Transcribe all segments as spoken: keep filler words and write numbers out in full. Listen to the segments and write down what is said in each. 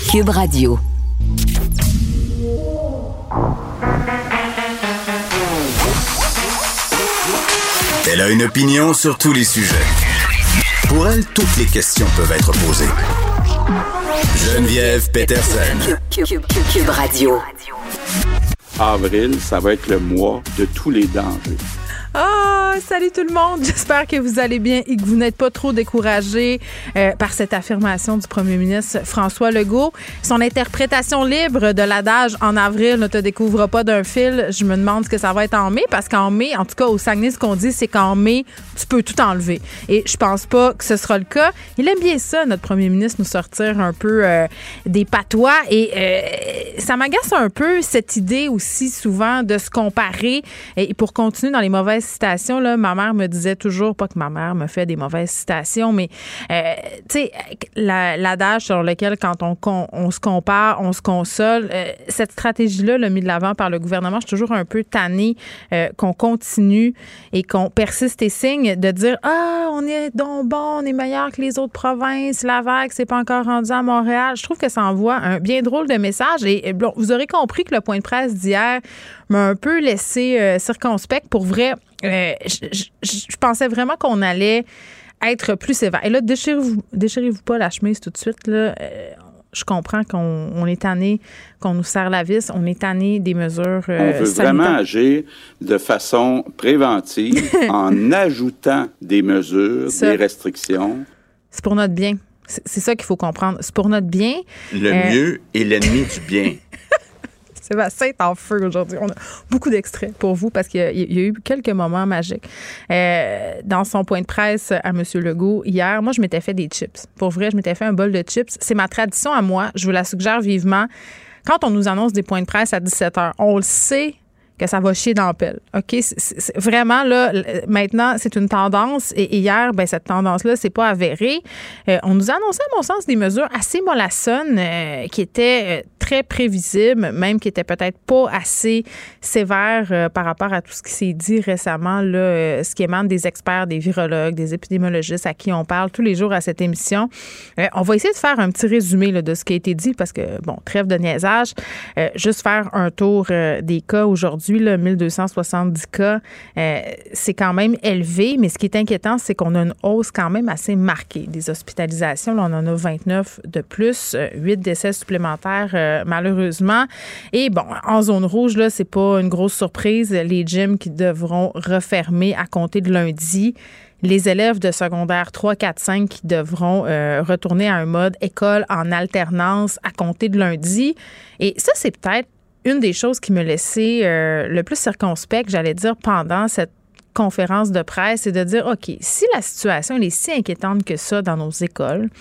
Cube Radio. Elle a une opinion sur tous les sujets. Pour elle, toutes les questions peuvent être posées. Geneviève Peterson. Cube, Cube, Cube, Cube Radio. Avril, ça va être le mois de tous les dangers. Ah, oh, salut tout le monde. J'espère que vous allez bien et que vous n'êtes pas trop découragés euh, par cette affirmation du premier ministre François Legault. Son interprétation libre de l'adage « En avril, ne te découvre pas d'un fil », je me demande ce que ça va être en mai, parce qu'en mai, en tout cas au Saguenay, ce qu'on dit, c'est qu'en mai, tu peux tout enlever. Et je pense pas que ce sera le cas. Il aime bien ça, notre premier ministre, nous sortir un peu euh, des patois. Et euh, ça m'agace un peu, cette idée aussi souvent de se comparer. Et pour continuer dans les mauvaises citations, là, ma mère me disait toujours, pas que ma mère me fait des mauvaises citations, mais euh, tu sais, la, l'adage sur lequel quand on, on, on se compare, on se console, euh, cette stratégie-là, là, mise de l'avant par le gouvernement, je suis toujours un peu tannée euh, qu'on continue et qu'on persiste et signe de dire « Ah, on est donc bon, on est meilleur que les autres provinces, la vague, c'est pas encore rendu à Montréal ». Je trouve que ça envoie un bien drôle de message et bon, vous aurez compris que le point de presse d'hier m'a un peu laissé euh, circonspect. Pour vrai, euh, je, je, je pensais vraiment qu'on allait être plus sévère. Et là, déchirez-vous, déchirez-vous pas la chemise tout de suite. Là. Euh, je comprends qu'on on est tanné, qu'on nous serre la vis, on est tanné des mesures euh, On veut sanitaires. Vraiment agir de façon préventive en ajoutant des mesures, ça, des restrictions. C'est pour notre bien. C'est, c'est ça qu'il faut comprendre. C'est pour notre bien. Le euh, mieux est l'ennemi du bien. Sébastien est en feu aujourd'hui. On a beaucoup d'extraits pour vous parce qu'il y a, il y a eu quelques moments magiques. Euh, dans son point de presse à M. Legault hier, moi, je m'étais fait des chips. Pour vrai, je m'étais fait un bol de chips. C'est ma tradition à moi. Je vous la suggère vivement. Quand on nous annonce des points de presse à dix-sept heures, on le sait que ça va chier dans la pelle. OK? C'est, c'est, vraiment, là, maintenant, c'est une tendance. Et hier, ben, cette tendance-là, c'est pas avéré. Euh, on nous a annoncé, à mon sens, des mesures assez mollassonnes euh, qui étaient euh, très prévisibles, même qui étaient peut-être pas assez sévères euh, par rapport à tout ce qui s'est dit récemment, là, euh, ce qui émane des experts, des virologues, des épidémiologistes à qui on parle tous les jours à cette émission. Euh, on va essayer de faire un petit résumé là, de ce qui a été dit parce que, bon, trêve de niaisage. Euh, juste faire un tour euh, des cas aujourd'hui. Là, mille deux cent soixante-dix cas, euh, c'est quand même élevé, mais ce qui est inquiétant, c'est qu'on a une hausse quand même assez marquée des hospitalisations. Là, on en a vingt-neuf de plus, euh, huit décès supplémentaires euh, malheureusement. Et bon, en zone rouge, là, c'est pas une grosse surprise. Les gyms qui devront refermer à compter de lundi. Les élèves de secondaire trois, quatre, cinq qui devront euh, retourner à un mode école en alternance à compter de lundi. Et ça, c'est peut-être une des choses qui me laissait euh, le plus circonspect, j'allais dire, pendant cette conférence de presse, c'est de dire, OK, si la situation elle est si inquiétante que ça dans nos écoles,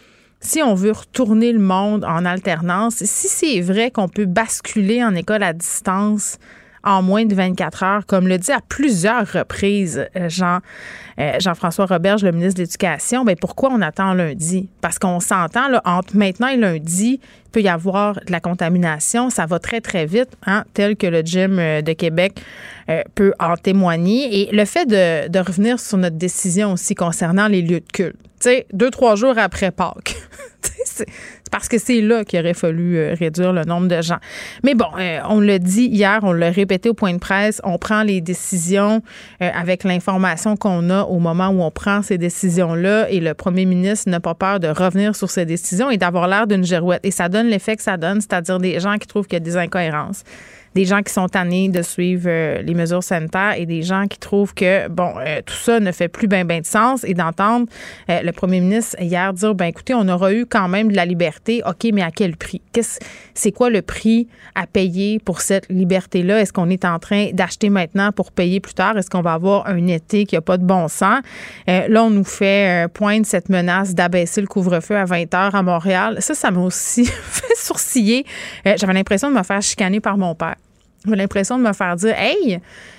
si on veut retourner le monde en alternance, si c'est vrai qu'on peut basculer en école à distance en moins de vingt-quatre heures, comme le dit à plusieurs reprises Jean, euh, Jean-François Roberge, le ministre de l'Éducation, bien, pourquoi on attend lundi? Parce qu'on s'entend, là, entre maintenant et lundi, il peut y avoir de la contamination. Ça va très, très vite, hein, tel que le gym de Québec euh, peut en témoigner. Et le fait de, de revenir sur notre décision aussi concernant les lieux de culte, tu sais, deux, trois jours après Pâques, c'est parce que c'est là qu'il aurait fallu euh, réduire le nombre de gens. Mais bon, euh, on l'a dit hier, on l'a répété au point de presse, on prend les décisions euh, avec l'information qu'on a au moment où on prend ces décisions-là et le premier ministre n'a pas peur de revenir sur ces décisions et d'avoir l'air d'une girouette. Et ça donne l'effet que ça donne, c'est-à-dire des gens qui trouvent qu'il y a des incohérences. Des gens qui sont tannés de suivre euh, les mesures sanitaires et des gens qui trouvent que, bon, euh, tout ça ne fait plus ben ben de sens et d'entendre euh, le premier ministre hier dire, ben écoutez, on aura eu quand même de la liberté. OK, mais à quel prix? Qu'est-ce, c'est quoi le prix à payer pour cette liberté-là? Est-ce qu'on est en train d'acheter maintenant pour payer plus tard? Est-ce qu'on va avoir un été qui n'a pas de bon sens? Euh, là, on nous fait euh, poindre cette menace d'abaisser le couvre-feu à vingt heures à Montréal. Ça, ça m'a aussi fait sourciller. Euh, j'avais l'impression de me faire chicaner par mon père. J'ai l'impression de me faire dire « Hey,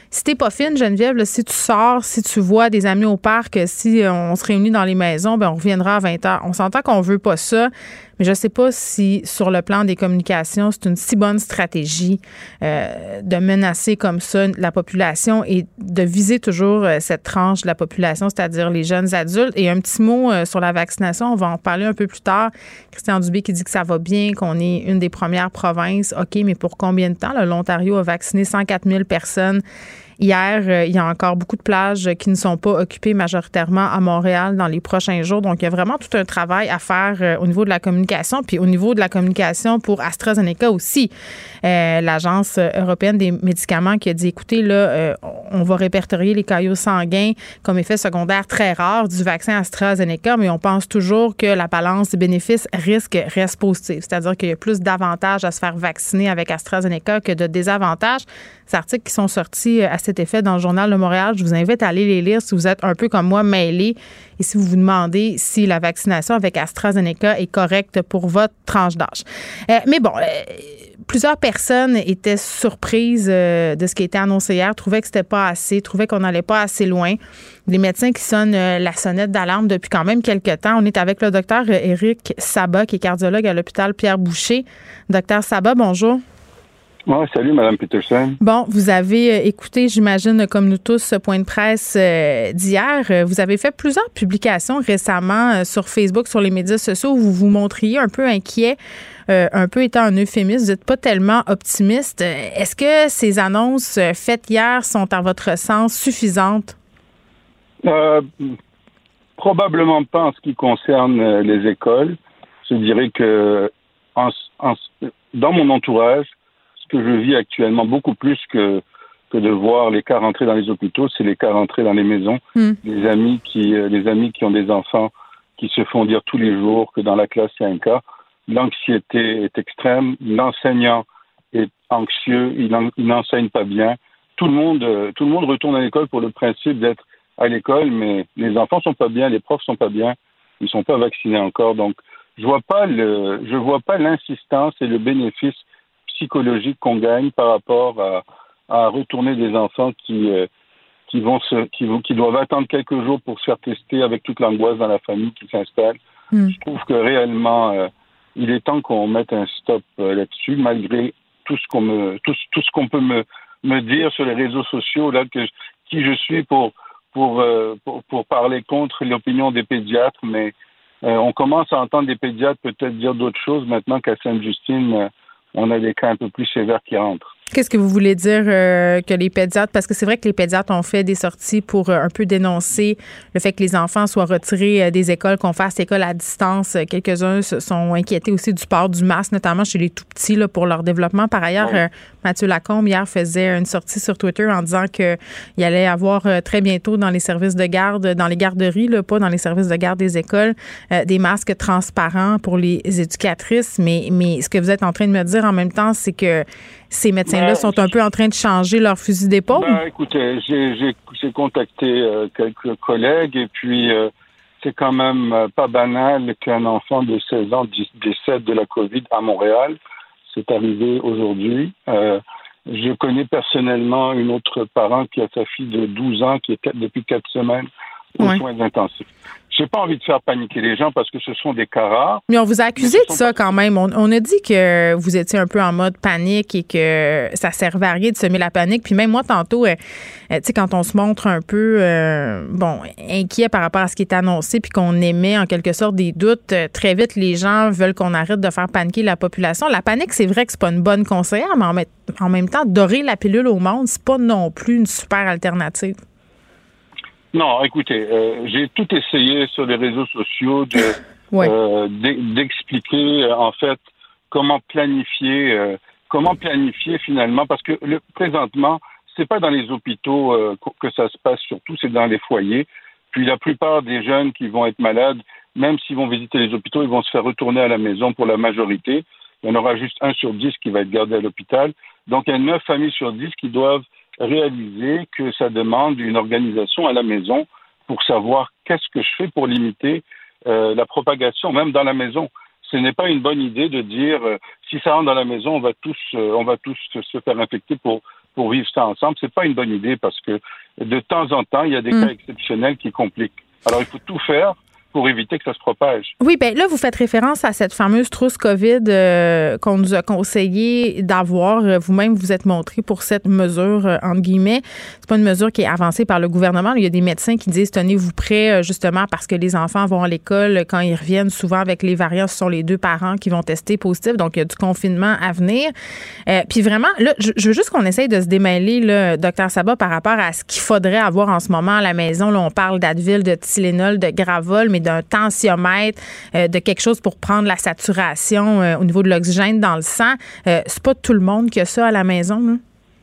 si t'es pas fine, Geneviève, là, si tu sors, si tu vois des amis au parc, si on se réunit dans les maisons, ben on reviendra à vingt heures. On s'entend qu'on veut pas ça, mais je sais pas si sur le plan des communications, c'est une si bonne stratégie euh, de menacer comme ça la population et de viser toujours euh, cette tranche de la population, c'est-à-dire les jeunes adultes. Et un petit mot euh, sur la vaccination, on va en parler un peu plus tard. Christian Dubé qui dit que ça va bien, qu'on est une des premières provinces. OK, mais pour combien de temps? Là, l'Ontario a vacciné cent quatre mille personnes. Hier, euh, il y a encore beaucoup de plages qui ne sont pas occupées majoritairement à Montréal dans les prochains jours. Donc, il y a vraiment tout un travail à faire euh, au niveau de la communication, puis au niveau de la communication pour AstraZeneca aussi. Euh, L'Agence européenne des médicaments qui a dit, écoutez, là, euh, on va répertorier les caillots sanguins comme effet secondaire très rare du vaccin AstraZeneca, mais on pense toujours que la balance des bénéfices-risques reste positive. C'est-à-dire qu'il y a plus d'avantages à se faire vacciner avec AstraZeneca que de désavantages. Ces articles qui sont sortis à cet effet dans le Journal de Montréal, je vous invite à aller les lire si vous êtes un peu comme moi mêlés et si vous vous demandez si la vaccination avec AstraZeneca est correcte pour votre tranche d'âge. Euh, mais bon, euh, plusieurs personnes étaient surprises euh, de ce qui a été annoncé hier, trouvaient que c'était pas assez, trouvaient qu'on n'allait pas assez loin. Les médecins qui sonnent euh, la sonnette d'alarme depuis quand même quelques temps. On est avec le docteur Éric Sabat, qui est cardiologue à l'hôpital Pierre-Boucher. Docteur Sabat, bonjour. Oui, salut, Mme Peterson. Bon, vous avez écouté, j'imagine, comme nous tous, ce point de presse euh, d'hier. Vous avez fait plusieurs publications récemment euh, sur Facebook, sur les médias sociaux, où vous vous montriez un peu inquiet, euh, un peu étant un euphémisme. Vous n'êtes pas tellement optimiste. Est-ce que ces annonces faites hier sont, à votre sens, suffisantes? Euh, probablement pas en ce qui concerne les écoles. Je dirais que en, en, dans mon entourage, que je vis actuellement beaucoup plus que que de voir les cas rentrer dans les hôpitaux, c'est les cas rentrer dans les maisons. Mm. Les amis qui euh, les amis qui ont des enfants qui se font dire tous les jours que dans la classe il y a un cas. L'anxiété est extrême, l'enseignant est anxieux, il, en, il n'enseigne pas bien. Tout le monde euh, tout le monde retourne à l'école pour le principe d'être à l'école, mais les enfants sont pas bien, les profs sont pas bien, ils sont pas vaccinés encore. Donc je vois pas le je vois pas l'insistance et le bénéfice psychologique qu'on gagne par rapport à, à retourner des enfants qui euh, qui vont se qui vont qui doivent attendre quelques jours pour se faire tester avec toute l'angoisse dans la famille qui s'installe. Mm. Je trouve que réellement euh, il est temps qu'on mette un stop euh, là-dessus, malgré tout ce qu'on me tout, tout ce qu'on peut me me dire sur les réseaux sociaux là que qui je suis pour pour euh, pour, pour parler contre l'opinion des pédiatres, mais euh, on commence à entendre des pédiatres peut-être dire d'autres choses maintenant qu'à Sainte-Justine. Euh, on a des cas un peu plus sévères qui rentrent. Qu'est-ce que vous voulez dire euh, que les pédiatres, parce que c'est vrai que les pédiatres ont fait des sorties pour euh, un peu dénoncer le fait que les enfants soient retirés euh, des écoles, qu'on fasse l'école à distance. Quelques-uns se sont inquiétés aussi du port du masque, notamment chez les tout-petits là, pour leur développement. Par ailleurs, ouais. euh, Mathieu Lacombe, hier, faisait une sortie sur Twitter en disant qu'il allait avoir euh, très bientôt dans les services de garde, dans les garderies, là, pas dans les services de garde des écoles, euh, des masques transparents pour les éducatrices. Mais, mais ce que vous êtes en train de me dire en même temps, c'est que ces médecins-là ben, sont un peu en train de changer leur fusil d'épaule? Ben, écoutez, j'ai, j'ai, j'ai contacté euh, quelques collègues et puis euh, c'est quand même euh, pas banal qu'un enfant de seize ans décède de la COVID à Montréal. C'est arrivé aujourd'hui. Euh, je connais personnellement une autre parent qui a sa fille de douze ans qui est depuis quatre semaines aux ouais. soins intensifs. J'ai pas envie de faire paniquer les gens parce que ce sont des cas rares. Mais on vous a accusé de ça quand même. On, on a dit que vous étiez un peu en mode panique et que ça servait à rien de semer la panique. Puis même moi, tantôt, euh, tu sais, quand on se montre un peu, euh, bon, inquiet par rapport à ce qui est annoncé puis qu'on émet en quelque sorte des doutes, euh, très vite, les gens veulent qu'on arrête de faire paniquer la population. La panique, c'est vrai que c'est pas une bonne conseillère, mais en, met, en même temps, dorer la pilule au monde, c'est pas non plus une super alternative. Non, écoutez, euh, j'ai tout essayé sur les réseaux sociaux de ouais. euh, d'expliquer euh, en fait comment planifier, euh, comment planifier finalement, parce que le, présentement, c'est pas dans les hôpitaux euh, que ça se passe surtout, c'est dans les foyers. Puis la plupart des jeunes qui vont être malades, même s'ils vont visiter les hôpitaux, ils vont se faire retourner à la maison pour la majorité. Il y en aura juste un sur dix qui va être gardé à l'hôpital. Donc il y a neuf familles sur dix qui doivent réaliser que ça demande une organisation à la maison pour savoir qu'est-ce que je fais pour limiter euh, la propagation, même dans la maison. Ce n'est pas une bonne idée de dire euh, si ça rentre dans la maison, on va tous, euh, on va tous se faire infecter pour pour vivre ça ensemble, c'est pas une bonne idée parce que de temps en temps, il y a des mmh. cas exceptionnels qui compliquent. Alors, il faut tout faire pour éviter que ça se propage. Oui, bien là, vous faites référence à cette fameuse trousse COVID euh, qu'on nous a conseillé d'avoir. Vous-même, vous êtes montré pour cette mesure, euh, entre guillemets. C'est pas une mesure qui est avancée par le gouvernement. Il y a des médecins qui disent, tenez-vous prêts, justement, parce que les enfants vont à l'école. Quand ils reviennent, souvent avec les variants, ce sont les deux parents qui vont tester positif. Donc, il y a du confinement à venir. Euh, puis vraiment, là, je, je veux juste qu'on essaye de se démêler, là, docteur Sabat, par rapport à ce qu'il faudrait avoir en ce moment à la maison. Là, on parle d'Advil, de Tylenol, de Gravol, mais d'un tensiomètre, euh, de quelque chose pour prendre la saturation euh, au niveau de l'oxygène dans le sang. Euh, c'est pas tout le monde qui a ça à la maison, là?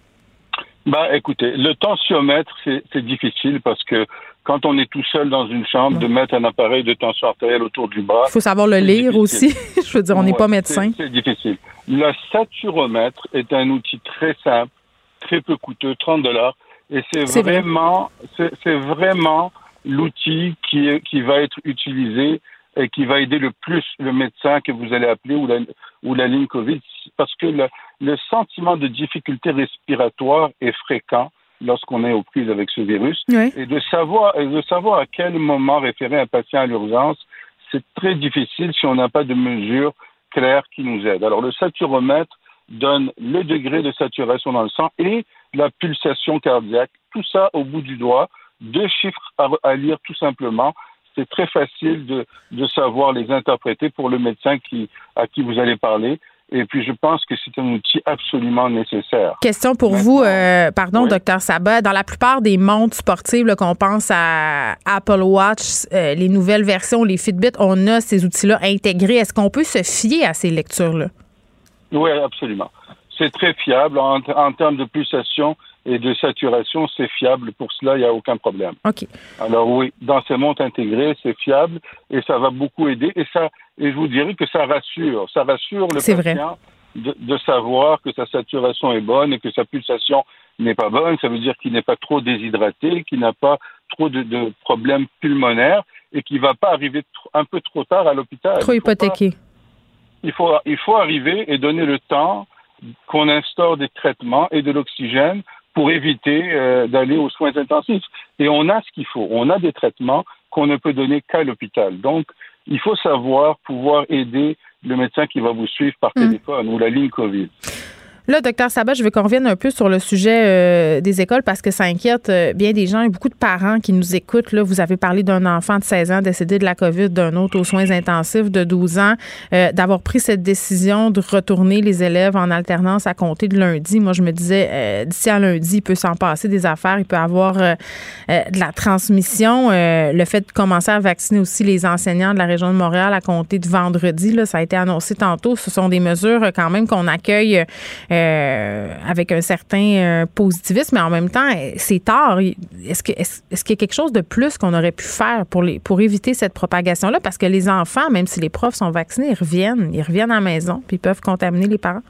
Ben, écoutez, le tensiomètre, c'est, c'est difficile parce que quand on est tout seul dans une chambre, ouais. de mettre un appareil de tension artérielle autour du bras... Il faut savoir le lire difficile. Aussi. Je veux dire, on n'est ouais, pas médecin. C'est, c'est difficile. Le saturomètre est un outil très simple, très peu coûteux, trente dollars, et c'est, c'est vraiment, c'est, c'est vraiment l'outil qui, est, qui va être utilisé et qui va aider le plus le médecin que vous allez appeler ou la, ou la ligne COVID, parce que le, le sentiment de difficulté respiratoire est fréquent lorsqu'on est aux prises avec ce virus. Oui. Et de savoir, et de savoir à quel moment référer un patient à l'urgence, c'est très difficile si on n'a pas de mesures claires qui nous aident. Alors, le saturomètre donne le degré de saturation dans le sang et la pulsation cardiaque, tout ça au bout du doigt, deux chiffres à, à lire tout simplement. C'est très facile de, de savoir les interpréter pour le médecin qui, à qui vous allez parler. Et puis, je pense que c'est un outil absolument nécessaire. Question pour Maintenant, vous, euh, pardon, oui. docteur Sabat. Dans la plupart des montres sportives, là, qu'on pense à Apple Watch, euh, les nouvelles versions, les Fitbit, on a ces outils-là intégrés. Est-ce qu'on peut se fier à ces lectures-là? Oui, absolument. C'est très fiable. En, en termes de pulsation et de saturation, c'est fiable. Pour cela, il n'y a aucun problème. OK. Alors oui, dans ces montres intégrées, c'est fiable et ça va beaucoup aider. Et ça, et je vous dirais que ça rassure. Ça rassure le c'est patient de, de savoir que sa saturation est bonne et que sa pulsation n'est pas bonne. Ça veut dire qu'il n'est pas trop déshydraté, qu'il n'a pas trop de, de problèmes pulmonaires et qu'il ne va pas arriver tr- un peu trop tard à l'hôpital. Trop hypothéqué. Pas, il, faut, il faut arriver et donner le temps qu'on instaure des traitements et de l'oxygène pour éviter euh, d'aller aux soins intensifs. Et on a ce qu'il faut. On a des traitements qu'on ne peut donner qu'à l'hôpital. Donc, il faut savoir pouvoir aider le médecin qui va vous suivre par mmh. téléphone ou la ligne COVID. Là, docteur Sabat, je veux qu'on revienne un peu sur le sujet euh, des écoles parce que ça inquiète euh, bien des gens. Il y a beaucoup de parents qui nous écoutent. Là, vous avez parlé d'un enfant de seize ans décédé de la COVID, d'un autre aux soins intensifs de douze ans. Euh, d'avoir pris cette décision de retourner les élèves en alternance à compter de lundi. Moi, je me disais, euh, d'ici à lundi, il peut s'en passer des affaires. Il peut avoir euh, euh, de la transmission. Euh, le fait de commencer à vacciner aussi les enseignants de la région de Montréal à compter de vendredi, là, ça a été annoncé tantôt. Ce sont des mesures euh, quand même qu'on accueille euh, Euh, avec un certain euh, positivisme, mais en même temps, c'est tard. Est-ce que est-ce, est-ce qu'il y a quelque chose de plus qu'on aurait pu faire pour les pour éviter cette propagation-là? Parce que les enfants, même si les profs sont vaccinés, ils reviennent, ils reviennent à la maison, puis ils peuvent contaminer les parents.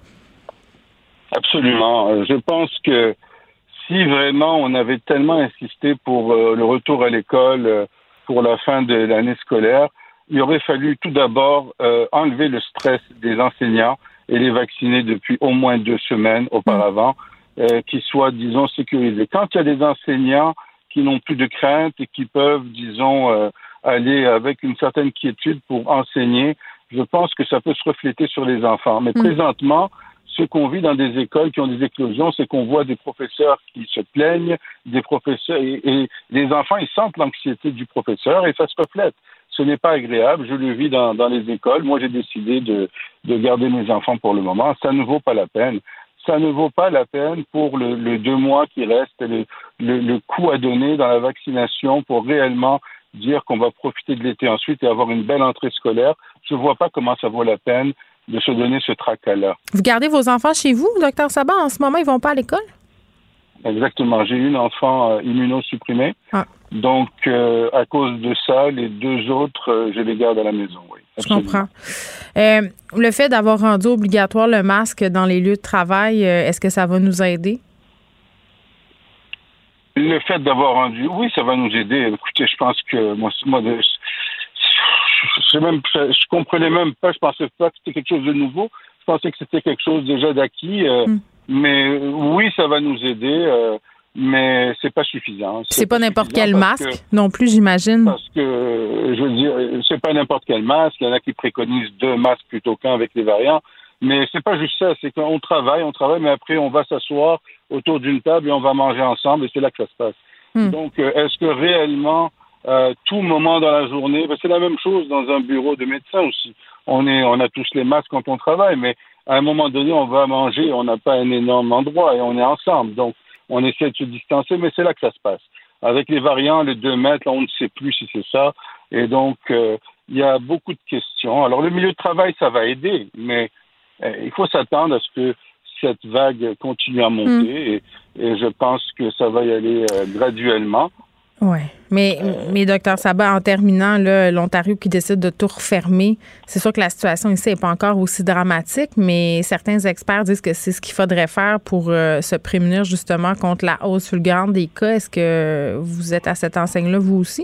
Absolument. Je pense que si vraiment on avait tellement insisté pour euh, le retour à l'école euh, pour la fin de l'année scolaire, il aurait fallu tout d'abord euh, enlever le stress des enseignants et les vacciner depuis au moins deux semaines auparavant, euh, qui soient, disons, sécurisés. Quand il y a des enseignants qui n'ont plus de crainte et qui peuvent, disons, euh, aller avec une certaine quiétude pour enseigner, je pense que ça peut se refléter sur les enfants. Mais mmh. présentement, ce qu'on vit dans des écoles qui ont des éclosions, c'est qu'on voit des professeurs qui se plaignent, des professeurs, et, et les enfants, ils sentent l'anxiété du professeur et ça se reflète. Ce n'est pas agréable. Je le vis dans, dans les écoles. Moi, j'ai décidé de, de garder mes enfants pour le moment. Ça ne vaut pas la peine. Ça ne vaut pas la peine pour le, le deux mois qui reste, le, le, le coût à donner dans la vaccination pour réellement dire qu'on va profiter de l'été ensuite et avoir une belle entrée scolaire. Je ne vois pas comment ça vaut la peine de se donner ce tracas-là. Vous gardez vos enfants chez vous, docteur Sabat? En ce moment, ils ne vont pas à l'école? Exactement. J'ai une enfant euh, immunosupprimée. Ah. Donc, euh, à cause de ça, les deux autres, euh, je les garde à la maison, oui. Absolument. Je comprends. Euh, le fait d'avoir rendu obligatoire le masque dans les lieux de travail, euh, est-ce que ça va nous aider? Le fait d'avoir rendu, oui, ça va nous aider. Écoutez, je pense que moi, moi de, je, même, je comprenais même pas, je pensais pas que c'était quelque chose de nouveau. Je pensais que c'était quelque chose déjà d'acquis. Euh, mm. Mais oui, ça va nous aider, euh, mais c'est pas suffisant. C'est, c'est pas, pas n'importe quel masque que, non plus, j'imagine. Parce que, je veux dire, c'est pas n'importe quel masque. Il y en a qui préconisent deux masques plutôt qu'un avec les variants. Mais c'est pas juste ça. C'est qu'on travaille, on travaille, mais après, on va s'asseoir autour d'une table et on va manger ensemble et c'est là que ça se passe. Hmm. Donc, est-ce que réellement, euh, tout moment dans la journée, c'est la même chose dans un bureau de médecin aussi. On est, on a tous les masques quand on travaille, mais à un moment donné, on va manger, on n'a pas un énorme endroit et on est ensemble. Donc, on essaie de se distancer, mais c'est là que ça se passe. Avec les variants, les deux mètres, là, on ne sait plus si c'est ça. Et donc, euh, il y a beaucoup de questions. Alors, le milieu de travail, ça va aider, mais euh, il faut s'attendre à ce que cette vague continue à monter. Mmh. Et, et je pense que ça va y aller euh, graduellement. Oui. Mais, euh, mais docteur Sabat, en terminant, là, l'Ontario qui décide de tout refermer, c'est sûr que la situation ici n'est pas encore aussi dramatique, mais certains experts disent que c'est ce qu'il faudrait faire pour euh, se prémunir justement contre la hausse fulgurante des cas. Est-ce que vous êtes à cette enseigne-là, vous aussi?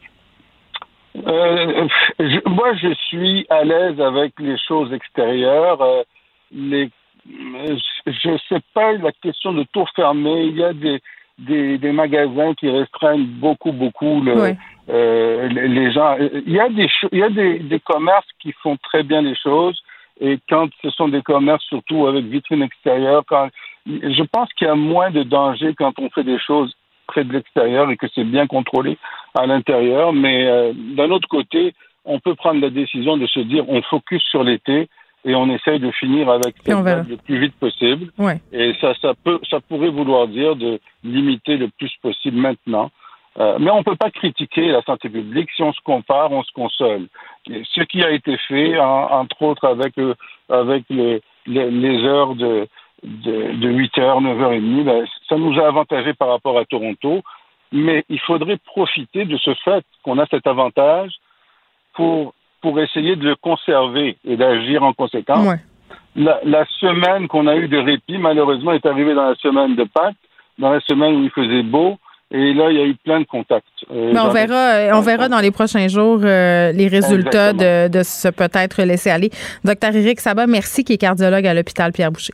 Euh, je, moi, je suis à l'aise avec les choses extérieures. Euh, les, je ne sais pas la question de tout fermer. Il y a des, des, des magasins qui restreignent beaucoup, beaucoup le, ouais. euh, les, les gens. Il y a des, il y a des, des commerces qui font très bien les choses. Et quand ce sont des commerces, surtout avec vitrine extérieure, quand, je pense qu'il y a moins de danger quand on fait des choses près de l'extérieur et que c'est bien contrôlé à l'intérieur. Mais euh, d'un autre côté, on peut prendre la décision de se dire on focus sur l'été et on essaye de finir avec cette vague le plus vite possible. Ouais. Et ça, ça peut, ça pourrait vouloir dire de limiter le plus possible maintenant. Euh, mais on ne peut pas critiquer la santé publique. Si on se compare, on se console. Et ce qui a été fait, en, entre autres avec, euh, avec le, le, les heures de de, de huit heures, neuf heures trente, ben, ça nous a avantagé par rapport à Toronto, mais il faudrait profiter de ce fait qu'on a cet avantage pour, pour essayer de le conserver et d'agir en conséquence. Ouais. La, la semaine qu'on a eue de répit, malheureusement, est arrivée dans la semaine de Pâques, dans la semaine où il faisait beau, et là, il y a eu plein de contacts. Euh, Mais on verra, on verra dans les prochains jours euh, les résultats de, de ce peut-être laisser aller. Docteur Éric Sabat, merci, qui est cardiologue à l'hôpital Pierre-Boucher.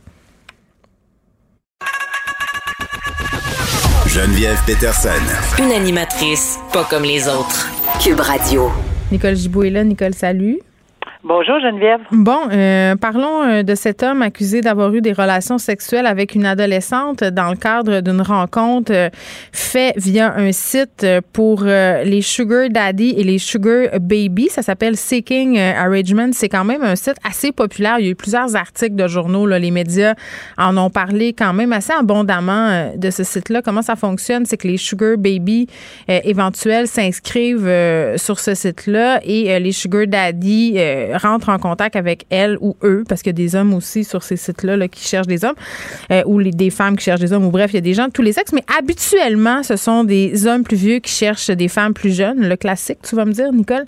Geneviève Peterson. Une animatrice pas comme les autres. Cube Radio. Nicole Gibault est là. Nicole, salut. Bonjour Geneviève. Bon, euh, parlons de cet homme accusé d'avoir eu des relations sexuelles avec une adolescente dans le cadre d'une rencontre euh, faite via un site pour euh, les Sugar Daddy et les Sugar Baby. Ça s'appelle Seeking Arrangement. C'est quand même un site assez populaire. Il y a eu plusieurs articles de journaux. Là. Les médias en ont parlé quand même assez abondamment euh, de ce site-là. Comment ça fonctionne? C'est que les Sugar Baby euh, éventuels s'inscrivent euh, sur ce site-là et euh, les Sugar Daddy euh, rentrent en contact avec elle ou eux, parce qu'il y a des hommes aussi sur ces sites-là là, qui cherchent des hommes, euh, ou les, des femmes qui cherchent des hommes, ou bref, il y a des gens de tous les sexes, mais habituellement, ce sont des hommes plus vieux qui cherchent des femmes plus jeunes, le classique, tu vas me dire, Nicole.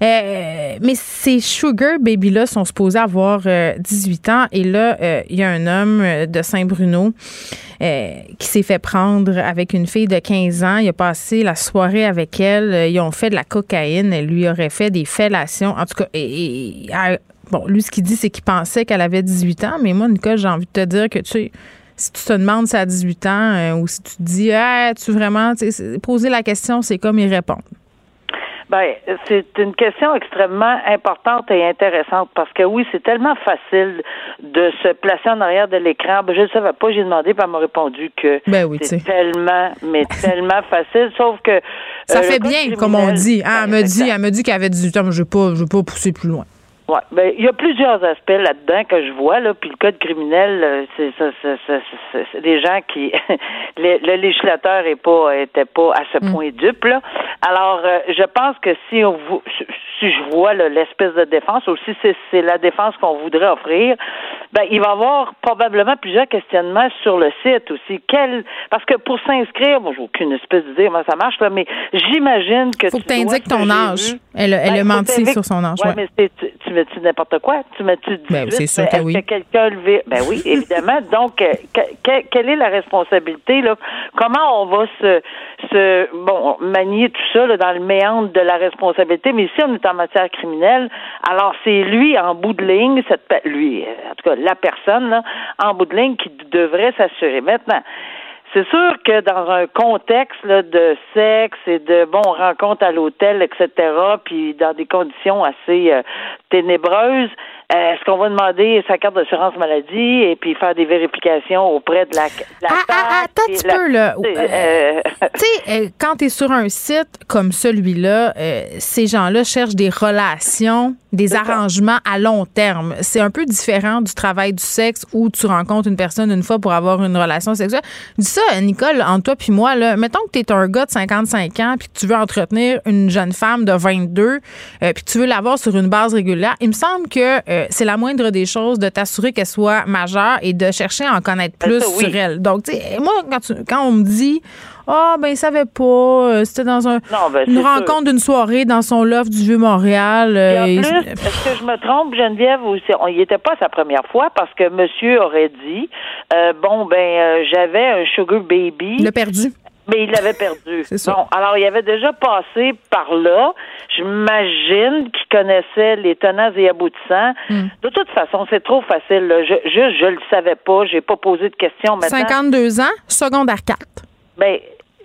Euh, mais ces Sugar Baby-là sont supposés avoir euh, dix-huit ans, et là, euh, il y a un homme de Saint-Bruno euh, qui s'est fait prendre avec une fille de quinze ans. Il a passé la soirée avec elle, ils ont fait de la cocaïne, elle lui aurait fait des fellations, en tout cas, et, et bon, lui, ce qu'il dit, c'est qu'il pensait qu'elle avait dix-huit ans, mais moi, Nicole, j'ai envie de te dire que, tu sais, si tu te demandes si elle a dix-huit ans euh, ou si tu te dis, ah, tu vraiment, tu sais, poser la question, c'est comme y répondre. Ben, c'est une question extrêmement importante et intéressante parce que oui, c'est tellement facile de se placer en arrière de l'écran. Ben, je ne savais pas, j'ai demandé, puis elle m'a répondu que ben oui, c'est t'sais. tellement, mais tellement facile, sauf que... Ça euh, fait bien, comme on dit. Ah, elle me dit, elle me dit qu'elle avait dix-huit ans, mais je ne vais pas, je vais pas pousser plus loin. Ouais, ben il y a plusieurs aspects là-dedans que je vois là, puis le code criminel, c'est ça, c'est, c'est, c'est, c'est des gens qui le, le législateur est pas était pas à ce point mm. dupe là. Alors, euh, je pense que si on si je vois là, l'espèce de défense, aussi c'est, c'est la défense qu'on voudrait offrir, ben il va y avoir probablement plusieurs questionnements sur le site aussi. Quel parce que pour s'inscrire, moi j'ai aucune espèce d'idée comment ça marche là, mais j'imagine que faut tu que tu indiques ton âge. Elle, elle ben, a menti sur son âge. Ouais, ouais. mais c'est, tu, tu mets-tu n'importe quoi? Tu mets-tu dix-huit? Ben, c'est sûr que oui. Est-ce que quelqu'un levé? Ben oui, évidemment. Donc, euh, que, quelle est la responsabilité, là? Comment on va se, se bon, manier tout ça, là, dans le méandre de la responsabilité? Mais ici, on est en matière criminelle. Alors, c'est lui, en bout de ligne, cette, lui, en tout cas, la personne, là, en bout de ligne, qui devrait s'assurer. Maintenant, c'est sûr que dans un contexte là, de sexe et de bon rencontres à l'hôtel, et cetera, puis dans des conditions assez euh, ténébreuses, euh, est-ce qu'on va demander sa carte d'assurance maladie et puis faire des vérifications auprès de la, de la ah, ah, attends un petit la, peu, là. Euh, tu sais, euh, quand tu es sur un site comme celui-là, euh, ces gens-là cherchent des relations, des arrangements à long terme. C'est un peu différent du travail du sexe où tu rencontres une personne une fois pour avoir une relation sexuelle. Dis ça, Nicole, entre toi puis moi, là, mettons que tu es un gars de cinquante-cinq ans puis que tu veux entretenir une jeune femme de vingt-deux euh, puis que tu veux l'avoir sur une base régulière. Il me semble que euh, c'est la moindre des choses de t'assurer qu'elle soit majeure et de chercher à en connaître plus ça, oui. sur elle. Donc, tu sais, moi, quand, tu, quand on me dit ah, oh, ben, il savait pas. Euh, c'était dans un, non, ben, une rencontre d'une soirée dans son loft du Vieux-Montréal. Euh, et en plus, et... est-ce que je me trompe, Geneviève, ou on y était pas sa première fois parce que monsieur aurait dit, euh, bon, ben, euh, j'avais un sugar baby. Il l'a perdu. Mais il l'avait perdu. C'est ça. Bon, alors, il avait déjà passé par là. J'imagine qu'il connaissait les tenants et aboutissants. Mm. De toute façon, c'est trop facile. Là. Je, juste, je le savais pas. J'ai pas posé de questions maintenant. cinquante-deux ans, secondaire quatre. Ben,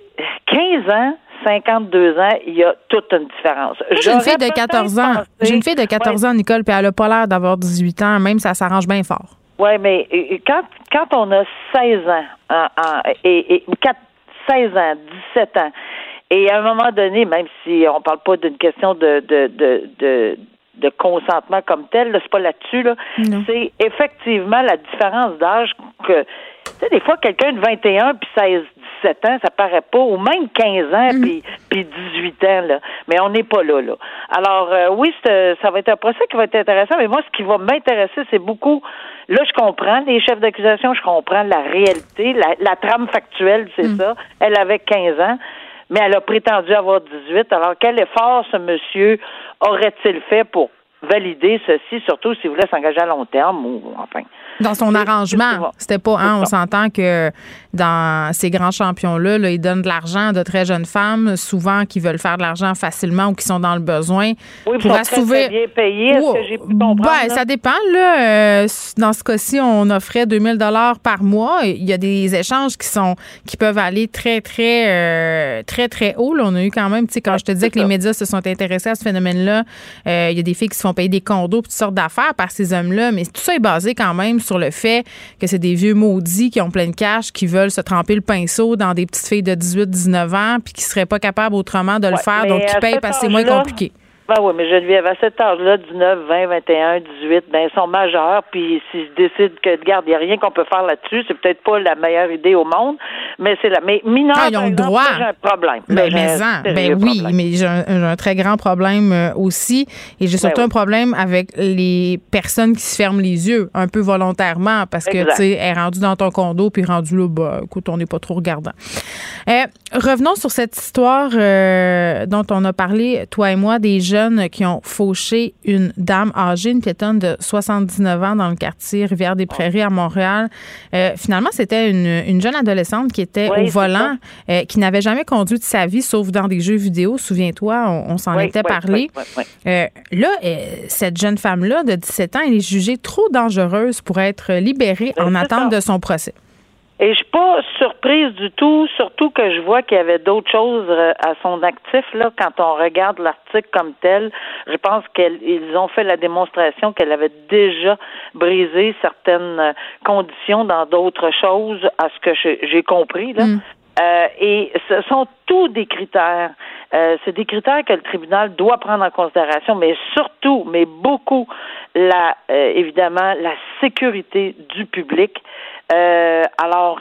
quinze ans, cinquante-deux ans, il y a toute une différence. J'ai une fille de quatorze ans. Pensé, J'ai une fille de quatorze ouais. ans, Nicole, puis elle a pas l'air d'avoir dix-huit ans, même ça s'arrange bien fort. Oui, mais quand, quand on a seize ans en, en, et, et quatre, seize ans, dix-sept ans, et à un moment donné, même si on parle pas d'une question de, de, de, de, de consentement comme tel, là, c'est pas là-dessus, là, c'est effectivement la différence d'âge que, tu sais, des fois, quelqu'un de vingt et un puis seize, dix-sept ans, ça paraît pas, ou même quinze ans puis, puis dix-huit ans, là. Mais on n'est pas là, là. Alors, euh, oui, c'est, ça va être un procès qui va être intéressant, mais moi, ce qui va m'intéresser, c'est beaucoup, là, je comprends les chefs d'accusation, je comprends la réalité, la, la trame factuelle, c'est mm. ça. Elle avait quinze ans, mais elle a prétendu avoir dix-huit. Alors, quel effort ce monsieur aurait-il fait pour valider ceci, surtout s'il voulait s'engager à long terme ou, enfin... Dans son arrangement, c'était pas, hein, on s'entend que dans ces grands champions-là, là, ils donnent de l'argent à de très jeunes femmes, souvent qui veulent faire de l'argent facilement ou qui sont dans le besoin. Oui, pour assouvir. Très, très bien payé, est-ce oh, que j'ai pu comprendre? Ben, ça dépend, là. Euh, dans ce cas-ci, on offrait deux mille dollars par mois. Il y a des échanges qui sont, qui peuvent aller très, très, euh, très, très haut. Là, on a eu quand même, tu sais, quand je te disais que les médias se sont intéressés à ce phénomène-là, euh, il y a des filles qui se font payer des condos et toutes sortes d'affaires par ces hommes-là, mais tout ça est basé quand même sur le fait que c'est des vieux maudits qui ont plein de cash, qui veulent se tremper le pinceau dans des petites filles de dix-huit dix-neuf ans puis qui seraient pas capables autrement de le ouais, faire, donc qui payent parce que c'est moins compliqué. Ben oui, mais Geneviève, à cet âge-là, dix-neuf, vingt, vingt et un, dix-huit, ben ils sont majeurs, puis s'ils décident que, regarde, il n'y a rien qu'on peut faire là-dessus, c'est peut-être pas la meilleure idée au monde, mais c'est la... Mais mineurs, ah, ils ont le droit. Exemple, j'ai un problème. Ben, mais en, ben oui, problème. mais j'ai un, j'ai un très grand problème euh, aussi, et j'ai surtout ben oui. un problème avec les personnes qui se ferment les yeux, un peu volontairement, parce que, tu sais, elle est rendue dans ton condo, puis rendue là, bah, écoute, on n'est pas trop regardant. Euh, revenons sur cette histoire euh, dont on a parlé, toi et moi, des jeunes qui ont fauché une dame âgée, une piétonne de soixante-dix-neuf ans dans le quartier Rivière-des-Prairies à Montréal. Euh, finalement, c'était une, une jeune adolescente qui était oui, au volant, euh, qui n'avait jamais conduit de sa vie, sauf dans des jeux vidéo. Souviens-toi, on, on s'en oui, était oui, parlé. Oui, oui, oui. Euh, là, euh, cette jeune femme-là de dix-sept ans, elle est jugée trop dangereuse pour être libérée en attente de son procès. Et je suis pas surprise du tout, surtout que je vois qu'il y avait d'autres choses à son actif, là, quand on regarde l'article comme tel. Je pense qu'ils ont fait la démonstration qu'elle avait déjà brisé certaines conditions dans d'autres choses, à ce que j'ai compris, là. Mm. Euh, et ce sont tous des critères. Euh, c'est des critères que le tribunal doit prendre en considération, mais surtout, mais beaucoup, la euh, évidemment, la sécurité du public. Euh, alors,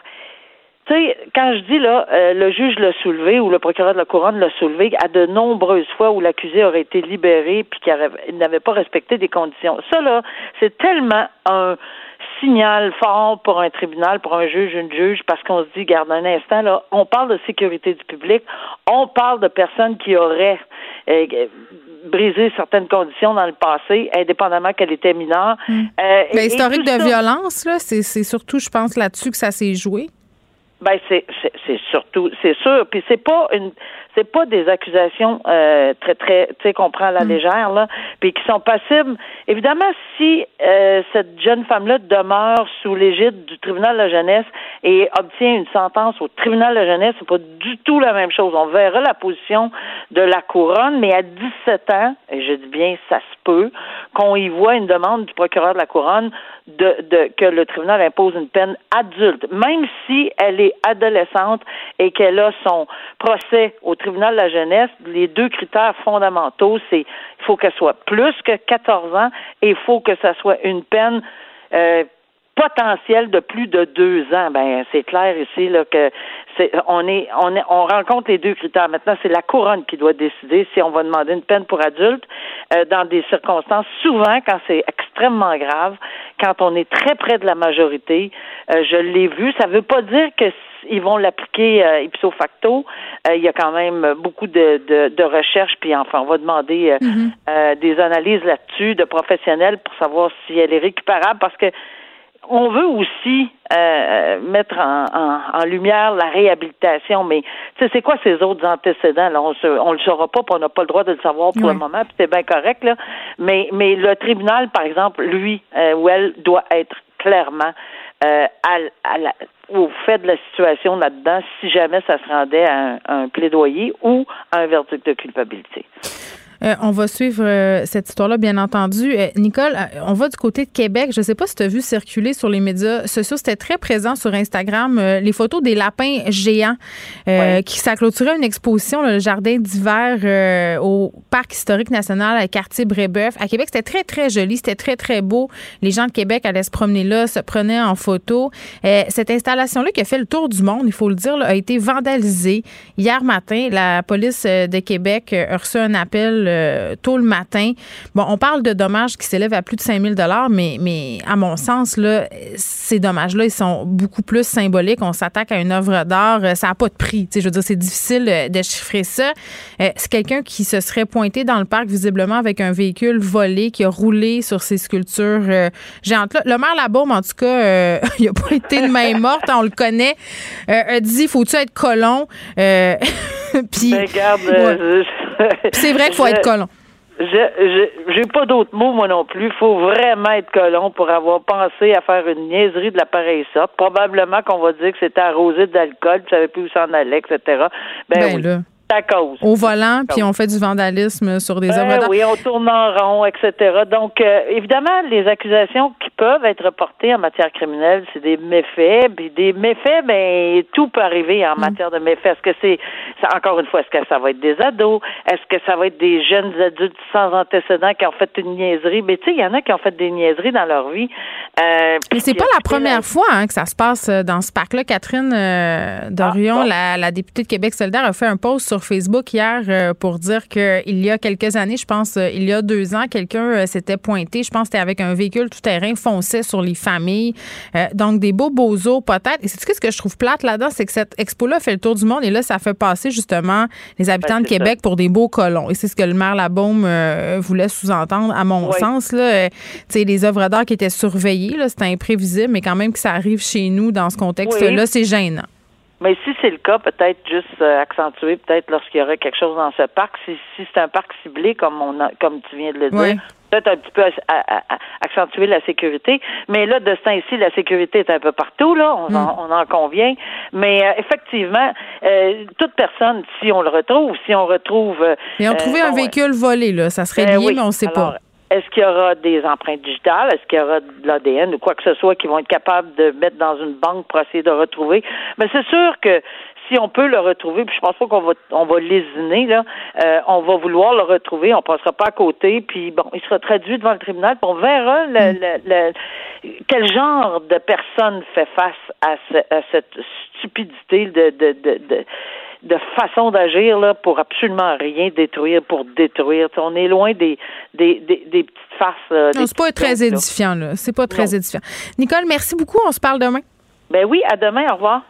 tu sais, quand je dis là, euh, le juge l'a soulevé ou le procureur de la Couronne l'a soulevé à de nombreuses fois où l'accusé aurait été libéré puis qu'il n'avait pas respecté des conditions. Ça, là, c'est tellement un signal fort pour un tribunal, pour un juge, une juge, parce qu'on se dit, garde un instant, là, on parle de sécurité du public, on parle de personnes qui auraient euh, brisé certaines conditions dans le passé, indépendamment qu'elle était mineure. Mmh. Euh, Mais historique de ça, violence, là, c'est, c'est surtout, je pense, là-dessus que ça s'est joué. Ben c'est, c'est c'est surtout c'est sûr, puis c'est pas une c'est pas des accusations euh, très très tu sais qu'on prend à la légère là, puis qui sont passibles. Évidemment, si euh, cette jeune femme-là demeure sous l'égide du tribunal de la jeunesse et obtient une sentence au tribunal de la jeunesse, c'est pas du tout la même chose. On verra la position de la couronne, mais à dix-sept ans, et je dis bien ça se peut, qu'on y voit une demande du procureur de la couronne de, de que le tribunal impose une peine adulte, même si elle est adolescente et qu'elle a son procès au tribunal de la jeunesse. Les deux critères fondamentaux, c'est il faut qu'elle soit plus que quatorze ans et il faut que ça soit une peine euh, potentielle de plus de deux ans. Ben c'est clair ici là que c'est on est on est on rencontre les deux critères. Maintenant, c'est la couronne qui doit décider si on va demander une peine pour adultes euh, dans des circonstances souvent quand c'est extrêmement grave, quand on est très près de la majorité. Euh, je l'ai vu. Ça veut pas dire que ils vont l'appliquer euh, ipso facto. Euh, il y a quand même beaucoup de, de, de recherches, puis enfin, on va demander euh, mm-hmm. euh, des analyses là-dessus de professionnels pour savoir si elle est récupérable, parce que on veut aussi euh, mettre en, en, en lumière la réhabilitation, mais tu sais, c'est quoi ces autres antécédents là? On se, on le saura pas, puis on n'a pas le droit de le savoir pour oui. le moment, puis c'est bien correct là. Mais mais le tribunal, par exemple, lui euh, ou elle doit être clairement euh, à, à la, au fait de la situation là-dedans, si jamais ça se rendait à un, un plaidoyer ou à un verdict de culpabilité. Euh, on va suivre euh, cette histoire-là, bien entendu. Euh, Nicole, euh, on va du côté de Québec. Je ne sais pas si tu as vu circuler sur les médias sociaux. C'était très présent sur Instagram, euh, les photos des lapins géants euh, ouais. qui ça clôturait une exposition, là, le jardin d'hiver euh, au Parc historique national à Cartier-Brébeuf. À Québec, c'était très, très joli. C'était très, très beau. Les gens de Québec allaient se promener là, se prenaient en photo. Euh, cette installation-là qui a fait le tour du monde, il faut le dire, là, a été vandalisée. Hier matin, la police de Québec a reçu un appel Euh, tôt le matin. Bon, on parle de dommages qui s'élèvent à plus de cinq mille dollars, mais, mais à mon sens, là, ces dommages-là, ils sont beaucoup plus symboliques. On s'attaque à une œuvre d'art, ça n'a pas de prix. Tu sais, je veux dire, c'est difficile de chiffrer ça. Euh, c'est quelqu'un qui se serait pointé dans le parc, visiblement, avec un véhicule volé, qui a roulé sur ces sculptures euh, géantes-là. Le maire Labaume, en tout cas, euh, il n'a pas été de main morte, on le connaît, euh, a dit, faut-tu être colon? Euh, Puis, regarde, ouais. euh, c'est vrai qu'il faut je, être colon. Je, je, j'ai pas d'autres mots, moi non plus. Il faut vraiment être colon pour avoir pensé à faire une niaiserie de la pareille sorte. Probablement qu'on va dire que c'était arrosé d'alcool, puis ça savait plus où s'en allait, et cetera. Ben, ben oui. Là. À cause. Au volant, puis on fait du vandalisme sur des euh, œuvres d'art. Oui, on tourne en rond, et cetera. Donc, euh, évidemment, les accusations qui peuvent être reportées en matière criminelle, c'est des méfaits. Puis des méfaits, ben tout peut arriver en mm. matière de méfaits. Est-ce que c'est, c'est, encore une fois, est-ce que ça va être des ados? Est-ce que ça va être des jeunes adultes sans antécédents qui ont fait une niaiserie? Mais tu sais, il y en a qui ont fait des niaiseries dans leur vie. Euh, Mais c'est pas la première la... fois hein, que ça se passe dans ce parc-là. Catherine euh, Dorion, ah, bon. la, la députée de Québec solidaire, a fait un post sur Facebook hier euh, pour dire qu'il y a quelques années, je pense, euh, il y a deux ans, quelqu'un euh, s'était pointé, je pense que c'était avec un véhicule tout-terrain, fonçait sur les familles. Euh, donc, des beaux bozos, peut-être. Et c'est ce que je trouve plate là-dedans, c'est que cette expo-là fait le tour du monde et là, ça fait passer justement les habitants ben, de Québec ça. pour des beaux colons. Et c'est ce que le maire Labaume euh, voulait sous-entendre, à mon oui. sens. Là, euh, les œuvres d'art qui étaient surveillées, là, c'était imprévisible, mais quand même que ça arrive chez nous dans ce contexte-là, oui. c'est gênant. Mais si c'est le cas, peut-être juste euh, accentuer, peut-être lorsqu'il y aurait quelque chose dans ce parc. Si, si c'est un parc ciblé, comme on a, comme tu viens de le dire, oui. peut-être un petit peu à, à, à, accentuer la sécurité. Mais là, de ce temps-ci, la sécurité est un peu partout, là, on, mm. en, on en convient. Mais euh, effectivement, euh, toute personne, si on le retrouve, si on retrouve... Euh, Ils ont trouvé euh, un bon, véhicule volé, là. Ça serait lié, euh, oui. mais on ne sait Alors, pas. Est-ce qu'il y aura des empreintes digitales? Est-ce qu'il y aura de l'A D N ou quoi que ce soit qu'ils vont être capables de mettre dans une banque pour essayer de retrouver? Mais c'est sûr que si on peut le retrouver, puis je pense pas qu'on va on va lésiner, là, euh, on va vouloir le retrouver, on passera pas à côté, puis bon, il sera traduit devant le tribunal, puis on verra le, le, le, quel genre de personne fait face à, ce, à cette stupidité de... de, de, de de façon d'agir là pour absolument rien détruire pour détruire. T'sais, on est loin des des, des, des petites farces. Euh, non, c'est pas très là. édifiant, là. C'est pas très non. édifiant. Nicole, merci beaucoup. On se parle demain. Ben oui, à demain. Au revoir.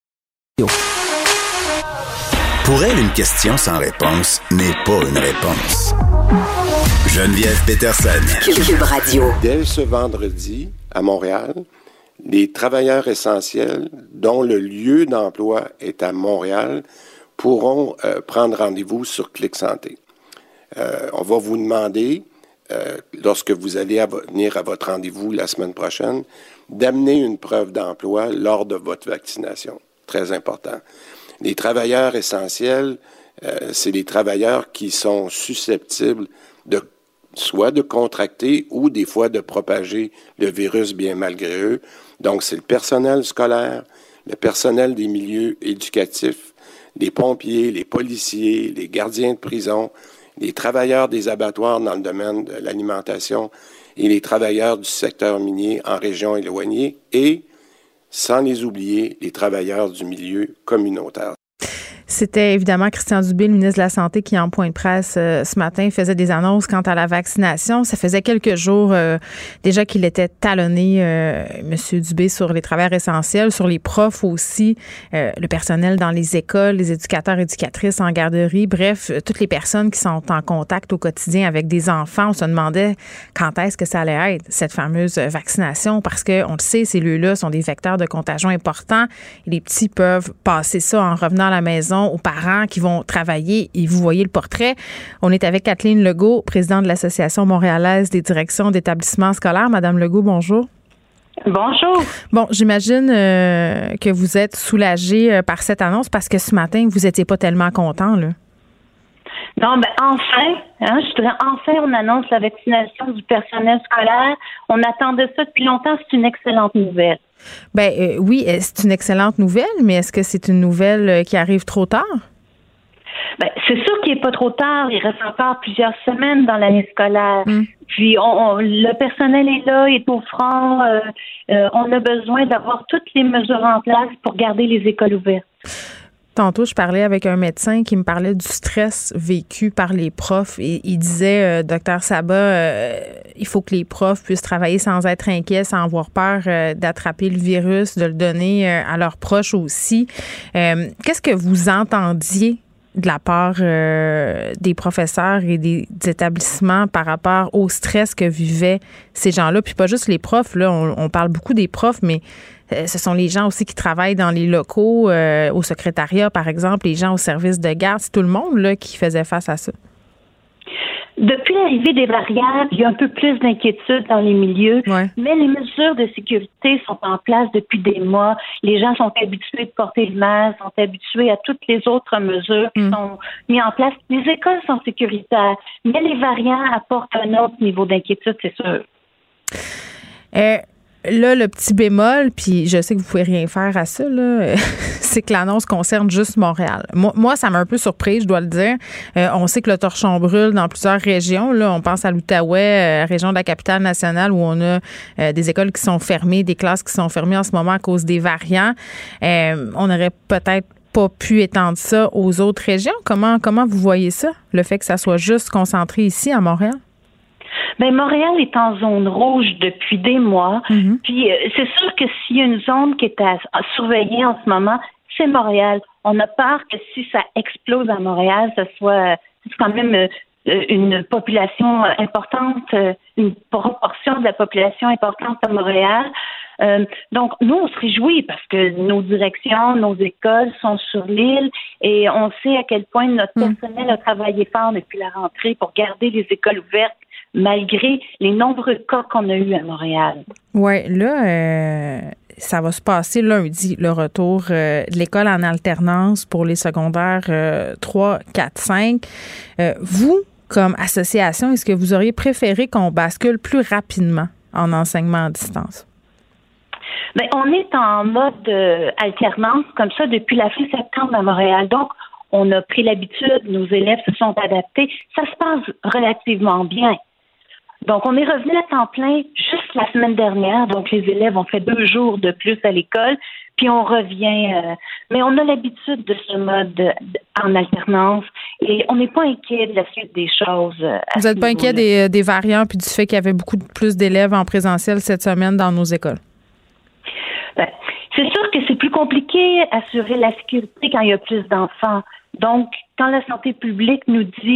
Pour elle, une question sans réponse n'est pas une réponse. Geneviève Peterson. Cube Radio. Dès ce vendredi, à Montréal, les travailleurs essentiels dont le lieu d'emploi est à Montréal pourront euh, prendre rendez-vous sur Clic Santé. Euh, on va vous demander, euh, lorsque vous allez à venir à votre rendez-vous la semaine prochaine, d'amener une preuve d'emploi lors de votre vaccination. Très important. Les travailleurs essentiels, euh, c'est les travailleurs qui sont susceptibles de soit de contracter ou des fois de propager le virus bien malgré eux. Donc, c'est le personnel scolaire, le personnel des milieux éducatifs, les pompiers, les policiers, les gardiens de prison, les travailleurs des abattoirs dans le domaine de l'alimentation et les travailleurs du secteur minier en région éloignée et, sans les oublier, les travailleurs du milieu communautaire. C'était évidemment Christian Dubé, le ministre de la Santé, qui, en point de presse euh, ce matin, faisait des annonces quant à la vaccination. Ça faisait quelques jours euh, déjà qu'il était talonné, euh, M. Dubé, sur les travailleurs essentiels, sur les profs aussi, euh, le personnel dans les écoles, les éducateurs, éducatrices en garderie, bref, toutes les personnes qui sont en contact au quotidien avec des enfants. On se demandait quand est-ce que ça allait être, cette fameuse vaccination, parce qu'on le sait, ces lieux-là sont des vecteurs de contagion importants et les petits peuvent passer ça en revenant à la maison aux parents qui vont travailler et vous voyez le portrait. On est avec Kathleen Legault, présidente de l'Association montréalaise des directions d'établissements scolaires. Madame Legault, bonjour. Bonjour. Bon, j'imagine euh, que vous êtes soulagée euh, par cette annonce parce que ce matin, vous n'étiez pas tellement content, là. Non, ben enfin, hein, je dirais enfin, on annonce la vaccination du personnel scolaire. On attendait ça depuis longtemps. C'est une excellente nouvelle. Ben euh, oui, c'est une excellente nouvelle, mais est-ce que c'est une nouvelle qui arrive trop tard? Ben, c'est sûr qu'il n'est pas trop tard. Il reste encore plusieurs semaines dans l'année scolaire. Mm. Puis on, on, le personnel est là, est au front. Euh, euh, on a besoin d'avoir toutes les mesures en place pour garder les écoles ouvertes. Tantôt, je parlais avec un médecin qui me parlait du stress vécu par les profs et il disait, euh, docteur Sabat, euh, il faut que les profs puissent travailler sans être inquiets, sans avoir peur euh, d'attraper le virus, de le donner euh, à leurs proches aussi. Euh, qu'est-ce que vous entendiez de la part euh, des professeurs et des, des établissements par rapport au stress que vivaient ces gens-là? Puis pas juste les profs, là, on, on parle beaucoup des profs, mais euh, ce sont les gens aussi qui travaillent dans les locaux, euh, au secrétariat, par exemple, les gens au service de garde. C'est tout le monde là qui faisait face à ça. Depuis l'arrivée des variables, il y a un peu plus d'inquiétude dans les milieux, ouais. Mais les mesures de sécurité sont en place depuis des mois. Les gens sont habitués de porter le masque, sont habitués à toutes les autres mesures qui mm. sont mises en place. Les écoles sont sécuritaires, mais les variants apportent un autre niveau d'inquiétude, c'est sûr. Euh, là, le petit bémol, puis je sais que vous pouvez rien faire à ça, là, c'est que l'annonce concerne juste Montréal. Moi, moi ça m'a un peu surpris, je dois le dire. Euh, on sait que le torchon brûle dans plusieurs régions. Là, on pense à l'Outaouais, euh, région de la capitale nationale, où on a euh, des écoles qui sont fermées, des classes qui sont fermées en ce moment à cause des variants. Euh, on aurait peut-être pas pu étendre ça aux autres régions. Comment, comment vous voyez ça, le fait que ça soit juste concentré ici, à Montréal? Bien, Montréal est en zone rouge depuis des mois. Mm-hmm. Puis, euh, c'est sûr que s'il y a une zone qui est à, à surveiller en ce moment, c'est Montréal. On a peur que si ça explose à Montréal, ce soit c'est quand même euh, une population importante, euh, une proportion de la population importante à Montréal. Euh, donc, nous, on se réjouit parce que nos directions, nos écoles sont sur l'île et on sait à quel point notre mm. personnel a travaillé fort depuis la rentrée pour garder les écoles ouvertes malgré les nombreux cas qu'on a eus à Montréal. Oui, là, euh, ça va se passer lundi, le retour euh, de l'école en alternance pour les secondaires euh, trois, quatre, cinq. Euh, vous, comme association, est-ce que vous auriez préféré qu'on bascule plus rapidement en enseignement à distance? Bien, on est en mode euh, alternance comme ça depuis la fin septembre à Montréal. Donc, on a pris l'habitude, nos élèves se sont adaptés. Ça se passe relativement bien. Donc, on est revenu à temps plein juste la semaine dernière. Donc, les élèves ont fait deux jours de plus à l'école, puis on revient. Euh, mais on a l'habitude de ce mode de, de, en alternance et on n'est pas inquiet de la suite des choses. Euh, Vous n'êtes pas inquiet des, des variants puis du fait qu'il y avait beaucoup plus d'élèves en présentiel cette semaine dans nos écoles? Ben, c'est sûr que c'est plus compliqué d'assurer la sécurité quand il y a plus d'enfants. Donc, quand la santé publique nous dit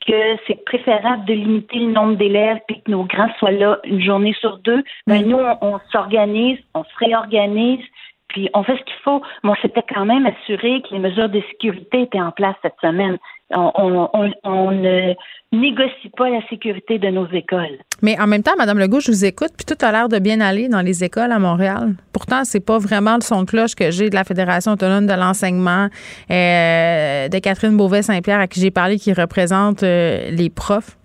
que c'est préférable de limiter le nombre d'élèves puis que nos grands soient là une journée sur deux, ben nous, on, on s'organise, on se réorganise, puis on fait ce qu'il faut. Mais on s'était quand même assuré que les mesures de sécurité étaient en place cette semaine. On, on, on, on ne négocie pas la sécurité de nos écoles. Mais en même temps, Mme Legault, je vous écoute, puis tout a l'air de bien aller dans les écoles à Montréal. Pourtant, c'est pas vraiment le son de cloche que j'ai de la Fédération autonome de l'enseignement, euh, de Catherine Beauvais-Saint-Pierre, à qui j'ai parlé, qui représente euh, les profs.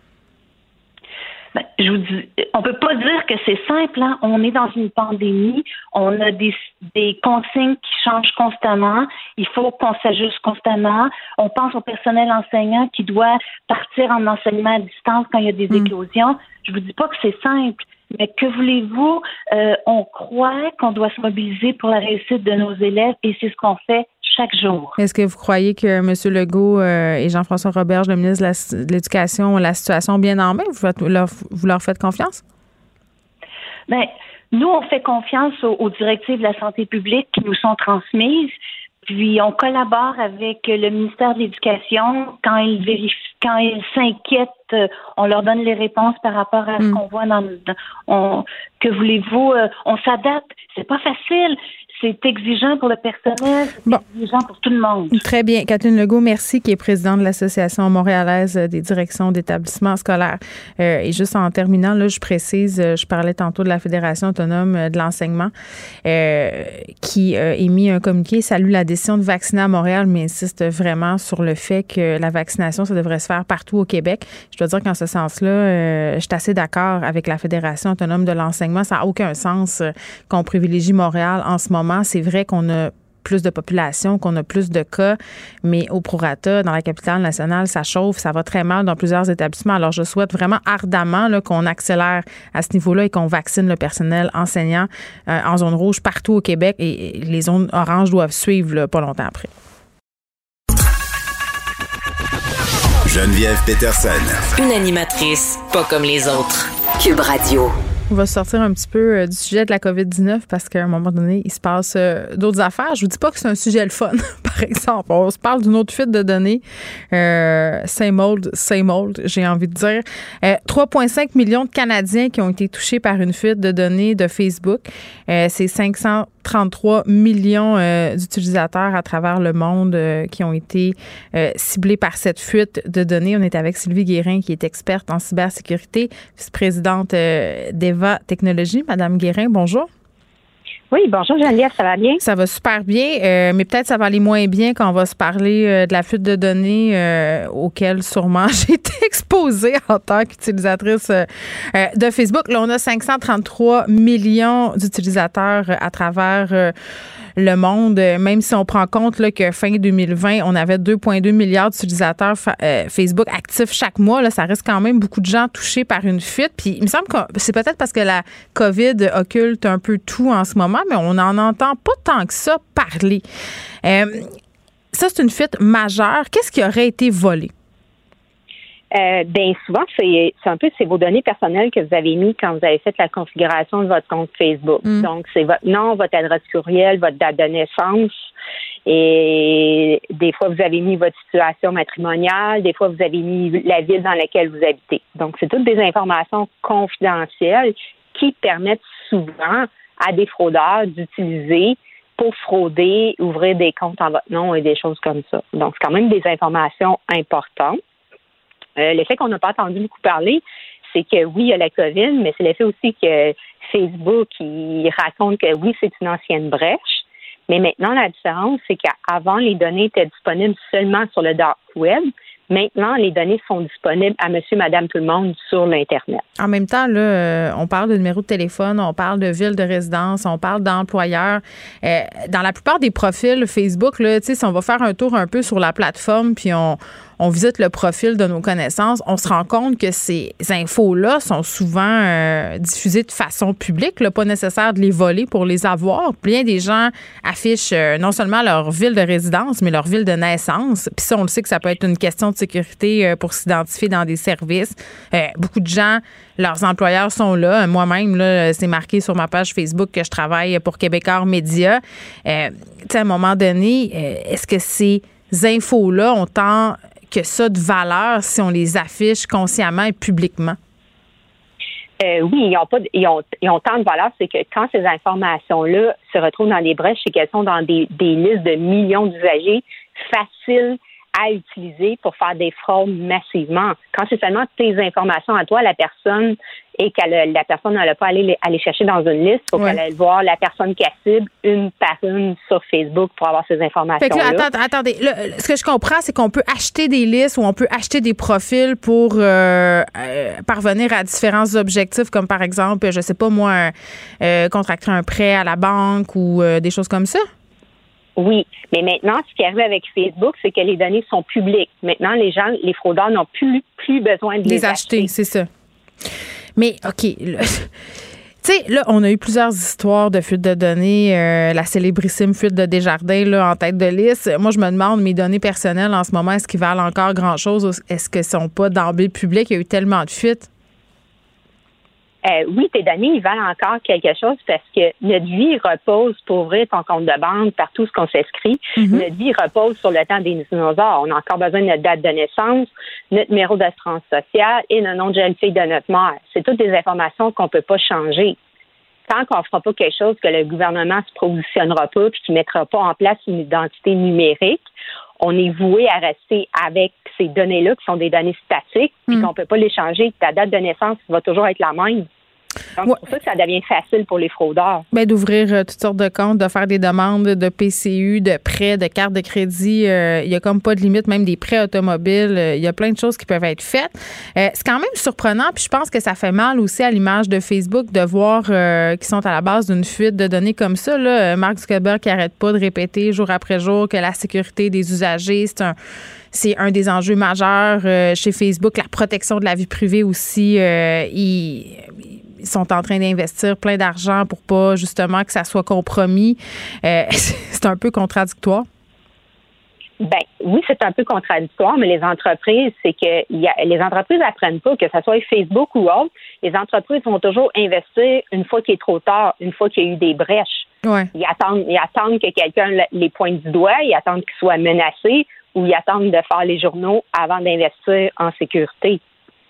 Ben, je vous dis, on peut pas dire que c'est simple, hein? On est dans une pandémie, on a des, des consignes qui changent constamment, il faut qu'on s'ajuste constamment. On pense au personnel enseignant qui doit partir en enseignement à distance quand il y a des mmh. éclosions. Je vous dis pas que c'est simple, mais que voulez-vous? Euh, on croit qu'on doit se mobiliser pour la réussite de nos élèves et c'est ce qu'on fait chaque jour. Est-ce que vous croyez que M. Legault euh, et Jean-François Roberge, le ministre de, la, de l'Éducation, ont la situation bien en main? Vous, faites, leur, vous leur faites confiance? Bien, nous, on fait confiance aux, aux directives de la santé publique qui nous sont transmises. Puis, on collabore avec le ministère de l'Éducation. Quand ils vérifient, quand ils s'inquiètent, on leur donne les réponses par rapport à ce mmh. qu'on voit dans... dans on, que voulez-vous? On s'adapte. C'est pas facile. C'est exigeant pour le personnel, c'est bon. exigeant pour tout le monde. Très bien. Catherine Legault, merci, qui est présidente de l'Association montréalaise des directions d'établissements scolaires. Euh, et juste en terminant, là, je précise, je parlais tantôt de la Fédération autonome de l'enseignement euh, qui a émis un communiqué, salue la décision de vacciner à Montréal, mais insiste vraiment sur le fait que la vaccination, ça devrait se faire partout au Québec. Je dois dire qu'en ce sens-là, euh, je suis assez d'accord avec la Fédération autonome de l'enseignement. Ça n'a aucun sens euh, qu'on privilégie Montréal en ce moment. C'est vrai qu'on a plus de population, qu'on a plus de cas, mais au prorata, dans la capitale nationale, ça chauffe, ça va très mal dans plusieurs établissements. Alors, je souhaite vraiment ardemment là, qu'on accélère à ce niveau-là et qu'on vaccine le personnel enseignant euh, en zone rouge partout au Québec et, et les zones oranges doivent suivre là, pas longtemps après. Geneviève Peterson. Une animatrice pas comme les autres. Cube Radio. On va sortir un petit peu euh, du sujet de la covid dix-neuf parce qu'à un moment donné, il se passe euh, d'autres affaires. Je vous dis pas que c'est un sujet le fun, par exemple. On se parle d'une autre fuite de données. Euh, same old, same old, j'ai envie de dire. Euh, trois virgule cinq millions de Canadiens qui ont été touchés par une fuite de données de Facebook. Euh, c'est cinq cent trente-trois millions euh, d'utilisateurs à travers le monde euh, qui ont été euh, ciblés par cette fuite de données. On est avec Sylvie Guérin, qui est experte en cybersécurité, vice-présidente euh, d'Eva Technologies. Madame Guérin, bonjour. Oui, bonjour Geneviève, ça va bien? Ça va super bien, euh, mais peut-être ça va aller moins bien quand on va se parler euh, de la fuite de données euh, auquel sûrement j'ai été exposée en tant qu'utilisatrice euh, euh, de Facebook. Là, on a cinq cent trente-trois millions d'utilisateurs euh, à travers euh, le monde, même si on prend compte là, que fin deux mille vingt, on avait deux virgule deux milliards d'utilisateurs fa- euh, Facebook actifs chaque mois. Là, ça reste quand même beaucoup de gens touchés par une fuite. Puis il me semble que c'est peut-être parce que la COVID occulte un peu tout en ce moment, mais on n'en entend pas tant que ça parler. Euh, ça, c'est une fuite majeure. Qu'est-ce qui aurait été volé? Euh, bien souvent, c'est, c'est un peu c'est vos données personnelles que vous avez mis quand vous avez fait la configuration de votre compte Facebook. Mm. Donc, c'est votre nom, votre adresse courriel, votre date de naissance. Et des fois, vous avez mis votre situation matrimoniale. Des fois, vous avez mis la ville dans laquelle vous habitez. Donc, c'est toutes des informations confidentielles qui permettent souvent à des fraudeurs d'utiliser pour frauder, ouvrir des comptes en votre nom et des choses comme ça. Donc, c'est quand même des informations importantes. Euh, l'effet qu'on n'a pas entendu beaucoup parler, c'est que oui, il y a la COVID, mais c'est l'effet aussi que Facebook, il raconte que oui, c'est une ancienne brèche. Mais maintenant, la différence, c'est qu'avant, les données étaient disponibles seulement sur le dark web. Maintenant, les données sont disponibles à monsieur, madame, tout le monde sur l'Internet. En même temps, là, on parle de numéro de téléphone, on parle de ville de résidence, on parle d'employeur. Euh, dans la plupart des profils Facebook, là, tu sais, si on va faire un tour un peu sur la plateforme, puis on, on visite le profil de nos connaissances, on se rend compte que ces infos-là sont souvent euh, diffusées de façon publique, là, pas nécessaire de les voler pour les avoir. Bien des gens affichent euh, non seulement leur ville de résidence, mais leur ville de naissance. Puis ça, on le sait que ça peut être une question de sécurité euh, pour s'identifier dans des services. Euh, beaucoup de gens, leurs employeurs sont là. Moi-même, là, c'est marqué sur ma page Facebook que je travaille pour Québécois Média. Euh, tu sais, à un moment donné, euh, est-ce que ces infos-là ont tant que ça de valeur si on les affiche consciemment et publiquement? Euh, oui, ils ont pas, ils ont, ils ont tant de valeur, c'est que quand ces informations-là se retrouvent dans des brèches, c'est qu'elles sont dans des, des listes de millions d'usagers faciles à utiliser pour faire des fraudes massivement. Quand c'est seulement tes informations à toi, la personne, et que la personne n'allait pas aller aller chercher dans une liste, il faut ouais. qu'elle aille voir la personne qui cible une par une sur Facebook pour avoir ces informations-là. Fait que là, attends, attendez, là, ce que je comprends, c'est qu'on peut acheter des listes ou on peut acheter des profils pour euh, euh, parvenir à différents objectifs, comme par exemple, je sais pas moi, euh, contracter un prêt à la banque ou euh, des choses comme ça? Oui, mais maintenant, ce qui arrive avec Facebook, c'est que les données sont publiques. Maintenant, les gens, les fraudeurs n'ont plus, plus besoin de les, les acheter. acheter. C'est ça. Mais, OK, tu sais, là, on a eu plusieurs histoires de fuite de données. Euh, la célébrissime fuite de Desjardins, là, en tête de liste. Moi, je me demande, mes données personnelles, en ce moment, est-ce qu'ils valent encore grand-chose? Est-ce qu'elles ne sont pas d'emblée publiques? Il y a eu tellement de fuites. Euh, oui, tes données, ils valent encore quelque chose parce que notre vie repose pour ouvrir ton compte de banque par tout ce qu'on s'inscrit. Mm-hmm. Notre vie repose sur le temps des dinosaures. On a encore besoin de notre date de naissance, notre numéro d'assurance sociale et le nom de jeune fille de notre mère. C'est toutes des informations qu'on peut pas changer. Tant qu'on ne fera pas quelque chose que le gouvernement se positionnera pas puis qui mettra pas en place une identité numérique, on est voué à rester avec ces données-là qui sont des données statiques puis mm. qu'on peut pas les changer. Ta date de naissance va toujours être la même. Donc, ouais. c'est pour ça que ça devient facile pour les fraudeurs. Ben, d'ouvrir euh, toutes sortes de comptes, de faire des demandes de P C U, de prêts, de cartes de crédit. Il euh, n'y a comme pas de limite, même des prêts automobiles. Il euh, y a plein de choses qui peuvent être faites. Euh, c'est quand même surprenant, puis je pense que ça fait mal aussi à l'image de Facebook de voir euh, qu'ils sont à la base d'une fuite de données comme ça. Là. Mark Zuckerberg qui n'arrête pas de répéter jour après jour que la sécurité des usagers, c'est un... C'est un des enjeux majeurs euh, chez Facebook. La protection de la vie privée aussi. Euh, ils, ils sont en train d'investir plein d'argent pour pas, justement, que ça soit compromis. Euh, c'est un peu contradictoire. Ben oui, c'est un peu contradictoire, mais les entreprises, c'est que y a, les entreprises apprennent pas, que ce soit Facebook ou autre, les entreprises vont toujours investir une fois qu'il est trop tard, une fois qu'il y a eu des brèches. Ouais. Ils attendent, ils attendent que quelqu'un les pointe du doigt, ils attendent qu'ils soient menacés ou ils attendent de faire les journaux avant d'investir en sécurité.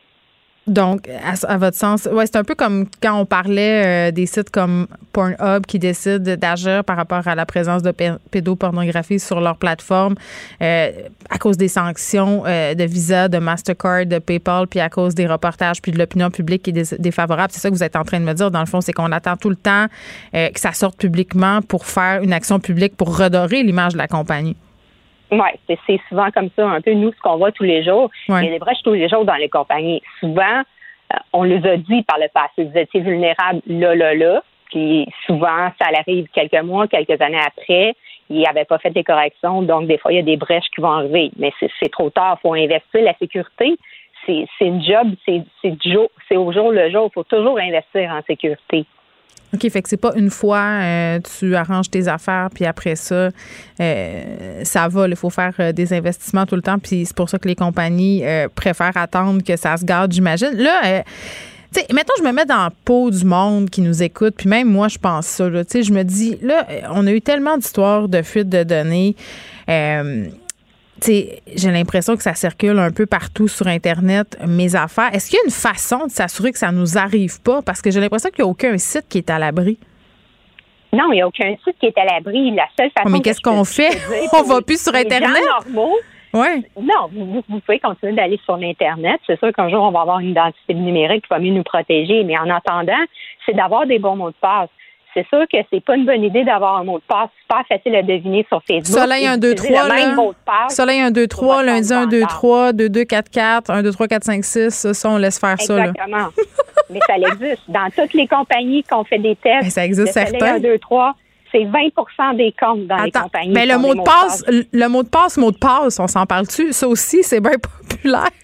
Donc, à, à votre sens, ouais, c'est un peu comme quand on parlait euh, des sites comme Pornhub qui décident d'agir par rapport à la présence de p- pédopornographie sur leur plateforme euh, à cause des sanctions euh, de Visa, de Mastercard, de PayPal, puis à cause des reportages, puis de l'opinion publique qui est dé- défavorable. C'est ça que vous êtes en train de me dire, dans le fond, c'est qu'on attend tout le temps euh, que ça sorte publiquement pour faire une action publique pour redorer l'image de la compagnie. Oui, c'est, c'est souvent comme ça, un peu nous, ce qu'on voit tous les jours. Ouais. Il y a des brèches tous les jours dans les compagnies. Souvent, euh, on les a dit par le passé, vous étiez vulnérables là, là, là. Puis souvent, ça arrive quelques mois, quelques années après, ils n'avaient pas fait des corrections. Donc, des fois, il y a des brèches qui vont arriver. Mais c'est, c'est trop tard. Il faut investir. La sécurité, c'est, c'est une job, c'est, c'est, du jour, c'est au jour le jour. Il faut toujours investir en sécurité. OK, fait que c'est pas une fois euh, tu arranges tes affaires puis après ça euh, ça va, il faut faire euh, des investissements tout le temps puis c'est pour ça que les compagnies euh, préfèrent attendre que ça se garde, j'imagine. Là euh, tu sais, mettons je me mets dans la peau du monde qui nous écoute puis même moi je pense ça là, tu sais, je me dis là on a eu tellement d'histoires de fuite de données euh, T'sais, j'ai l'impression que ça circule un peu partout sur Internet, mes affaires. Est-ce qu'il y a une façon de s'assurer que ça ne nous arrive pas? Parce que j'ai l'impression qu'il n'y a aucun site qui est à l'abri. Non, il n'y a aucun site qui est à l'abri. La seule façon. Oh, mais qu'est-ce qu'on fait? On va plus sur Internet? Les gens normaux. Ouais. Non, vous, vous pouvez continuer d'aller sur l'Internet. C'est sûr qu'un jour, on va avoir une identité numérique qui va mieux nous protéger. Mais en attendant, c'est d'avoir des bons mots de passe. C'est sûr que c'est pas une bonne idée d'avoir un mot de passe super facile à deviner sur Facebook. Soleil un, deux, trois, là. Soleil un, deux, trois, lundi un, deux, trois, deux, deux, quatre, quatre, un, deux, trois, quatre, cinq, six. Ça, on laisse faire ça, là. Exactement. Mais ça existe. Dans toutes les compagnies qu'on fait des tests. Mais ça existe le certain. un, deux, trois, c'est vingt pour cent des comptes dans Attends, les compagnies. Mais le mot de passe, de le mot de passe, mot de passe, on s'en parle-tu? Ça aussi, c'est bien populaire.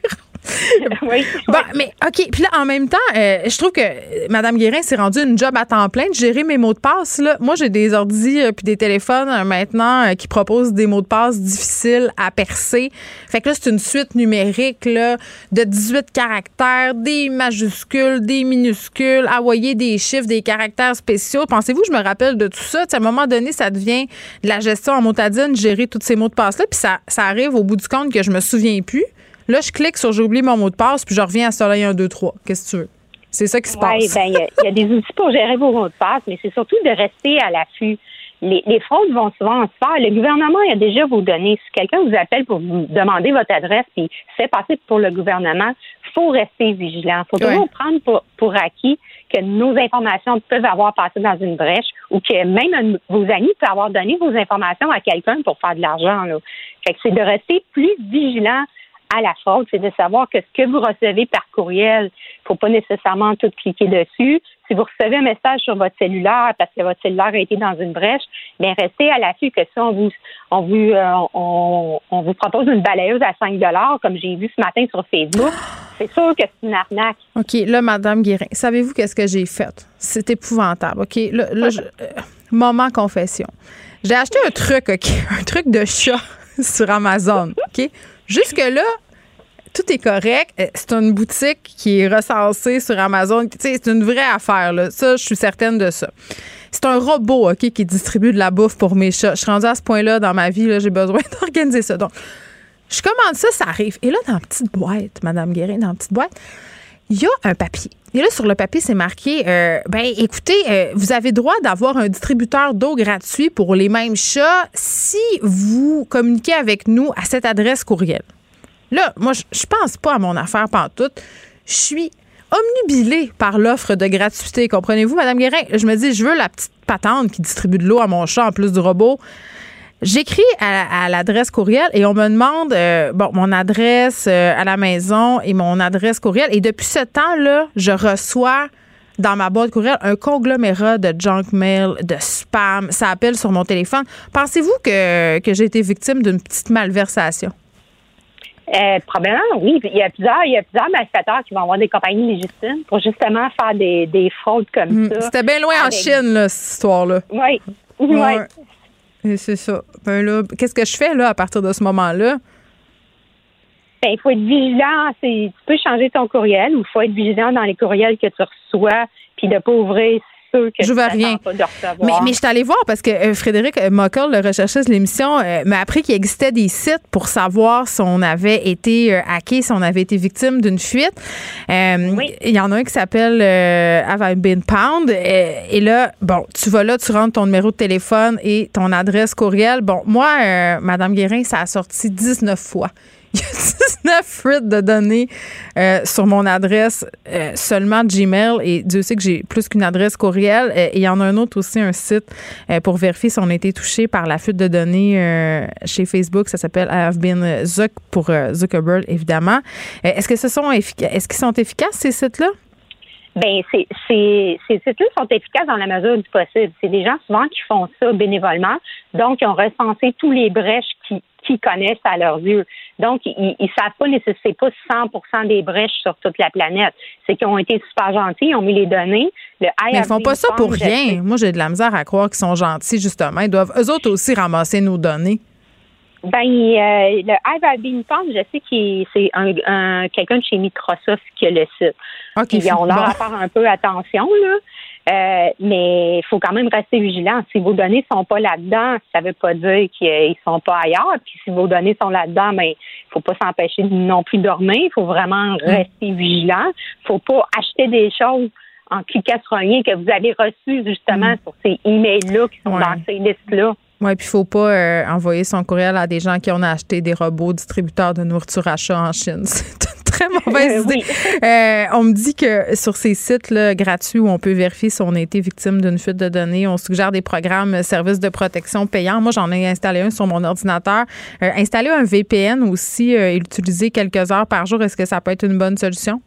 oui. Bon, mais OK. Puis là, en même temps, euh, je trouve que Mme Guérin s'est rendue une job à temps plein de gérer mes mots de passe. Là. Moi, j'ai des ordis euh, puis des téléphones euh, maintenant euh, qui proposent des mots de passe difficiles à percer. Fait que là, c'est une suite numérique là, de dix-huit caractères, des majuscules, des minuscules, envoyer des chiffres, des caractères spéciaux. Pensez-vous que je me rappelle de tout ça? T'sais, à un moment donné, ça devient de la gestion en motadine, gérer tous ces mots de passe-là. Puis ça, ça arrive au bout du compte que je me souviens plus. Là, je clique sur « J'ai oublié mon mot de passe », puis je reviens à Soleil un, deux, trois. Qu'est-ce que tu veux? C'est ça qui se ouais, passe. Oui, bien, il y, y a des outils pour gérer vos mots de passe, mais c'est surtout de rester à l'affût. Les, les fraudes vont souvent se faire. Le gouvernement a déjà vos données. Si quelqu'un vous appelle pour vous demander votre adresse puis fait passer pour le gouvernement, il faut rester vigilant. Il faut toujours ouais. prendre pour, pour acquis que nos informations peuvent avoir passé dans une brèche ou que même un de vos amis peut avoir donné vos informations à quelqu'un pour faire de l'argent. Là. Fait que c'est de rester plus vigilant à la fraude, c'est de savoir que ce que vous recevez par courriel, il ne faut pas nécessairement tout cliquer dessus. Si vous recevez un message sur votre cellulaire parce que votre cellulaire a été dans une brèche, bien restez à l'affût que ça, on vous, on vous, euh, on, on vous propose une balayeuse à cinq dollars, comme j'ai vu ce matin sur Facebook. C'est sûr que c'est une arnaque. OK, là, Mme Guérin, savez-vous qu'est-ce que j'ai fait? C'est épouvantable. OK, là, là je, euh, moment confession. J'ai acheté un truc, OK, un truc de chat sur Amazon, OK? Jusque-là, tout est correct. C'est une boutique qui est recensée sur Amazon. Tu sais, c'est une vraie affaire, là. Ça, je suis certaine de ça. C'est un robot, OK, qui distribue de la bouffe pour mes chats. Je suis rendue à ce point-là dans ma vie, là, j'ai besoin d'organiser ça. Donc, je commande ça, ça arrive. Et là, dans la petite boîte, Mme Guérin, dans la petite boîte, il y a un papier. Et là, sur le papier, c'est marqué, euh, ben écoutez, euh, vous avez droit d'avoir un distributeur d'eau gratuit pour les mêmes chats si vous communiquez avec nous à cette adresse courriel. Là, moi, je, je pense pas à mon affaire pantoute. Je suis omnubilée par l'offre de gratuité. Comprenez-vous, Mme Guérin? Je me dis, je veux la petite patente qui distribue de l'eau à mon chat en plus du robot. J'écris à, à l'adresse courriel et on me demande euh, bon mon adresse euh, à la maison et mon adresse courriel. Et depuis ce temps-là, je reçois dans ma boîte courriel un conglomérat de junk mail, de spam. Ça appelle sur mon téléphone. Pensez-vous que, que j'ai été victime d'une petite malversation? Euh, probablement, oui. Il y a plusieurs, il y a plusieurs malfaiteurs qui vont avoir des compagnies légitimes pour justement faire des, des fraudes comme mmh, ça. C'était bien loin avec... en Chine, là, cette histoire-là. Oui. Oui. Ouais. Et c'est ça. Ben là, qu'est-ce que je fais là à partir de ce moment-là? Ben, il faut être vigilant. C'est, tu peux changer ton courriel ou il faut être vigilant dans les courriels que tu reçois puis de ne pas ouvrir ceux que je tu rien. Pas de recevoir. Mais, mais je suis allée voir parce que euh, Frédéric Mockel, le recherchiste de l'émission, euh, m'a appris qu'il existait des sites pour savoir si on avait été euh, hacké, si on avait été victime d'une fuite. Euh, oui. Il y en a un qui s'appelle euh, Have I Been Pwned? Euh, et là, bon, tu vas là, tu rentres ton numéro de téléphone et ton adresse courriel. Bon, moi, euh, Mme Guérin, ça a sorti dix-neuf fois. Il y a dix-neuf fuites de données euh, sur mon adresse euh, seulement Gmail et Dieu sait que j'ai plus qu'une adresse courriel. Euh, et il y en a un autre aussi, un site euh, pour vérifier si on a été touché par la fuite de données euh, chez Facebook. Ça s'appelle I Have Been Zuck pour euh, Zuckerberg, évidemment. Euh, est-ce que ce sont efficaces? Est-ce qu'ils sont efficaces, ces sites-là? Bien, c'est, c'est, ces sites-là sont efficaces dans la mesure du possible. C'est des gens souvent qui font ça bénévolement. Donc, ils ont recensé tous les brèches qui qu'ils connaissent à leurs yeux. Donc, ils ne savent pas, c'est pas cent pour cent des brèches sur toute la planète. C'est qu'ils ont été super gentils, ils ont mis les données. Le Mais ils font pas ça pour rien. Moi, j'ai de la misère à croire qu'ils sont gentils, justement. Ils doivent, eux autres aussi, ramasser nos données. Ben, euh, le Have I Been Pwned, je sais que c'est un, un, quelqu'un de chez Microsoft qui a le site. Okay, ils ont l'air bon. à faire un peu attention, là. Euh, mais il faut quand même rester vigilant. Si vos données sont pas là-dedans, ça veut pas dire qu'ils sont pas ailleurs. Puis si vos données sont là-dedans, ben il faut pas s'empêcher non plus de dormir. Il faut vraiment rester mm. vigilant. Faut pas acheter des choses en cliquant sur un lien que vous avez reçu justement mm. sur ces emails-là qui sont ouais. dans ces listes-là. Oui, puis il ne faut pas euh, envoyer son courriel à des gens qui ont acheté des robots distributeurs de nourriture à chat en Chine. C'est une très mauvaise idée. Oui. Euh, on me dit que sur ces sites-là gratuits où on peut vérifier si on a été victime d'une fuite de données, on suggère des programmes services de protection payants. Moi, j'en ai installé un sur mon ordinateur. Euh, installer un V P N aussi euh, et l'utiliser quelques heures par jour, est-ce que ça peut être une bonne solution?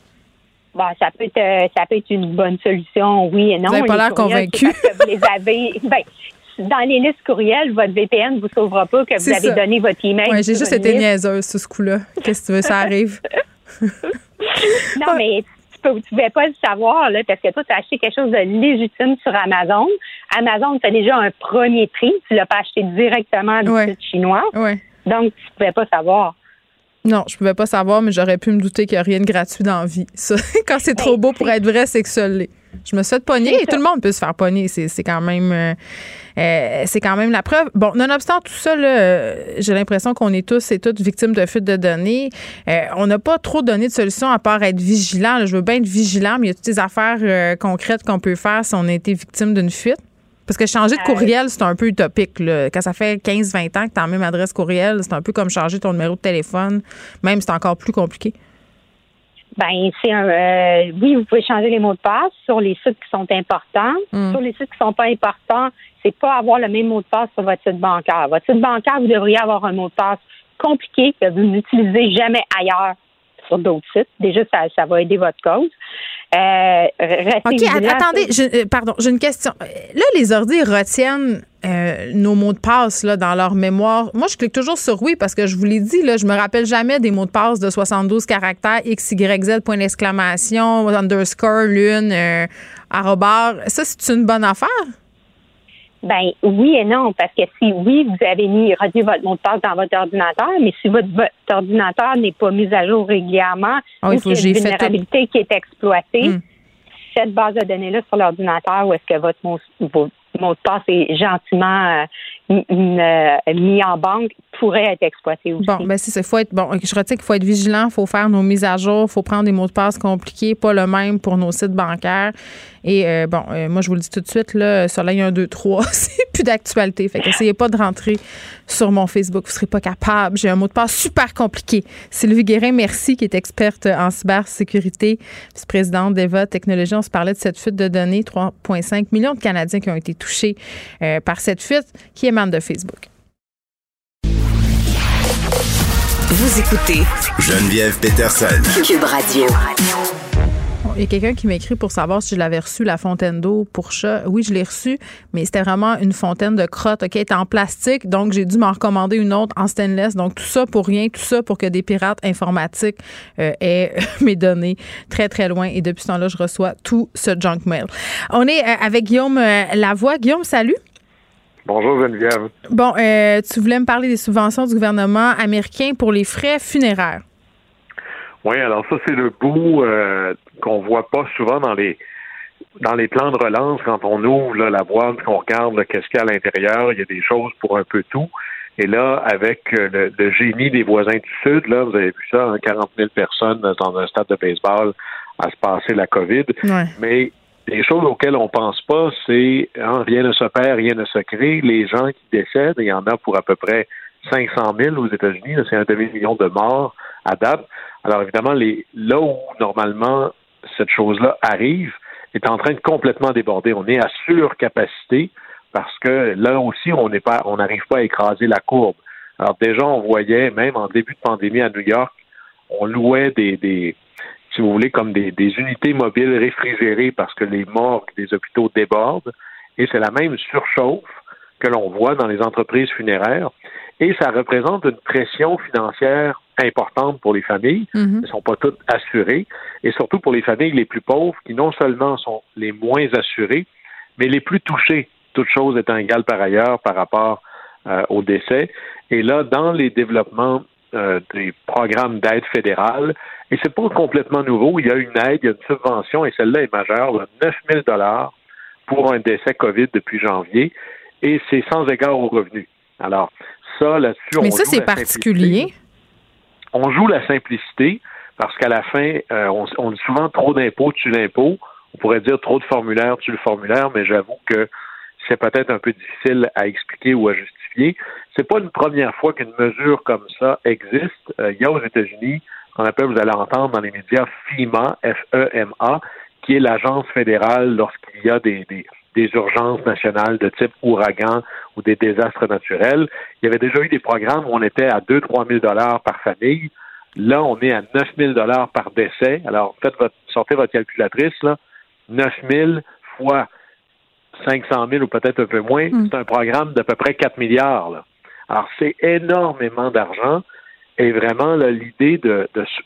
Bon, ça peut être, euh, ça peut être une bonne solution, oui et non. Vous n'avez pas l'air convaincu. Parce que vous les avez... ben, dans les listes courriels, votre V P N ne vous sauvera pas que vous C'est avez ça. donné votre email. Oui, j'ai juste été niaiseuse sur ce coup-là. Qu'est-ce que tu veux, ça arrive. Non, mais tu ne pouvais pas le savoir, là, parce que toi, tu as acheté quelque chose de légitime sur Amazon. Amazon fait déjà un premier prix. Tu ne l'as pas acheté directement du ouais. site chinois. Ouais. Donc, tu ne pouvais pas savoir. Non, je pouvais pas savoir, mais j'aurais pu me douter qu'il n'y a rien de gratuit dans la vie. Ça, quand c'est trop beau pour être vrai, c'est que ça l'est. Je me suis fait pogner et tout le monde peut se faire pogner. C'est, c'est quand même euh, euh, c'est quand même la preuve. Bon, nonobstant tout ça, là, euh, j'ai l'impression qu'on est tous et toutes victimes de fuite de données. Euh, on n'a pas trop donné de solution à part être vigilant. Là, je veux bien être vigilant, mais il y a toutes les affaires euh, concrètes qu'on peut faire si on a été victime d'une fuite. Parce que changer de courriel, c'est un peu utopique. Là. Quand ça fait quinze vingt ans que tu as la même adresse courriel, c'est un peu comme changer ton numéro de téléphone. Même, c'est encore plus compliqué. Ben, c'est un. Euh, oui, vous pouvez changer les mots de passe sur les sites qui sont importants. Mm. Sur les sites qui sont pas importants, c'est pas avoir le même mot de passe sur votre site bancaire. Votre site bancaire, vous devriez avoir un mot de passe compliqué que vous n'utilisez jamais ailleurs sur d'autres sites. Déjà, ça, ça va aider votre cause. Euh, OK, attendez, je, pardon, j'ai une question. Là, les ordi retiennent euh, nos mots de passe là, dans leur mémoire. Moi, je clique toujours sur oui parce que je vous l'ai dit, là, je me rappelle jamais des mots de passe de soixante-douze caractères, X, Y, Z, point d'exclamation, underscore, lune, euh, arrobar. Ça, c'est une bonne affaire? Ben oui et non, parce que si oui, vous avez mis retiez votre mot de passe dans votre ordinateur, mais si votre, votre ordinateur n'est pas mis à jour régulièrement, oh, ou qu'il y a une vulnérabilité fait... qui est exploitée, mm. cette base de données-là sur l'ordinateur où est-ce que votre mot, votre mot de passe est gentiment euh, euh, mis en banque pourrait être exploité aussi. Bon, ben c'est ça. Faut être, bon, je retiens qu'il faut être vigilant, il faut faire nos mises à jour, il faut prendre des mots de passe compliqués, pas le même pour nos sites bancaires. Et euh, bon, euh, moi, je vous le dis tout de suite, là, Soleil un, deux, trois, c'est plus d'actualité. Fait qu'essayez pas de rentrer sur mon Facebook. Vous serez pas capable. J'ai un mot de passe super compliqué. Sylvie Guérin, merci, qui est experte en cybersécurité, vice-présidente d'Eva Technologies. On se parlait de cette fuite de données. trois virgule cinq millions de Canadiens qui ont été touchés euh, par cette fuite qui émane de Facebook. Vous écoutez Geneviève Peterson. Cube Radio. Il y a quelqu'un qui m'a écrit pour savoir si je l'avais reçu, la fontaine d'eau pour chat. Oui, je l'ai reçue, mais c'était vraiment une fontaine de crotte. OK, elle était en plastique, donc j'ai dû m'en recommander une autre en stainless. Donc, tout ça pour rien, tout ça pour que des pirates informatiques euh, aient mes données très, très loin. Et depuis ce temps-là, je reçois tout ce junk mail. On est euh, avec Guillaume euh, Lavoie. Guillaume, salut. Bonjour Geneviève. Bon, euh, tu voulais me parler des subventions du gouvernement américain pour les frais funéraires. Oui, alors ça, c'est le bout euh, qu'on voit pas souvent dans les dans les plans de relance quand on ouvre là, la boîte, qu'on regarde là, qu'est-ce qu'il y a à l'intérieur, il y a des choses pour un peu tout. Et là, avec euh, le, le génie des voisins du Sud, là, vous avez vu ça, hein, quarante mille personnes dans un stade de baseball à se passer la COVID. Ouais. Mais les choses auxquelles on pense pas, c'est hein, rien ne se perd, rien ne se crée. Les gens qui décèdent, il y en a pour à peu près cinq cent mille aux États-Unis, là, c'est un demi-million de morts à date. Alors évidemment, les, là où normalement cette chose-là arrive, est en train de complètement déborder. On est à surcapacité parce que là aussi, on n'est pas, on n'arrive pas à écraser la courbe. Alors déjà, on voyait, même en début de pandémie à New York, on louait des, des si vous voulez, comme des, des unités mobiles réfrigérées parce que les morgues des hôpitaux débordent. Et c'est la même surchauffe que l'on voit dans les entreprises funéraires. Et ça représente une pression financière importante pour les familles. Mm-hmm. Elles ne sont pas toutes assurées. Et surtout pour les familles les plus pauvres qui non seulement sont les moins assurées, mais les plus touchées, toutes choses étant égales par ailleurs par rapport euh, au décès. Et là, dans les développements euh, des programmes d'aide fédérale, et c'est pas complètement nouveau, il y a une aide, il y a une subvention, et celle-là est majeure, là, neuf mille dollars pour un décès COVID depuis janvier, et c'est sans égard aux revenus. Alors, ça, là-dessus, Mais on ça, joue c'est la particulier. Simplicité. On joue la simplicité parce qu'à la fin, euh, on, on dit souvent trop d'impôts tue l'impôt. On pourrait dire trop de formulaires tue le formulaire, mais j'avoue que c'est peut-être un peu difficile à expliquer ou à justifier. C'est pas une première fois qu'une mesure comme ça existe. Euh, il y a aux États-Unis, qu'on appelle, vous allez entendre dans les médias, FEMA, F E M A, qui est l'agence fédérale lorsqu'il y a des, des, des urgences nationales de type ouragan ou des désastres naturels. Il y avait déjà eu des programmes où on était à deux à trois mille dollars par famille. Là, on est à neuf mille dollars par décès. Alors, faites votre, sortez votre calculatrice, là. neuf mille fois cinq cent mille ou peut-être un peu moins, mm. c'est un programme d'à peu près quatre milliards. Là. Alors, c'est énormément d'argent. Et vraiment, là, l'idée de, de,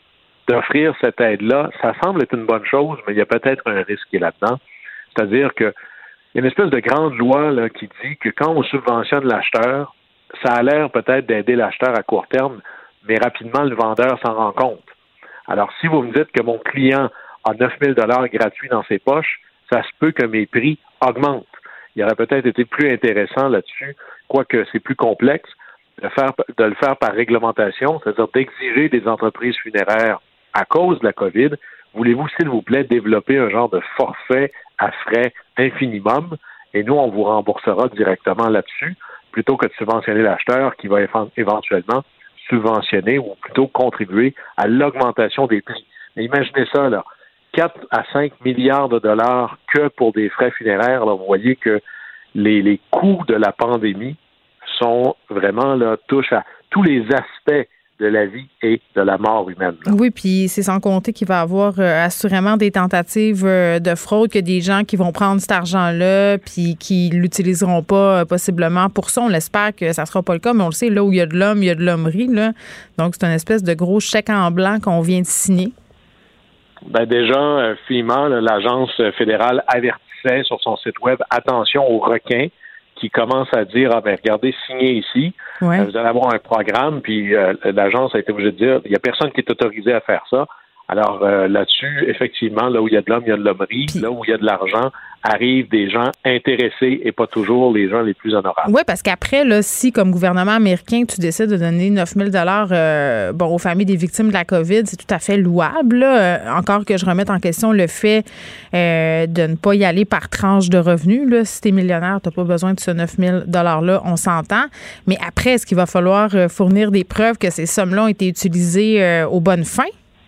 d'offrir cette aide-là, ça semble être une bonne chose, mais il y a peut-être un risque qui est là-dedans. C'est-à-dire que il y a une espèce de grande loi là, qui dit que quand on subventionne l'acheteur, ça a l'air peut-être d'aider l'acheteur à court terme, mais rapidement, le vendeur s'en rend compte. Alors, si vous me dites que mon client a neuf mille dollars gratuits dans ses poches, ça se peut que mes prix augmentent. Il aurait peut-être été plus intéressant là-dessus, quoique c'est plus complexe, de, faire, de le faire par réglementation, c'est-à-dire d'exiger des entreprises funéraires à cause de la COVID. Voulez-vous, s'il vous plaît, développer un genre de forfait à frais infinimum, et nous, on vous remboursera directement là-dessus, plutôt que de subventionner l'acheteur qui va éventuellement subventionner ou plutôt contribuer à l'augmentation des prix. Mais imaginez ça, là, quatre à cinq milliards de dollars que pour des frais funéraires. Là, vous voyez que les, les coûts de la pandémie sont vraiment, là, touchent à tous les aspects de la vie et de la mort humaine. Là. Oui, puis c'est sans compter qu'il va y avoir euh, assurément des tentatives euh, de fraude, que des gens qui vont prendre cet argent-là puis qui l'utiliseront pas euh, possiblement pour ça. On l'espère que ça sera pas le cas, mais on le sait, là où il y a de l'homme, il y a de l'hommerie. Là. Donc, c'est une espèce de gros chèque en blanc qu'on vient de signer. Ben déjà, euh, FEMA, là, l'agence fédérale, avertissait sur son site web, attention aux requins qui commencent à dire, ah ben regardez, signez ici, ouais. euh, vous allez avoir un programme, puis euh, l'agence a été obligée de dire, il n'y a personne qui est autorisé à faire ça. Alors euh, là-dessus, effectivement, là où il y a de l'homme, il y a de l'hommerie, puis là où il y a de l'argent, arrivent des gens intéressés et pas toujours les gens les plus honorables. Oui, parce qu'après, là, si comme gouvernement américain, tu décides de donner neuf mille dollars euh, bon, aux familles des victimes de la COVID, c'est tout à fait louable. Là. Euh, encore que je remette en question le fait euh, de ne pas y aller par tranche de revenus. Là. Si tu es millionnaire, tu n'as pas besoin de ce neuf mille dollars-là, on s'entend. Mais après, est-ce qu'il va falloir euh, fournir des preuves que ces sommes-là ont été utilisées euh, aux bonnes fins?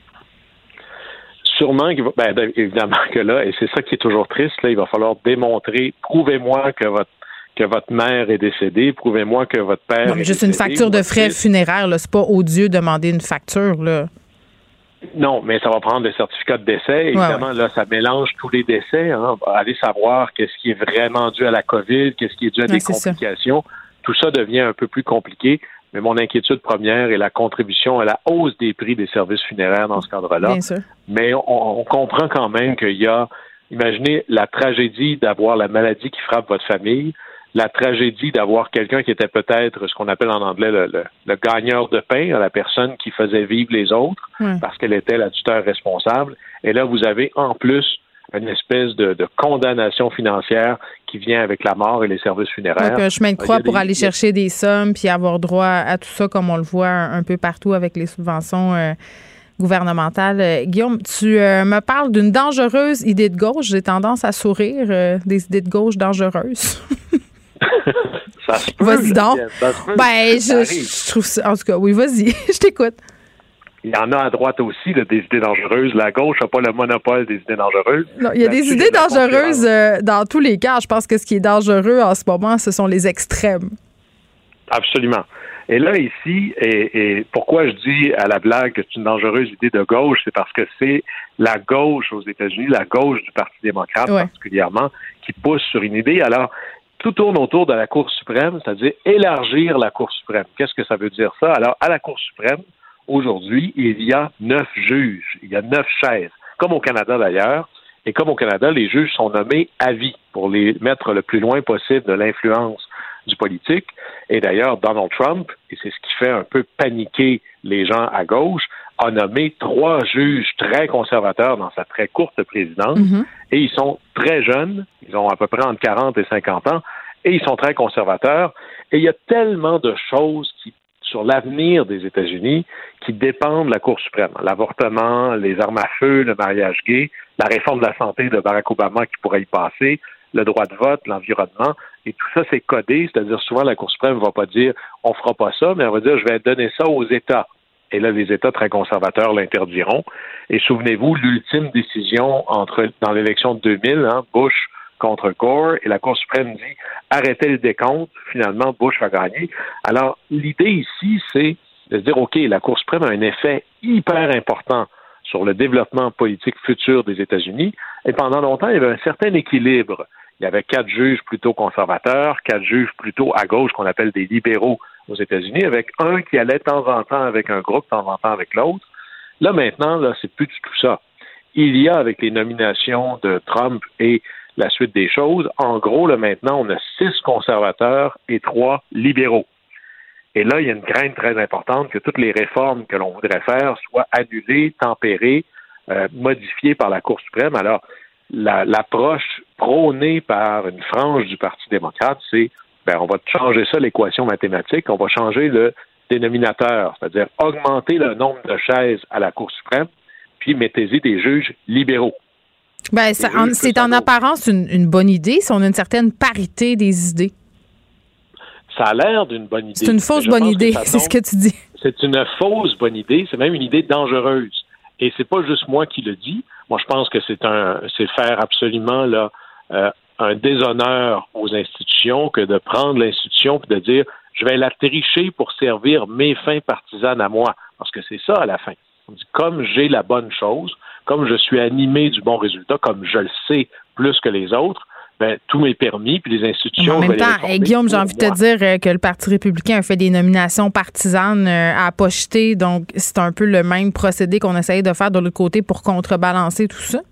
Sûrement, ben, évidemment que là, et c'est ça qui est toujours triste, là, il va falloir démontrer, prouvez-moi que votre que votre mère est décédée, prouvez-moi que votre père non, mais est juste décédé. Juste une facture de frais fils. funéraires, là, c'est pas odieux de demander une facture, là. Non, mais ça va prendre le certificat de décès. Évidemment, ouais, ouais. là, ça mélange tous les décès. Hein. On va aller savoir qu'est-ce qui est vraiment dû à la COVID, qu'est-ce qui est dû à ouais, des complications. Ça. Tout ça devient un peu plus compliqué. Mais mon inquiétude première est la contribution à la hausse des prix des services funéraires dans ce cadre-là. Bien sûr. Mais on, on comprend quand même qu'il y a, imaginez la tragédie d'avoir la maladie qui frappe votre famille, la tragédie d'avoir quelqu'un qui était peut-être ce qu'on appelle en anglais le, le, le gagneur de pain, la personne qui faisait vivre les autres ouais. parce qu'elle était la tuteur responsable. Et là, vous avez en plus une espèce de, de condamnation financière qui vient avec la mort et les services funéraires. Donc, un chemin de croix pour des... aller chercher des sommes puis avoir droit à tout ça, comme on le voit un, un peu partout avec les subventions euh, gouvernementales. Euh, Guillaume, tu euh, me parles d'une dangereuse idée de gauche. J'ai tendance à sourire euh, des idées de gauche dangereuses. Ça se peut. Vas-y donc. Ben, je, je trouve ça... En tout cas, oui, vas-y. Je t'écoute. Il y en a à droite aussi, là, des idées dangereuses. La gauche n'a pas le monopole des idées dangereuses. Non, il y a des idées dangereuses euh, dans tous les cas. Je pense que ce qui est dangereux en ce moment, ce sont les extrêmes. Absolument. Et là, ici, et, et pourquoi je dis à la blague que c'est une dangereuse idée de gauche, c'est parce que c'est la gauche aux États-Unis, la gauche du Parti démocrate ouais. particulièrement, qui pousse sur une idée. Alors, tout tourne autour de la Cour suprême, c'est-à-dire élargir la Cour suprême. Qu'est-ce que ça veut dire ça? Alors, à la Cour suprême, aujourd'hui, il y a neuf juges, il y a neuf chaises, comme au Canada d'ailleurs, et comme au Canada, les juges sont nommés à vie pour les mettre le plus loin possible de l'influence du politique. Et d'ailleurs, Donald Trump, et c'est ce qui fait un peu paniquer les gens à gauche, a nommé trois juges très conservateurs dans sa très courte présidence, mm-hmm. et ils sont très jeunes, ils ont à peu près entre quarante et cinquante ans, et ils sont très conservateurs, et il y a tellement de choses qui sur l'avenir des États-Unis qui dépendent de la Cour suprême. L'avortement, les armes à feu, le mariage gay, la réforme de la santé de Barack Obama qui pourrait y passer, le droit de vote, l'environnement, et tout ça, c'est codé, c'est-à-dire souvent la Cour suprême ne va pas dire « on fera pas ça », mais elle va dire « je vais donner ça aux États ». Et là, les États très conservateurs l'interdiront. Et souvenez-vous, l'ultime décision entre dans l'élection de deux mille, hein, Bush contre Gore, et la Cour suprême dit « arrêtez le décompte », finalement, Bush va gagner. Alors, l'idée ici, c'est de se dire « OK, la Cour suprême a un effet hyper important sur le développement politique futur des États-Unis. » Et pendant longtemps, il y avait un certain équilibre. Il y avait quatre juges plutôt conservateurs, quatre juges plutôt à gauche, qu'on appelle des libéraux aux États-Unis, avec un qui allait de temps en temps avec un groupe, de temps en temps avec l'autre. Là, maintenant, là, c'est plus du tout ça. Il y a, avec les nominations de Trump et la suite des choses, en gros, là, maintenant, on a six conservateurs et trois libéraux. Et là, il y a une crainte très importante que toutes les réformes que l'on voudrait faire soient annulées, tempérées, euh, modifiées par la Cour suprême. Alors, la, l'approche prônée par une frange du Parti démocrate, c'est, ben, on va changer ça, l'équation mathématique, on va changer le dénominateur, c'est-à-dire augmenter le nombre de chaises à la Cour suprême, puis mettez-y des juges libéraux. Ben, ça, en, c'est en apparence une, une bonne idée si on a une certaine parité des idées. Ça a l'air d'une bonne idée. C'est une fausse bonne idée, c'est ce que tu dis. C'est une fausse bonne idée, c'est même une idée dangereuse. Et c'est pas juste moi qui le dis. Moi, je pense que c'est un, c'est faire absolument là euh, un déshonneur aux institutions que de prendre l'institution et de dire je vais la tricher pour servir mes fins partisanes à moi. Parce que c'est ça à la fin. On dit comme j'ai la bonne chose, comme je suis animé du bon résultat, comme je le sais plus que les autres, ben, tout m'est permis, puis les institutions... Mais en même temps, hey, Guillaume, j'ai envie de te dire euh, que le Parti républicain a fait des nominations partisanes euh, à pocheter, donc c'est un peu le même procédé qu'on essaye de faire de l'autre côté pour contrebalancer tout ça?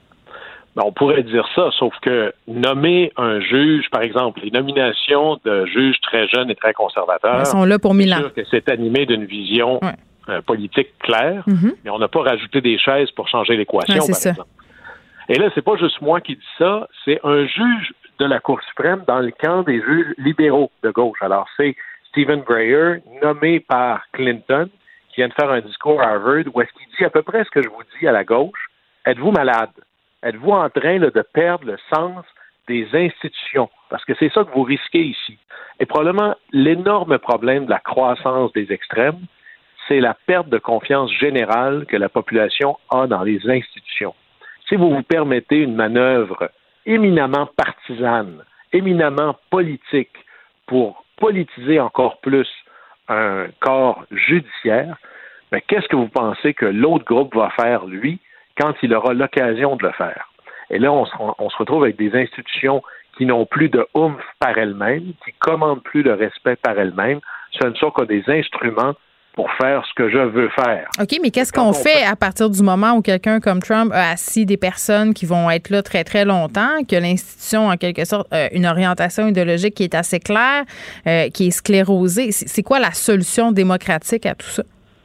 Ben, on pourrait dire ça, sauf que nommer un juge, par exemple, les nominations de juges très jeunes et très conservateurs... Ils sont là pour mille ans. C'est sûr que c'est animé d'une vision ouais. euh, politique claire, mm-hmm. mais on n'a pas rajouté des chaises pour changer l'équation, ouais, c'est par ça. exemple. Et là, c'est pas juste moi qui dis ça, c'est un juge de la Cour suprême dans le camp des juges libéraux de gauche. Alors, c'est Stephen Breyer, nommé par Clinton, qui vient de faire un discours à Harvard où est-ce qu'il dit à peu près ce que je vous dis à la gauche. Êtes-vous malade? Êtes-vous en train là, de perdre le sens des institutions? Parce que c'est ça que vous risquez ici. Et probablement, l'énorme problème de la croissance des extrêmes, c'est la perte de confiance générale que la population a dans les institutions. Si vous vous permettez une manœuvre éminemment partisane, éminemment politique, pour politiser encore plus un corps judiciaire, ben, qu'est-ce que vous pensez que l'autre groupe va faire, lui, quand il aura l'occasion de le faire? Et là, on se, on se retrouve avec des institutions qui n'ont plus de oomph par elles-mêmes, qui ne commandent plus le respect par elles-mêmes. Ce ne sont que des instruments pour faire ce que je veux faire. OK, mais qu'est-ce qu'on fait à partir du moment où quelqu'un comme Trump a assis des personnes qui vont être là très, très longtemps, que l'institution, en quelque sorte, a une orientation idéologique qui est assez claire, euh, qui est sclérosée? C'est, c'est quoi la solution démocratique à tout ça?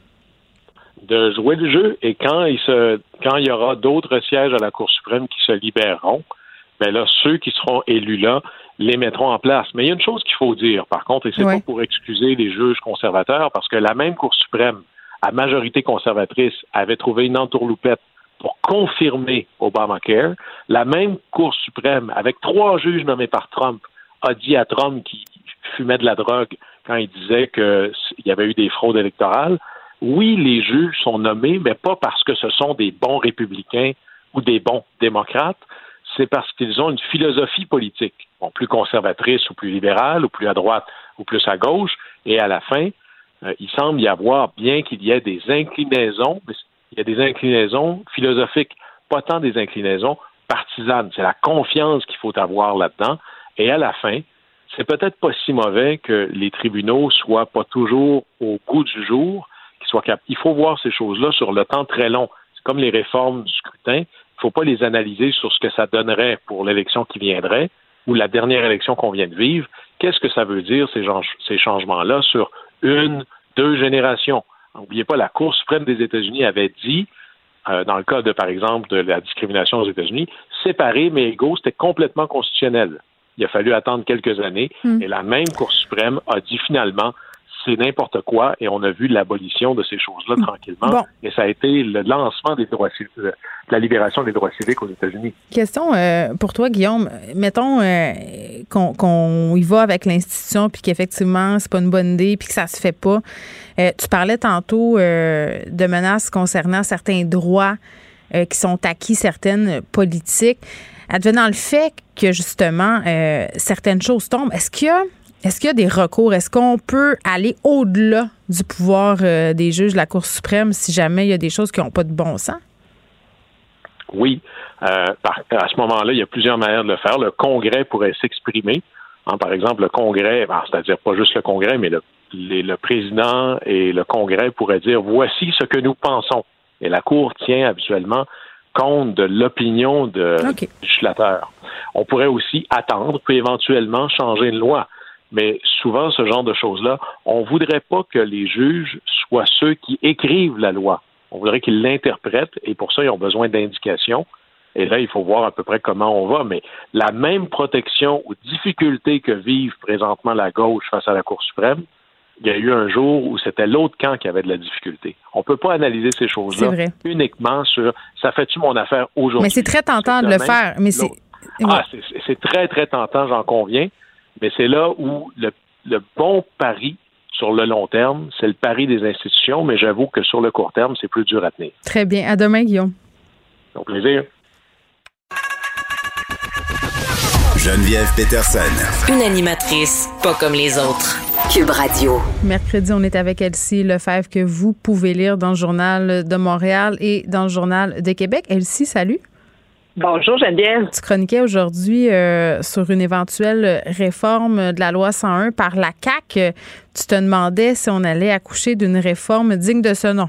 De jouer le jeu, et quand il, se, quand il y aura d'autres sièges à la Cour suprême qui se libéreront, bien là, ceux qui seront élus là les mettront en place. Mais il y a une chose qu'il faut dire, par contre, et c'est oui. pas pour excuser les juges conservateurs, parce que la même Cour suprême, à majorité conservatrice, avait trouvé une entourloupette pour confirmer Obamacare. La même Cour suprême, avec trois juges nommés par Trump, a dit à Trump qu'il fumait de la drogue quand il disait qu'il y avait eu des fraudes électorales. Oui, les juges sont nommés, mais pas parce que ce sont des bons républicains ou des bons démocrates, c'est parce qu'ils ont une philosophie politique, bon, plus conservatrice ou plus libérale, ou plus à droite ou plus à gauche, et à la fin, euh, il semble y avoir, bien qu'il y ait des inclinaisons, mais il y a des inclinaisons philosophiques, pas tant des inclinaisons partisanes. C'est la confiance qu'il faut avoir là-dedans, et à la fin, c'est peut-être pas si mauvais que les tribunaux soient pas toujours au goût du jour, qu'ils soient capables. Il faut voir ces choses-là sur le temps très long. C'est comme les réformes du scrutin. Il ne faut pas les analyser sur ce que ça donnerait pour l'élection qui viendrait ou la dernière élection qu'on vient de vivre. Qu'est-ce que ça veut dire, ces, ces changements-là, sur une, deux générations? N'oubliez pas, la Cour suprême des États-Unis avait dit, euh, dans le cas de, par exemple, de la discrimination aux États-Unis, séparés mais égaux, c'était complètement constitutionnel. Il a fallu attendre quelques années mmh. et la même Cour suprême a dit finalement c'est n'importe quoi, et on a vu l'abolition de ces choses-là tranquillement. Bon. Et ça a été le lancement des droits civiques, de la libération des droits civiques aux États-Unis. Question euh, pour toi, Guillaume. Mettons euh, qu'on, qu'on y va avec l'institution, puis qu'effectivement, c'est pas une bonne idée, puis que ça se fait pas. Euh, tu parlais tantôt euh, de menaces concernant certains droits euh, qui sont acquis, certaines politiques. Advenant le fait que, justement, euh, certaines choses tombent, est-ce qu'il y a Est-ce qu'il y a des recours? Est-ce qu'on peut aller au-delà du pouvoir euh, des juges de la Cour suprême si jamais il y a des choses qui n'ont pas de bon sens? Oui. Euh, par, à ce moment-là, il y a plusieurs manières de le faire. Le Congrès pourrait s'exprimer. Hein, par exemple, le Congrès, ben, c'est-à-dire pas juste le Congrès, mais le, les, le président et le Congrès pourraient dire « Voici ce que nous pensons ». Et la Cour tient habituellement compte de l'opinion de okay. du législateur. On pourrait aussi attendre, puis éventuellement changer une loi. Mais souvent, ce genre de choses-là, on ne voudrait pas que les juges soient ceux qui écrivent la loi. On voudrait qu'ils l'interprètent, et pour ça, ils ont besoin d'indications. Et là, il faut voir à peu près comment on va. Mais la même protection ou difficulté que vivent présentement la gauche face à la Cour suprême, il y a eu un jour où c'était l'autre camp qui avait de la difficulté. On ne peut pas analyser ces choses-là uniquement sur « ça fait-tu mon affaire aujourd'hui ». Mais c'est très tentant de le faire. Mais c'est... Ah, c'est, c'est très, très tentant, j'en conviens. Mais c'est là où le, le bon pari sur le long terme, c'est le pari des institutions, mais j'avoue que sur le court terme, c'est plus dur à tenir. Très bien. À demain, Guillaume. Au plaisir. Geneviève Peterson. Une animatrice pas comme les autres. Cube Radio. Mercredi, on est avec Elsie Lefebvre que vous pouvez lire dans le Journal de Montréal et dans le Journal de Québec. Elsie, salut. Bonjour Geneviève. Tu chroniquais aujourd'hui euh, sur une éventuelle réforme de la loi cent un par la C A Q. Tu te demandais si on allait accoucher d'une réforme digne de ce nom.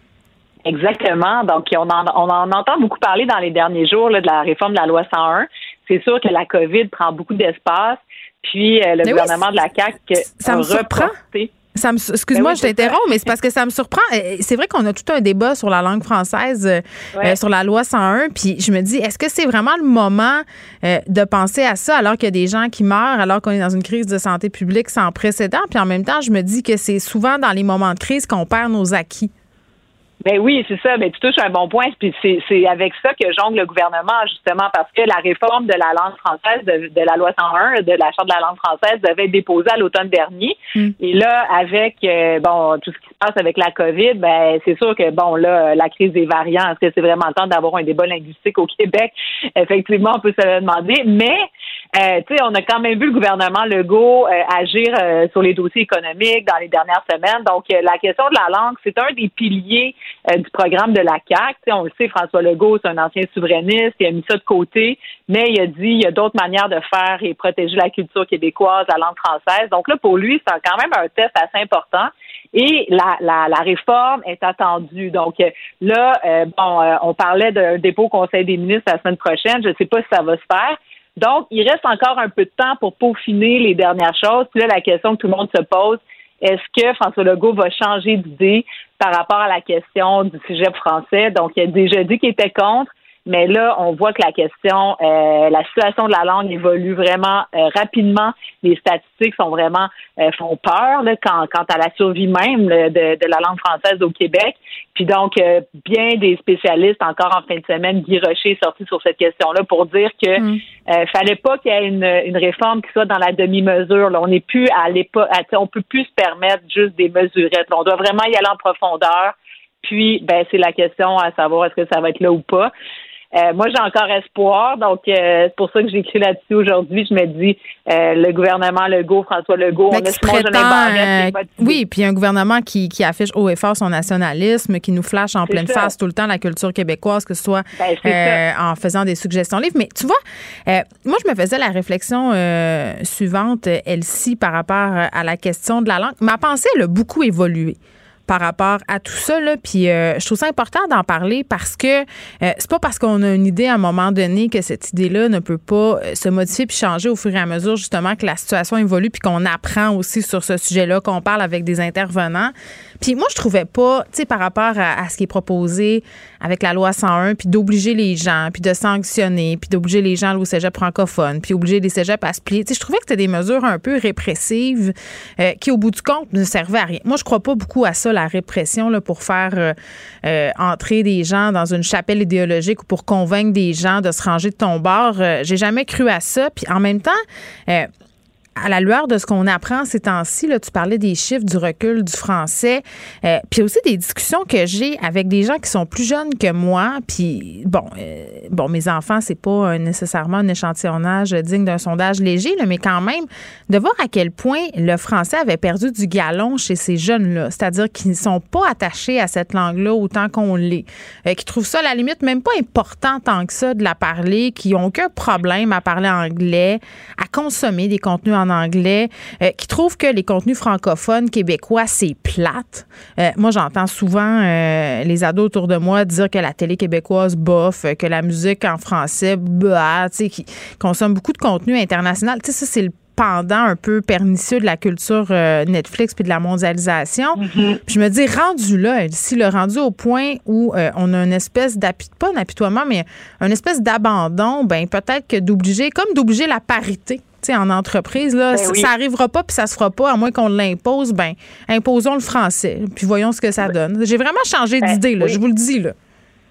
Exactement. Donc, on en, on en entend beaucoup parler dans les derniers jours là, de la réforme de la loi cent un. C'est sûr que la COVID prend beaucoup d'espace. Puis, euh, le mais gouvernement oui, de la C A Q ça a me reporté. Ça me, excuse-moi, oui, je t'interromps, mais c'est parce que ça me surprend. C'est vrai qu'on a tout un débat sur la langue française, ouais. euh, sur la loi cent un, puis je me dis, est-ce que c'est vraiment le moment euh, de penser à ça alors qu'il y a des gens qui meurent, alors qu'on est dans une crise de santé publique sans précédent? Puis en même temps, je me dis que c'est souvent dans les moments de crise qu'on perd nos acquis. Ben oui, c'est ça. Ben tu touches un bon point. Puis c'est, c'est avec ça que jongle le gouvernement, justement, parce que la réforme de la langue française, de, de la loi cent un, de la Charte de la langue française, devait être déposée à l'automne dernier. Mm. Et là, avec euh, bon tout ce qui se passe avec la COVID, ben c'est sûr que bon là, la crise des variants, est-ce que c'est vraiment le temps d'avoir un débat linguistique au Québec? Effectivement, on peut se le demander, mais euh, tu sais, on a quand même vu le gouvernement Legault euh, agir euh, sur les dossiers économiques dans les dernières semaines. Donc, euh, la question de la langue, c'est un des piliers euh, du programme de la C A Q. Tu sais, on le sait, François Legault, c'est un ancien souverainiste, il a mis ça de côté, mais il a dit il y a d'autres manières de faire et protéger la culture québécoise, la langue française. Donc là, pour lui, c'est quand même un test assez important. Et la, la, la réforme est attendue. Donc là, euh, bon, euh, on parlait d'un dépôt au Conseil des ministres la semaine prochaine. Je ne sais pas si ça va se faire. Donc, il reste encore un peu de temps pour peaufiner les dernières choses. Puis là, la question que tout le monde se pose, est-ce que François Legault va changer d'idée par rapport à la question du cégep français? Donc, il a déjà dit qu'il était contre. Mais là, on voit que la question, euh, la situation de la langue évolue vraiment euh, rapidement. Les statistiques sont vraiment euh, font peur là, quant, quant à la survie même là, de, de la langue française au Québec. Puis donc, euh, bien des spécialistes, encore en fin de semaine, Guy Rocher est sorti sur cette question-là pour dire que mmh. euh, fallait pas qu'il y ait une, une réforme qui soit dans la demi-mesure. Là. On n'est plus à l'époque, on peut plus se permettre juste des mesurettes. Là. On doit vraiment y aller en profondeur. Puis, ben, c'est la question à savoir est-ce que ça va être là ou pas. Euh, moi, j'ai encore espoir, donc euh, c'est pour ça que j'ai écrit là-dessus aujourd'hui. Je me dis, euh, le gouvernement Legault, François Legault, mais on a Simon Jolin Barrette. Euh, oui, puis un gouvernement qui, qui affiche haut et fort son nationalisme, qui nous flash en c'est pleine ça. face tout le temps la culture québécoise, que ce soit ben, euh, en faisant des suggestions livres. Mais tu vois, euh, moi, je me faisais la réflexion euh, suivante, Elsie, par rapport à la question de la langue. Ma pensée, elle a beaucoup évolué par rapport à tout ça, là. Puis euh, je trouve ça important d'en parler parce que euh, c'est pas parce qu'on a une idée à un moment donné que cette idée-là ne peut pas euh, se modifier puis changer au fur et à mesure, justement, que la situation évolue puis qu'on apprend aussi sur ce sujet-là, qu'on parle avec des intervenants. Puis moi, je trouvais pas, tu sais, par rapport à, à ce qui est proposé avec la loi cent un, puis d'obliger les gens, puis de sanctionner, puis d'obliger les gens à aller au cégep francophone, puis obliger les cégeps à se plier. Tu sais, je trouvais que c'était des mesures un peu répressives euh, qui, au bout du compte, ne servaient à rien. Moi, je crois pas beaucoup à ça, la répression, là, pour faire euh, euh, entrer des gens dans une chapelle idéologique ou pour convaincre des gens de se ranger de ton bord. Euh, j'ai jamais cru à ça. Puis en même temps, euh, à la lueur de ce qu'on apprend ces temps-ci, là, tu parlais des chiffres, du recul du français, euh, puis aussi des discussions que j'ai avec des gens qui sont plus jeunes que moi, puis bon, euh, bon, mes enfants, c'est pas nécessairement un échantillonnage digne d'un sondage léger, là, mais quand même, de voir à quel point le français avait perdu du galon chez ces jeunes-là, c'est-à-dire qu'ils ne sont pas attachés à cette langue-là autant qu'on l'est, euh, qui trouvent ça, à la limite, même pas important tant que ça de la parler, qui n'ont aucun problème à parler anglais, à consommer des contenus en en anglais, euh, qui trouvent que les contenus francophones québécois, c'est plate. Euh, moi, j'entends souvent euh, les ados autour de moi dire que la télé québécoise, bof, que la musique en français, bah, tu sais, qui consomment beaucoup de contenu international. Tu sais, ça, c'est le pendant un peu pernicieux de la culture euh, Netflix puis de la mondialisation. Mm-hmm. Puis je me dis, rendu là, si le rendu au point où euh, on a une espèce d'apitoiement, pas un apitoiement, mais une espèce d'abandon, ben peut-être que d'obliger, comme d'obliger la parité. Tu sais, en entreprise, là, ben ça, oui. ça arrivera pas puis ça se fera pas, à moins qu'on l'impose, ben imposons le français, puis voyons ce que ça donne. J'ai vraiment changé ben, d'idée, là, oui. je vous le dis, là.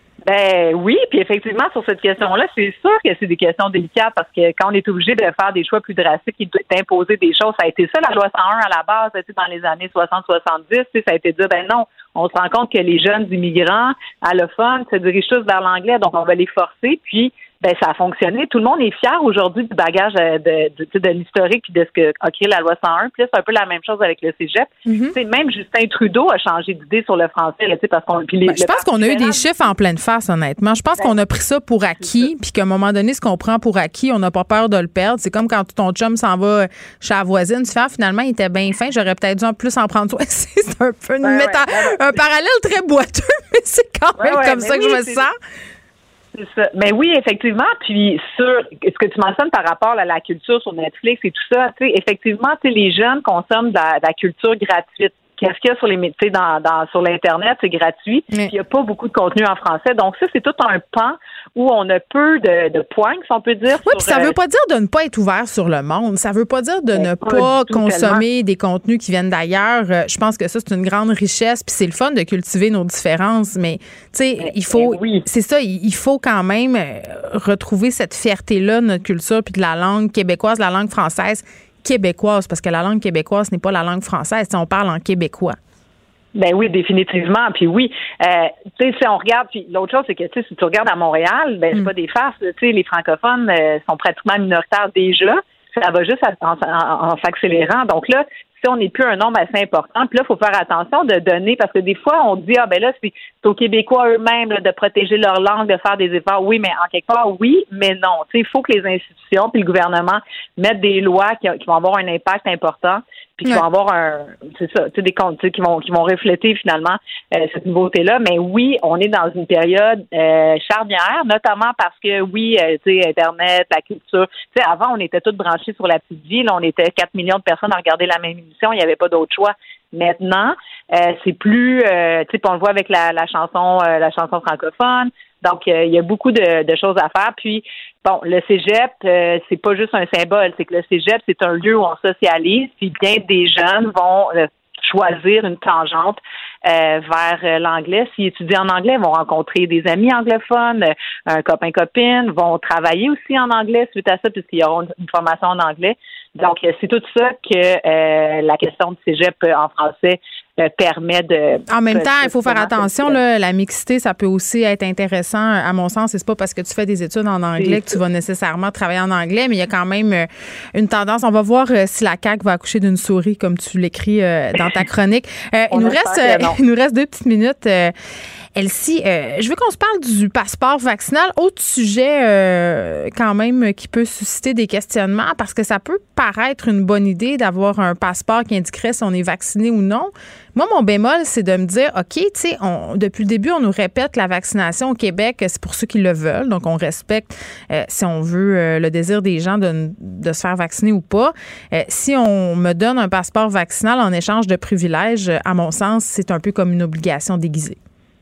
Ben oui, puis effectivement, sur cette question-là, c'est sûr que c'est des questions délicates parce que quand on est obligé de faire des choix plus drastiques et d'imposer des choses, ça a été ça la loi cent un à la base, dans les années soixante soixante-dix, ça a été de dire, ben non, on se rend compte que les jeunes immigrants allophones se dirigent tous vers l'anglais, donc on va les forcer, puis ben ça a fonctionné. Tout le monde est fier aujourd'hui du bagage de, de, de, de l'historique puis de ce que a créé la loi cent un. Puis là, c'est un peu la même chose avec le cégep. Mm-hmm. Même Justin Trudeau a changé d'idée sur le français. Là, parce qu'on, puis les, ben, je pense qu'on a eu des chiffres en pleine face, honnêtement. Je pense ben, qu'on a pris ça pour acquis, puis qu'à un moment donné, ce qu'on prend pour acquis, on n'a pas peur de le perdre. C'est comme quand ton chum s'en va chez la voisine, tu fais ah, finalement, il était bien fin, j'aurais peut-être dû en plus en prendre soin. C'est un peu une ben, méta- ouais, un parallèle très boiteux, mais c'est quand même ouais, comme ouais, ça que oui, je me sens. C'est ça. Mais oui, effectivement. Puis sur ce que tu mentionnes par rapport à la culture sur Netflix et tout ça, tu sais, effectivement, tu sais, les jeunes consomment de la, de la culture gratuite. Qu'est-ce qu'il y a sur les métiers dans, dans sur l'internet, c'est gratuit. Puis il n'y a pas beaucoup de contenu en français. Donc ça, c'est tout un pan où on a peu de, de points, si on peut dire. Oui, puis ça ne veut pas dire de ne pas être ouvert sur le monde. Ça ne veut pas dire de ne pas, pas consommer tellement. Des contenus qui viennent d'ailleurs. Je pense que ça, c'est une grande richesse. Puis c'est le fun de cultiver nos différences. Mais tu sais, il faut, oui. c'est ça, il faut quand même retrouver cette fierté-là de notre culture puis de la langue québécoise, de la langue française. Québécoise, parce que la langue québécoise n'est pas la langue française, on parle en québécois. Ben oui, définitivement. Puis oui, euh, tu sais, si on regarde, puis l'autre chose, c'est que tu sais, si tu regardes à Montréal, ben c'est mm. pas des farces. Tu sais, les francophones euh, sont pratiquement minoritaires déjà. Ça va juste en, en, en s'accélérant. Donc là, si on n'est plus un nombre assez important, puis là, il faut faire attention de donner, parce que des fois, on dit, ah ben là, c'est, c'est aux Québécois eux-mêmes là, de protéger leur langue, de faire des efforts. Oui, mais en quelque part, oui, mais non. Tu sais, il faut que les institutions puis le gouvernement mettent des lois qui, qui vont avoir un impact important, puis qui ouais. vont avoir un, c'est ça, tu sais, des comptes qui vont qui vont refléter finalement euh, cette nouveauté-là. Mais oui, on est dans une période euh, charnière, notamment parce que oui, euh, tu sais, Internet, la culture. Tu sais, avant, on était tous branchés sur la petite vie. Là, on était quatre millions de personnes à regarder la même émission. Il n'y avait pas d'autre choix. Maintenant, euh, c'est plus, euh, tu sais, on le voit avec la, la chanson, euh, la chanson francophone. Donc, euh, il y a beaucoup de, de choses à faire. Puis, bon, le cégep, euh, c'est pas juste un symbole. C'est que le cégep, c'est un lieu où on socialise. Puis, bien des jeunes vont euh, choisir une tangente euh, vers l'anglais. S'ils étudient en anglais, ils vont rencontrer des amis anglophones, euh, un copain-copine, vont travailler aussi en anglais suite à ça, puisqu'ils auront une formation en anglais. Donc, c'est tout ça que euh, la question du cégep en français euh, permet de... En même temps, il faut faire attention, là, la mixité, ça peut aussi être intéressant, à mon sens. C'est pas parce que tu fais des études en anglais c'est que ça. Tu vas nécessairement travailler en anglais, mais il y a quand même euh, une tendance. On va voir euh, si la C A Q va accoucher d'une souris, comme tu l'écris euh, dans ta chronique. Euh, il, nous reste, euh, il nous reste deux petites minutes. Euh, Elsie, euh, je veux qu'on se parle du passeport vaccinal. Autre sujet euh, quand même qui peut susciter des questionnements parce que ça peut paraître une bonne idée d'avoir un passeport qui indiquerait si on est vacciné ou non. Moi, mon bémol, c'est de me dire, OK, tu sais, depuis le début, on nous répète la vaccination au Québec, c'est pour ceux qui le veulent. Donc, on respecte, euh, si on veut, euh, le désir des gens de, de se faire vacciner ou pas. Euh, si on me donne un passeport vaccinal en échange de privilèges, à mon sens, c'est un peu comme une obligation déguisée.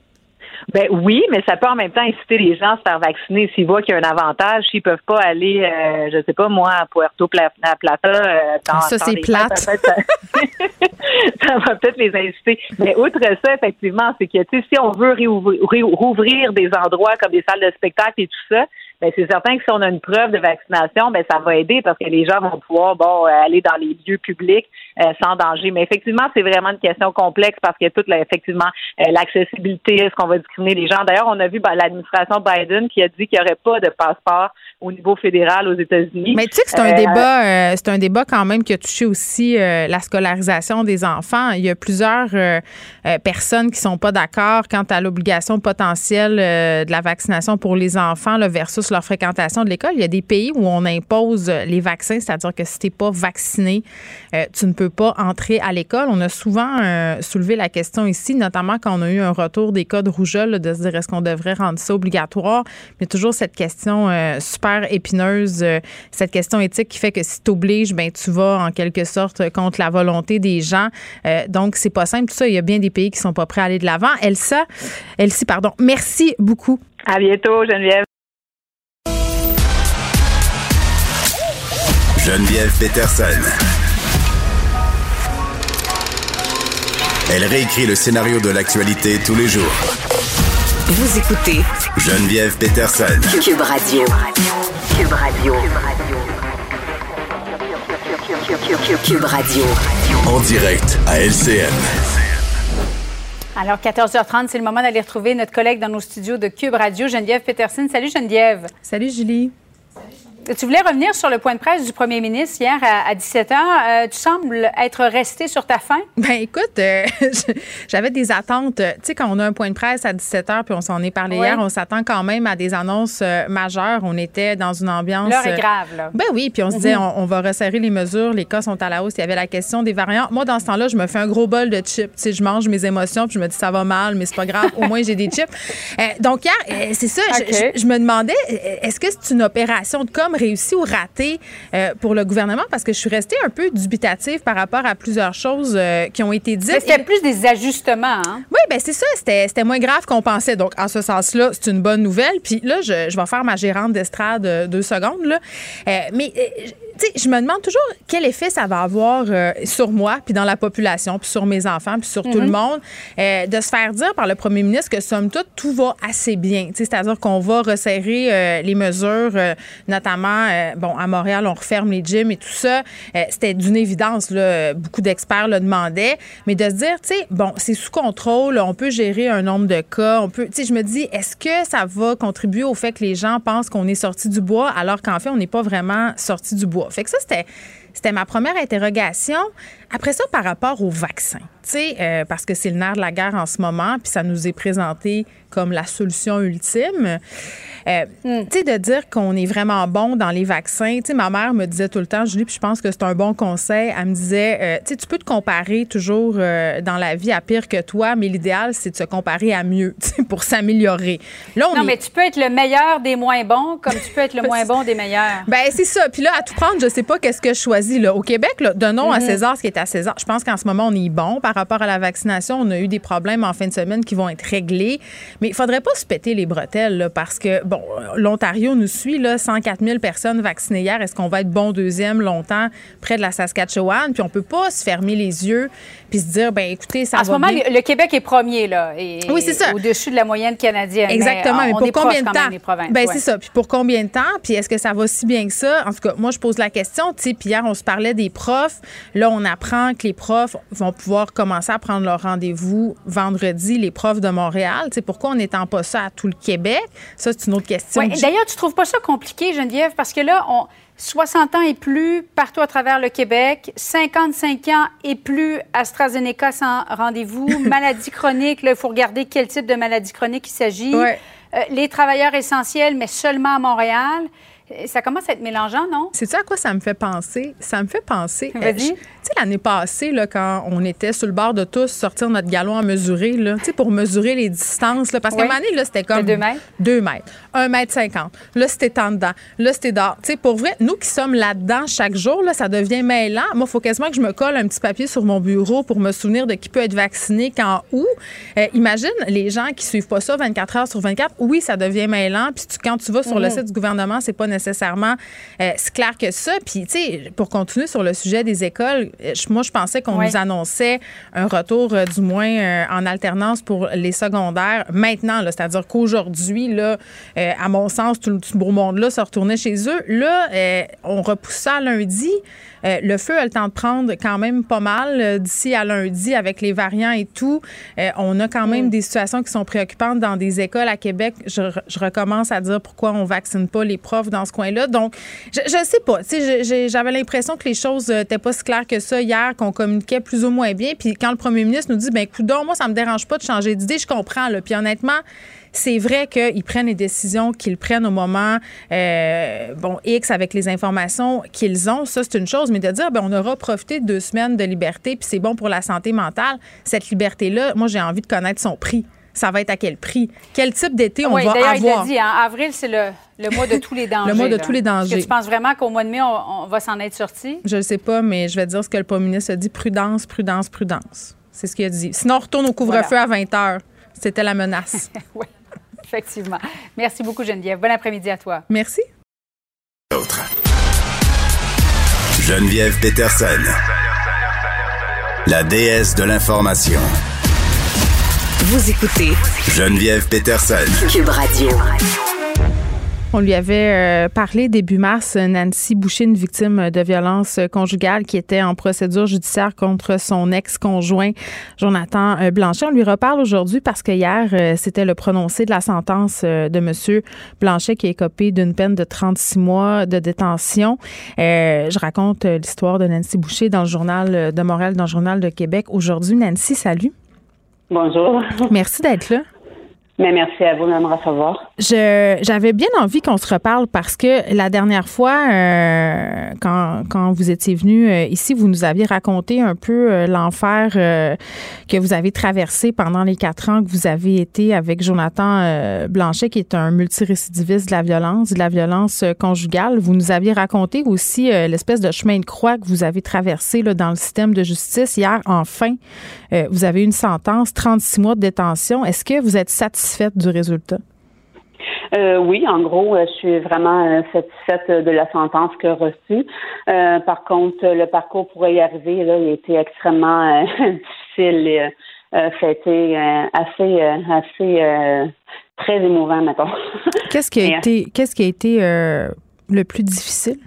Ben oui, mais ça peut en même temps inciter les gens à se faire vacciner s'ils voient qu'il y a un avantage. S'ils peuvent pas aller, euh, je sais pas moi, à Puerto Plata. Euh, dans, ça, dans c'est plate. Fêtes, ça, ça va peut-être les inciter. Mais outre ça, effectivement, c'est que tu sais, si on veut réouvrir, rouvrir des endroits comme des salles de spectacle et tout ça, ben c'est certain que si on a une preuve de vaccination, ben ça va aider parce que les gens vont pouvoir bon aller dans les lieux publics euh, sans danger. Mais effectivement, c'est vraiment une question complexe parce qu'il y a toute la, effectivement euh, l'accessibilité, est-ce qu'on va discriminer les gens. D'ailleurs, on a vu ben, l'administration Biden qui a dit qu'il n'y aurait pas de passeport au niveau fédéral aux États-Unis. Mais tu sais que c'est un euh, débat, euh, c'est un débat quand même qui a touché aussi euh, la scolarisation des enfants. Il y a plusieurs euh, euh, personnes qui sont pas d'accord quant à l'obligation potentielle euh, de la vaccination pour les enfants là, versus sur leur fréquentation de l'école. Il y a des pays où on impose les vaccins, c'est-à-dire que si tu n'es pas vacciné, euh, tu ne peux pas entrer à l'école. On a souvent euh, soulevé la question ici, notamment quand on a eu un retour des cas de rougeole, là, de se dire est-ce qu'on devrait rendre ça obligatoire. Mais toujours cette question euh, super épineuse, euh, cette question éthique qui fait que si tu obliges, ben, tu vas en quelque sorte contre la volonté des gens. Euh, donc, c'est pas simple. Tout ça, il y a bien des pays qui sont pas prêts à aller de l'avant. Elsa, Elsie, pardon, merci beaucoup. À bientôt, Geneviève. Geneviève Peterson. Elle réécrit le scénario de l'actualité tous les jours. Vous écoutez Geneviève Peterson. Cube Radio. Cube Radio. Cube Radio. En direct à L C N. Alors, quatorze heures trente, c'est le moment d'aller retrouver notre collègue dans nos studios de Cube Radio, Geneviève Peterson. Salut, Geneviève. Salut, Julie. Tu voulais revenir sur le point de presse du premier ministre hier à, à dix-sept heures. Euh, tu sembles être resté sur ta faim. Ben écoute, euh, j'avais des attentes. Tu sais, quand on a un point de presse à dix-sept heures, puis on s'en est parlé oui. hier, on s'attend quand même à des annonces euh, majeures. On était dans une ambiance... L'heure est grave, là. Ben oui, puis on se disait, mm-hmm. on, on va resserrer les mesures, les cas sont à la hausse. Il y avait la question des variants. Moi, dans ce temps-là, je me fais un gros bol de chips. Tu sais, je mange mes émotions, puis je me dis, ça va mal, mais c'est pas grave. Au moins, j'ai des chips. Euh, donc hier, euh, c'est ça, okay. je, je, je me demandais, est-ce que c'est une opération de com réussie ou ratée euh, pour le gouvernement? Parce que je suis restée un peu dubitative par rapport à plusieurs choses euh, qui ont été dites. Mais c'était Et... plus des ajustements, hein? Oui, bien c'est ça. C'était, c'était moins grave qu'on pensait. Donc, en ce sens-là, c'est une bonne nouvelle. Puis là, je, je vais faire ma gérante d'estrade euh, deux secondes. Là. Euh, mais... Euh, tu sais, je me demande toujours quel effet ça va avoir euh, sur moi, puis dans la population, puis sur mes enfants, puis sur mm-hmm. tout le monde, euh, de se faire dire par le premier ministre que, somme toute, tout va assez bien. Tu sais, c'est-à-dire qu'on va resserrer euh, les mesures, euh, notamment, euh, bon, à Montréal, on referme les gyms et tout ça. Euh, c'était d'une évidence, là, beaucoup d'experts le demandaient. Mais de se dire, tu sais, bon, c'est sous contrôle, on peut gérer un nombre de cas, on peut, tu sais, je me dis, est-ce que ça va contribuer au fait que les gens pensent qu'on est sorti du bois, alors qu'en fait, on n'est pas vraiment sorti du bois? Fait que ça, c'était, c'était ma première interrogation. Après ça, par rapport au vaccin, tu sais, euh, parce que c'est le nerf de la guerre en ce moment, puis ça nous est présenté comme la solution ultime. Euh, mm. Tu sais, de dire qu'on est vraiment bon dans les vaccins. Tu sais, ma mère me disait tout le temps, Julie, puis je pense que c'est un bon conseil, elle me disait, euh, tu sais, tu peux te comparer toujours euh, dans la vie à pire que toi, mais l'idéal, c'est de se comparer à mieux, tu sais, pour s'améliorer. Là, on non, est... mais tu peux être le meilleur des moins bons, comme tu peux être le moins bon des meilleurs. Ben c'est ça. Puis là, à tout prendre, je sais pas qu'est-ce que je choisis. Là. Au Québec, là, donnons mm-hmm. à César ce qui est à César. Je pense qu'en ce moment, on est bon par rapport à la vaccination. On a eu des problèmes en fin de semaine qui vont être réglés. Mais il faudrait pas se péter les bretelles, là, parce que, bon, l'Ontario nous suit, là, cent quatre mille personnes vaccinées hier. Est-ce qu'on va être bon deuxième longtemps près de la Saskatchewan? Puis on peut pas se fermer les yeux puis se dire, ben écoutez, ça en va bien. En ce moment, le Québec est premier, là. Et, oui, c'est ça. Au-dessus de la moyenne canadienne. Exactement. Mais, mais on pour est combien de temps? Des provinces, ben ouais. c'est ça. Puis pour combien de temps? Puis est-ce que ça va si bien que ça? En tout cas, moi, je pose la question. Tu sais, puis hier, on se parlait des profs. Là, on apprend que les profs vont pouvoir commencer à prendre leur rendez-vous vendredi, les profs de Montréal. Tu sais, pourquoi on n'étend pas ça à tout le Québec? Ça, c'est une autre question. Ouais, d'ailleurs, tu trouves pas ça compliqué, Geneviève? Parce que là, on... soixante ans et plus partout à travers le Québec, cinquante-cinq ans et plus AstraZeneca sans rendez-vous, maladie chronique, il faut regarder quel type de maladie chronique il s'agit, ouais. euh, les travailleurs essentiels, mais seulement à Montréal. Ça commence à être mélangeant, non? Sais-tu à quoi ça me fait penser? Ça me fait penser... Vas-y. Euh, tu sais, l'année passée, là, quand on était sur le bord de tous sortir notre galon à mesurer, là, tu sais, pour mesurer les distances, là, parce oui. qu'à un moment donné, là, c'était comme... deux mètres? deux mètres. un mètre cinquante. Là, c'était en dedans. Là, c'était dehors. Tu sais, pour vrai, nous qui sommes là-dedans chaque jour, là, ça devient mêlant. Moi, il faut quasiment que je me colle un petit papier sur mon bureau pour me souvenir de qui peut être vacciné quand, où. Euh, imagine les gens qui suivent pas ça vingt-quatre heures sur vingt-quatre. Oui, ça devient mêlant. Puis tu, quand tu vas sur mm-hmm. le site du gouvernement, c'est pas nécessairement euh, si clair que ça. Puis, tu sais, pour continuer sur le sujet des écoles, je, moi, je pensais qu'on ouais. nous annonçait un retour, euh, du moins, euh, en alternance pour les secondaires maintenant, là, c'est-à-dire qu'aujourd'hui, là, euh, à mon sens, tout, tout le beau monde-là se retournait chez eux. Là, euh, on repousse ça à lundi. Euh, le feu a le temps de prendre quand même pas mal euh, d'ici à lundi avec les variants et tout. Euh, on a quand même mm. des situations qui sont préoccupantes dans des écoles à Québec. Je, je recommence à dire pourquoi on vaccine pas les profs dans ce coin-là. Donc, je, je sais pas. Tu sais, j'avais l'impression que les choses n'étaient pas si claires que ça hier, qu'on communiquait plus ou moins bien. Puis quand le premier ministre nous dit, ben coudonc, moi, ça me dérange pas de changer d'idée, je comprends. Là. Puis honnêtement, c'est vrai qu'ils prennent les décisions qu'ils prennent au moment euh, bon X avec les informations qu'ils ont. Ça, c'est une chose. Mais de dire, ben, on aura profité de deux semaines de liberté puis c'est bon pour la santé mentale, cette liberté-là, moi, j'ai envie de connaître son prix. Ça va être à quel prix? Quel type d'été on oui, va d'ailleurs, avoir? Il l'a dit, hein, avril, c'est le, le mois de tous les dangers. Le mois de là. tous les dangers. Est-ce que tu penses vraiment qu'au mois de mai, on, on va s'en être sorti? Je ne sais pas, mais je vais dire ce que le premier ministre a dit. Prudence, prudence, prudence. C'est ce qu'il a dit. Sinon, on retourne au couvre-feu voilà. à vingt heures. C'était la menace. Oui, effectivement. Merci beaucoup, Geneviève. Bon après-midi à toi. Merci. Autre. Geneviève Peterson, la déesse de l'information. Vous écoutez Geneviève Peterson, Cube Radio. On lui avait euh, parlé début mars, Nancy Boucher, une victime de violence conjugale qui était en procédure judiciaire contre son ex-conjoint Jonathan Blanchet. On lui reparle aujourd'hui parce que hier, euh, c'était le prononcé de la sentence euh, de M. Blanchet qui est écopé d'une peine de trente-six mois de détention. Euh, je raconte l'histoire de Nancy Boucher dans le Journal de Montréal, dans le Journal de Québec. Aujourd'hui, Nancy, salut. Bonjour. Merci d'être là. Mais merci à vous de me recevoir. Je, j'avais bien envie qu'on se reparle parce que la dernière fois, euh, quand, quand vous étiez venu euh, ici, vous nous aviez raconté un peu euh, l'enfer euh, que vous avez traversé pendant les quatre ans que vous avez été avec Jonathan euh, Blanchet, qui est un multirécidiviste de la violence, de la violence euh, conjugale. Vous nous aviez raconté aussi euh, l'espèce de chemin de croix que vous avez traversé là, dans le système de justice. Hier, enfin, euh, vous avez eu une sentence, trente-six mois de détention. Est-ce que vous êtes satisfait du résultat? Euh, oui, en gros, je suis vraiment euh, satisfaite de la sentence que reçue. Euh, par contre, le parcours pour y arriver, là, il a été extrêmement euh, difficile et euh, ça a été euh, assez, euh, assez euh, très émouvant, mettons. Qu'est-ce qui a et, été, qu'est-ce qui a été euh, le plus difficile?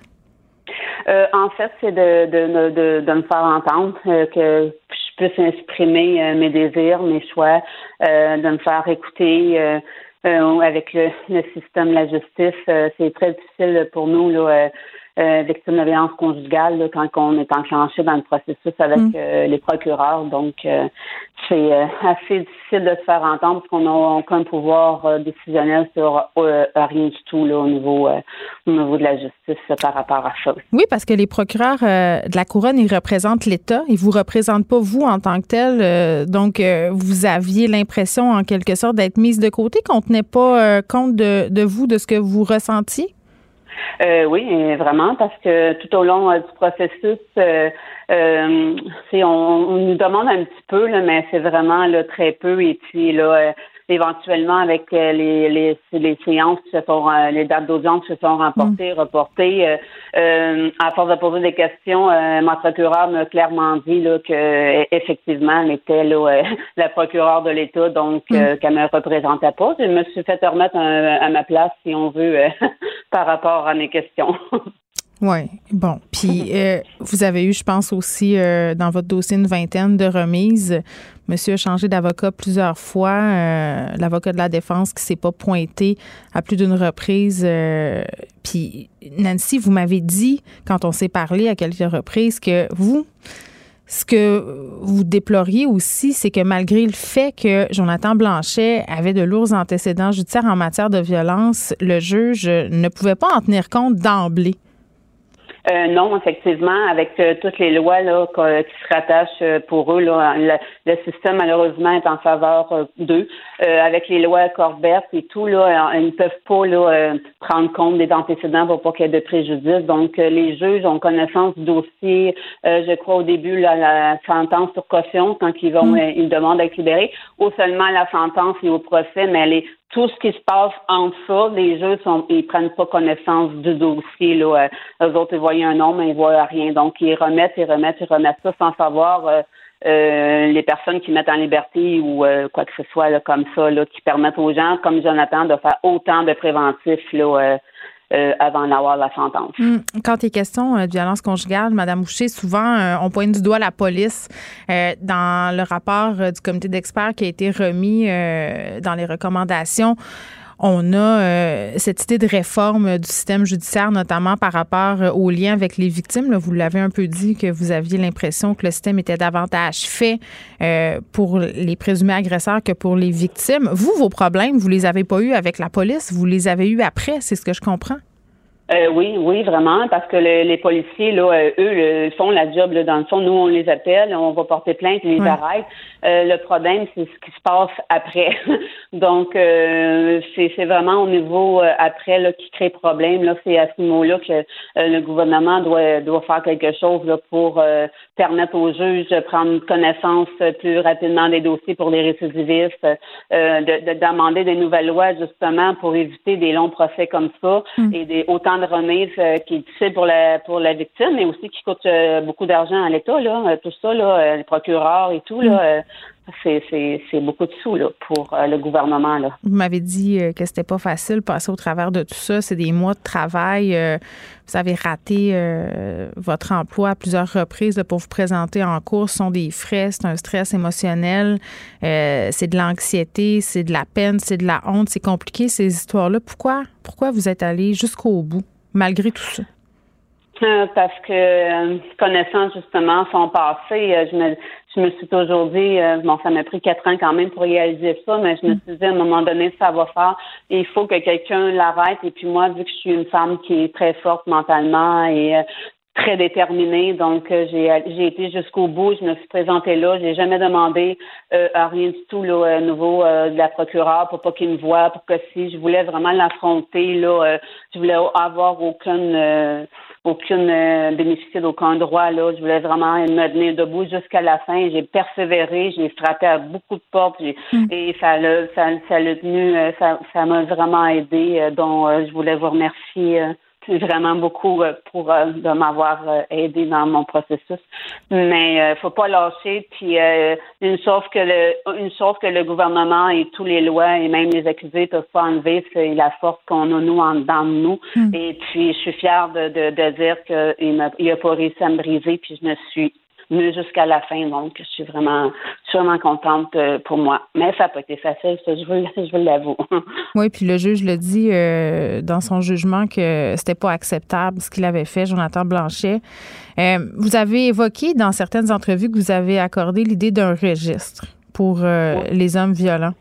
Euh, en fait, c'est de, de, de, de me faire entendre, euh, que je puisse exprimer euh, mes désirs, mes choix, euh, de me faire écouter euh, euh, avec le, le système, la justice. Euh, c'est très difficile pour nous, là, euh, euh, victimes de violence conjugale, là, quand on est enclenché dans le processus avec mm. euh, les procureurs. Donc, euh, c'est euh, assez difficile de se faire entendre parce qu'on n'a aucun pouvoir euh, décisionnel sur euh, rien du tout là, au niveau euh, au niveau de la justice euh, par rapport à ça. Oui, parce que les procureurs euh, de la Couronne, ils représentent l'État. Ils vous représentent pas vous en tant que tel. Euh, donc, euh, vous aviez l'impression, en quelque sorte, d'être mise de côté, qu'on tenait pas euh, compte de, de vous, de ce que vous ressentiez? Euh, oui, vraiment, parce que tout au long euh, du processus, euh, euh, c'est, on, on nous demande un petit peu, là, mais c'est vraiment là, très peu. Et puis là, euh, éventuellement, avec euh, les, les, les séances qui se sont, euh, les dates d'audience qui se sont remportées, mmh. reportées, euh, euh, à force de poser des questions, euh, ma procureure m'a clairement dit là, que effectivement, elle était là, euh, la procureure de l'État, donc mmh. euh, qu'elle me représentait pas. Je me suis fait remettre un, à ma place, si on veut, euh, par rapport à mes questions. Oui, bon. Puis, euh, vous avez eu, je pense aussi, euh, dans votre dossier, une vingtaine de remises. Monsieur a changé d'avocat plusieurs fois. Euh, l'avocat de la défense qui s'est pas pointé à plus d'une reprise. Euh, puis, Nancy, vous m'avez dit, quand on s'est parlé à quelques reprises, que vous, ce que vous déploriez aussi, c'est que malgré le fait que Jonathan Blanchet avait de lourds antécédents judiciaires en matière de violence, le juge ne pouvait pas en tenir compte d'emblée. Euh, non, effectivement, avec euh, toutes les lois là qu- qui se rattachent euh, pour eux, là, le, le système malheureusement est en faveur euh, d'eux. Euh, avec les lois Corbett et tout, là, ils ne peuvent pas là, euh, prendre compte des antécédents pour pas qu'il y ait de préjudice. Donc, euh, les juges ont connaissance du dossier. Euh, je crois au début là, la sentence sur caution quand ils vont, mmh. euh, ils demandent d'être libérés, ou seulement la sentence et au procès, mais elle est tout ce qui se passe entre ça, les juges sont, ils prennent pas connaissance du dossier, là. Euh, eux autres, ils voient un nom, mais ils voient rien. Donc, ils remettent, ils remettent, ils remettent ça sans savoir euh, euh, les personnes qui mettent en liberté ou euh, quoi que ce soit, là, comme ça, là, qui permettent aux gens, comme Jonathan, de faire autant de préventifs, là, euh, Euh, avant d'avoir la sentence. Mmh. Quand il est question euh, de violence conjugale, Mme Boucher, souvent, euh, on pointe du doigt la police. Euh, dans le rapport euh, du comité d'experts qui a été remis euh, dans les recommandations, on a euh, cette idée de réforme du système judiciaire, notamment par rapport euh, aux liens avec les victimes. Là, vous l'avez un peu dit que vous aviez l'impression que le système était davantage fait euh, pour les présumés agresseurs que pour les victimes. Vous, vos problèmes, vous les avez pas eus avec la police, vous les avez eus après, c'est ce que je comprends? Euh, oui, oui, vraiment, parce que le, les policiers, là, euh, eux, le, font la job, là, dans le fond, nous, on les appelle, on va porter plainte, ils les ouais. arrêtent. Euh, le problème, c'est ce qui se passe après. Donc, euh, c'est, c'est vraiment au niveau euh, après là, qui crée problème. Là, c'est à ce niveau-là que euh, le gouvernement doit doit faire quelque chose là, pour euh, permettre aux juges de prendre connaissance plus rapidement des dossiers pour les récidivistes, euh, de, de d'amender des nouvelles lois justement pour éviter des longs procès comme ça mm. et des autant de remises euh, qui est difficile pour la pour la victime, mais aussi qui coûte euh, beaucoup d'argent à l'État, là, euh, tout ça, là, euh, les procureurs et tout, là, euh, c'est, c'est, c'est beaucoup de sous là, pour euh, le gouvernement. Là. Vous m'avez dit euh, que c'était pas facile passer au travers de tout ça. C'est des mois de travail. Euh, vous avez raté euh, votre emploi à plusieurs reprises là, pour vous présenter en cours. Ce sont des frais, c'est un stress émotionnel, euh, c'est de l'anxiété, c'est de la peine, c'est de la honte. C'est compliqué, ces histoires-là. Pourquoi, pourquoi vous êtes allé jusqu'au bout, malgré tout ça? Euh, parce que, euh, connaissant justement son passé, euh, je me je me suis toujours dit, euh, bon, ça m'a pris quatre ans quand même pour réaliser ça, mais je me suis dit, à un moment donné, ça va faire. Et il faut que quelqu'un l'arrête. Et puis moi, vu que je suis une femme qui est très forte mentalement et euh, très déterminée, donc euh, j'ai j'ai été jusqu'au bout. Je me suis présentée là. J'ai jamais demandé euh, à rien du tout là, au niveau euh, de la procureure pour pas qu'il me voie, pour que si je voulais vraiment l'affronter là, euh, je voulais avoir aucune euh, aucune euh, bénéficier d'aucun droit là. Je voulais vraiment me tenir debout jusqu'à la fin. J'ai persévéré, j'ai frappé à beaucoup de portes j'ai, mm. et ça l'a ça, ça l'a tenu, euh, ça ça m'a vraiment aidé. Euh, dont euh, je voulais vous remercier. Euh, vraiment beaucoup euh, pour euh, de m'avoir euh, aidé dans mon processus, mais euh, faut pas lâcher. Puis euh, une chose que le une chose que le gouvernement et tous les lois et même les accusés peuvent pas enlever, c'est la force qu'on a nous en dedans de nous. Mm. Et puis je suis fière de de, de dire que il m'a il a pas réussi à me briser. Puis je me suis mieux jusqu'à la fin, donc je suis vraiment, je suis vraiment contente pour moi. Mais ça n'a pas été facile, ça, je veux, je veux l'avouer. Oui, puis le juge le dit euh, dans son jugement que c'était pas acceptable ce qu'il avait fait, Jonathan Blanchet. Euh, vous avez évoqué dans certaines entrevues que vous avez accordé l'idée d'un registre pour euh, oui. les hommes violents.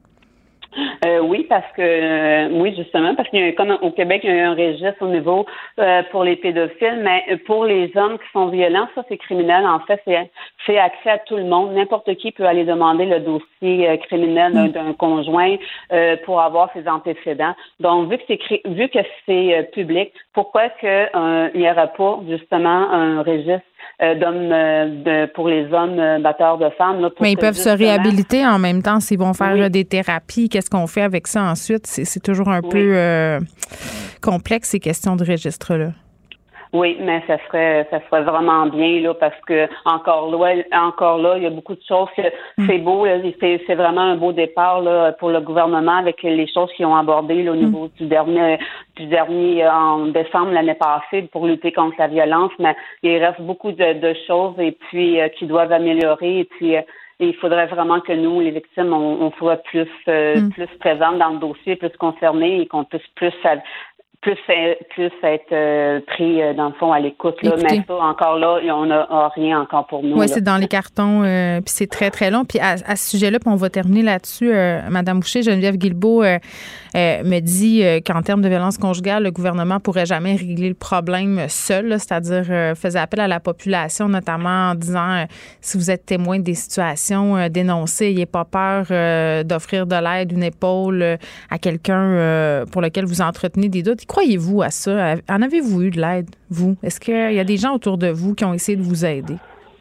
Euh, oui, parce que euh, oui, justement, parce qu'il y a comme au Québec, il y a un registre au niveau euh, pour les pédophiles, mais pour les hommes qui sont violents, ça c'est criminel. En fait, c'est, c'est accès à tout le monde. N'importe qui peut aller demander le dossier euh, criminel d'un, d'un conjoint euh, pour avoir ses antécédents. Donc, vu que c'est vu que c'est euh, public, pourquoi que euh, il n'y aura pas justement un registre Euh, d'hommes euh, de, pour les hommes euh, batteurs de femmes. Là, pour mais ils peuvent justement se réhabiliter en même temps s'ils vont faire oui. des thérapies. Qu'est-ce qu'on fait avec ça ensuite? C'est, c'est toujours un oui. peu euh, complexe, ces questions de registre-là. Oui, mais ça serait ça serait vraiment bien là parce que encore là, encore là, il y a beaucoup de choses que mm. c'est beau, là, c'est, c'est vraiment un beau départ là pour le gouvernement avec les choses qu'ils ont abordées là, au niveau mm. du dernier du dernier en décembre l'année passée pour lutter contre la violence, mais il reste beaucoup de, de choses et puis euh, qui doivent améliorer et puis euh, il faudrait vraiment que nous, les victimes, on, on soit plus euh, mm. plus présentes dans le dossier, plus concernées et qu'on puisse plus plus plus être euh, pris euh, dans le fond à l'écoute là. Mais ça encore là on n'a rien encore pour nous. Oui, c'est dans les cartons euh, puis c'est très très long. Puis à, à ce sujet-là, puis on va terminer là-dessus. Euh, Madame Boucher, Geneviève Guilbeault euh, euh, me dit euh, qu'en termes de violence conjugale, le gouvernement pourrait jamais régler le problème seul, là, c'est-à-dire euh, faisait appel à la population, notamment en disant euh, si vous êtes témoin des situations, euh, dénoncez, n'ayez pas peur euh, d'offrir de l'aide, une épaule euh, à quelqu'un euh, pour lequel vous entretenez des doutes. Croyez-vous à ça? En avez-vous eu de l'aide, vous? Est-ce qu'il y a des gens autour de vous qui ont essayé de vous aider?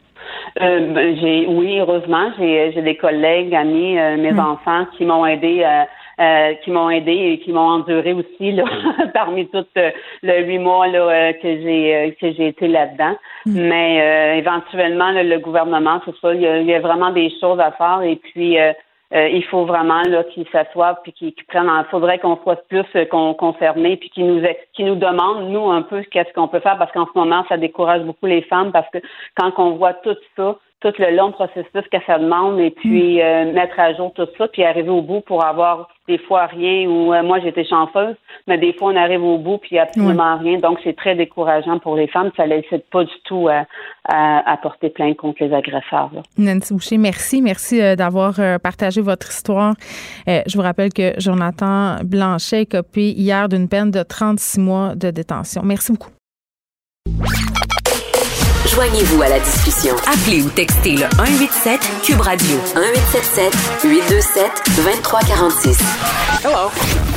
Euh, ben, j'ai, oui, heureusement, j'ai, j'ai des collègues, amis, euh, mes mmh. enfants qui m'ont aidé, euh, euh, qui m'ont aidé et qui m'ont enduré aussi là, parmi tout euh, le huit mois là euh, que j'ai euh, que j'ai été là-dedans. Mmh. Mais euh, éventuellement, là, le gouvernement, c'est ça, il y, a, il y a vraiment des choses à faire et puis. Euh, Euh, il faut vraiment là qu'ils s'assoient puis qu'ils, qu'ils prennent. Il faudrait qu'on soit plus euh, qu'on, concernés puis qu'ils nous qu'ils nous demandent nous un peu qu'est-ce qu'on peut faire parce qu'en ce moment ça décourage beaucoup les femmes parce que quand on voit tout ça tout le long processus que ça demande et puis euh, mettre à jour tout ça, puis arriver au bout pour avoir des fois rien ou euh, moi j'étais chanceuse, mais des fois on arrive au bout puis absolument ouais. rien. Donc c'est très décourageant pour les femmes. Ça ne les incite pas du tout à, à, à porter plainte contre les agresseurs. Là. Nancy Boucher, merci. Merci euh, d'avoir euh, partagé votre histoire. Euh, je vous rappelle que Jonathan Blanchet est copé hier d'une peine de trente-six mois de détention. Merci beaucoup. Joignez-vous à la discussion. Appelez ou textez le un huit sept Cube Radio un huit sept sept huit deux sept deux trois quatre six. Hello.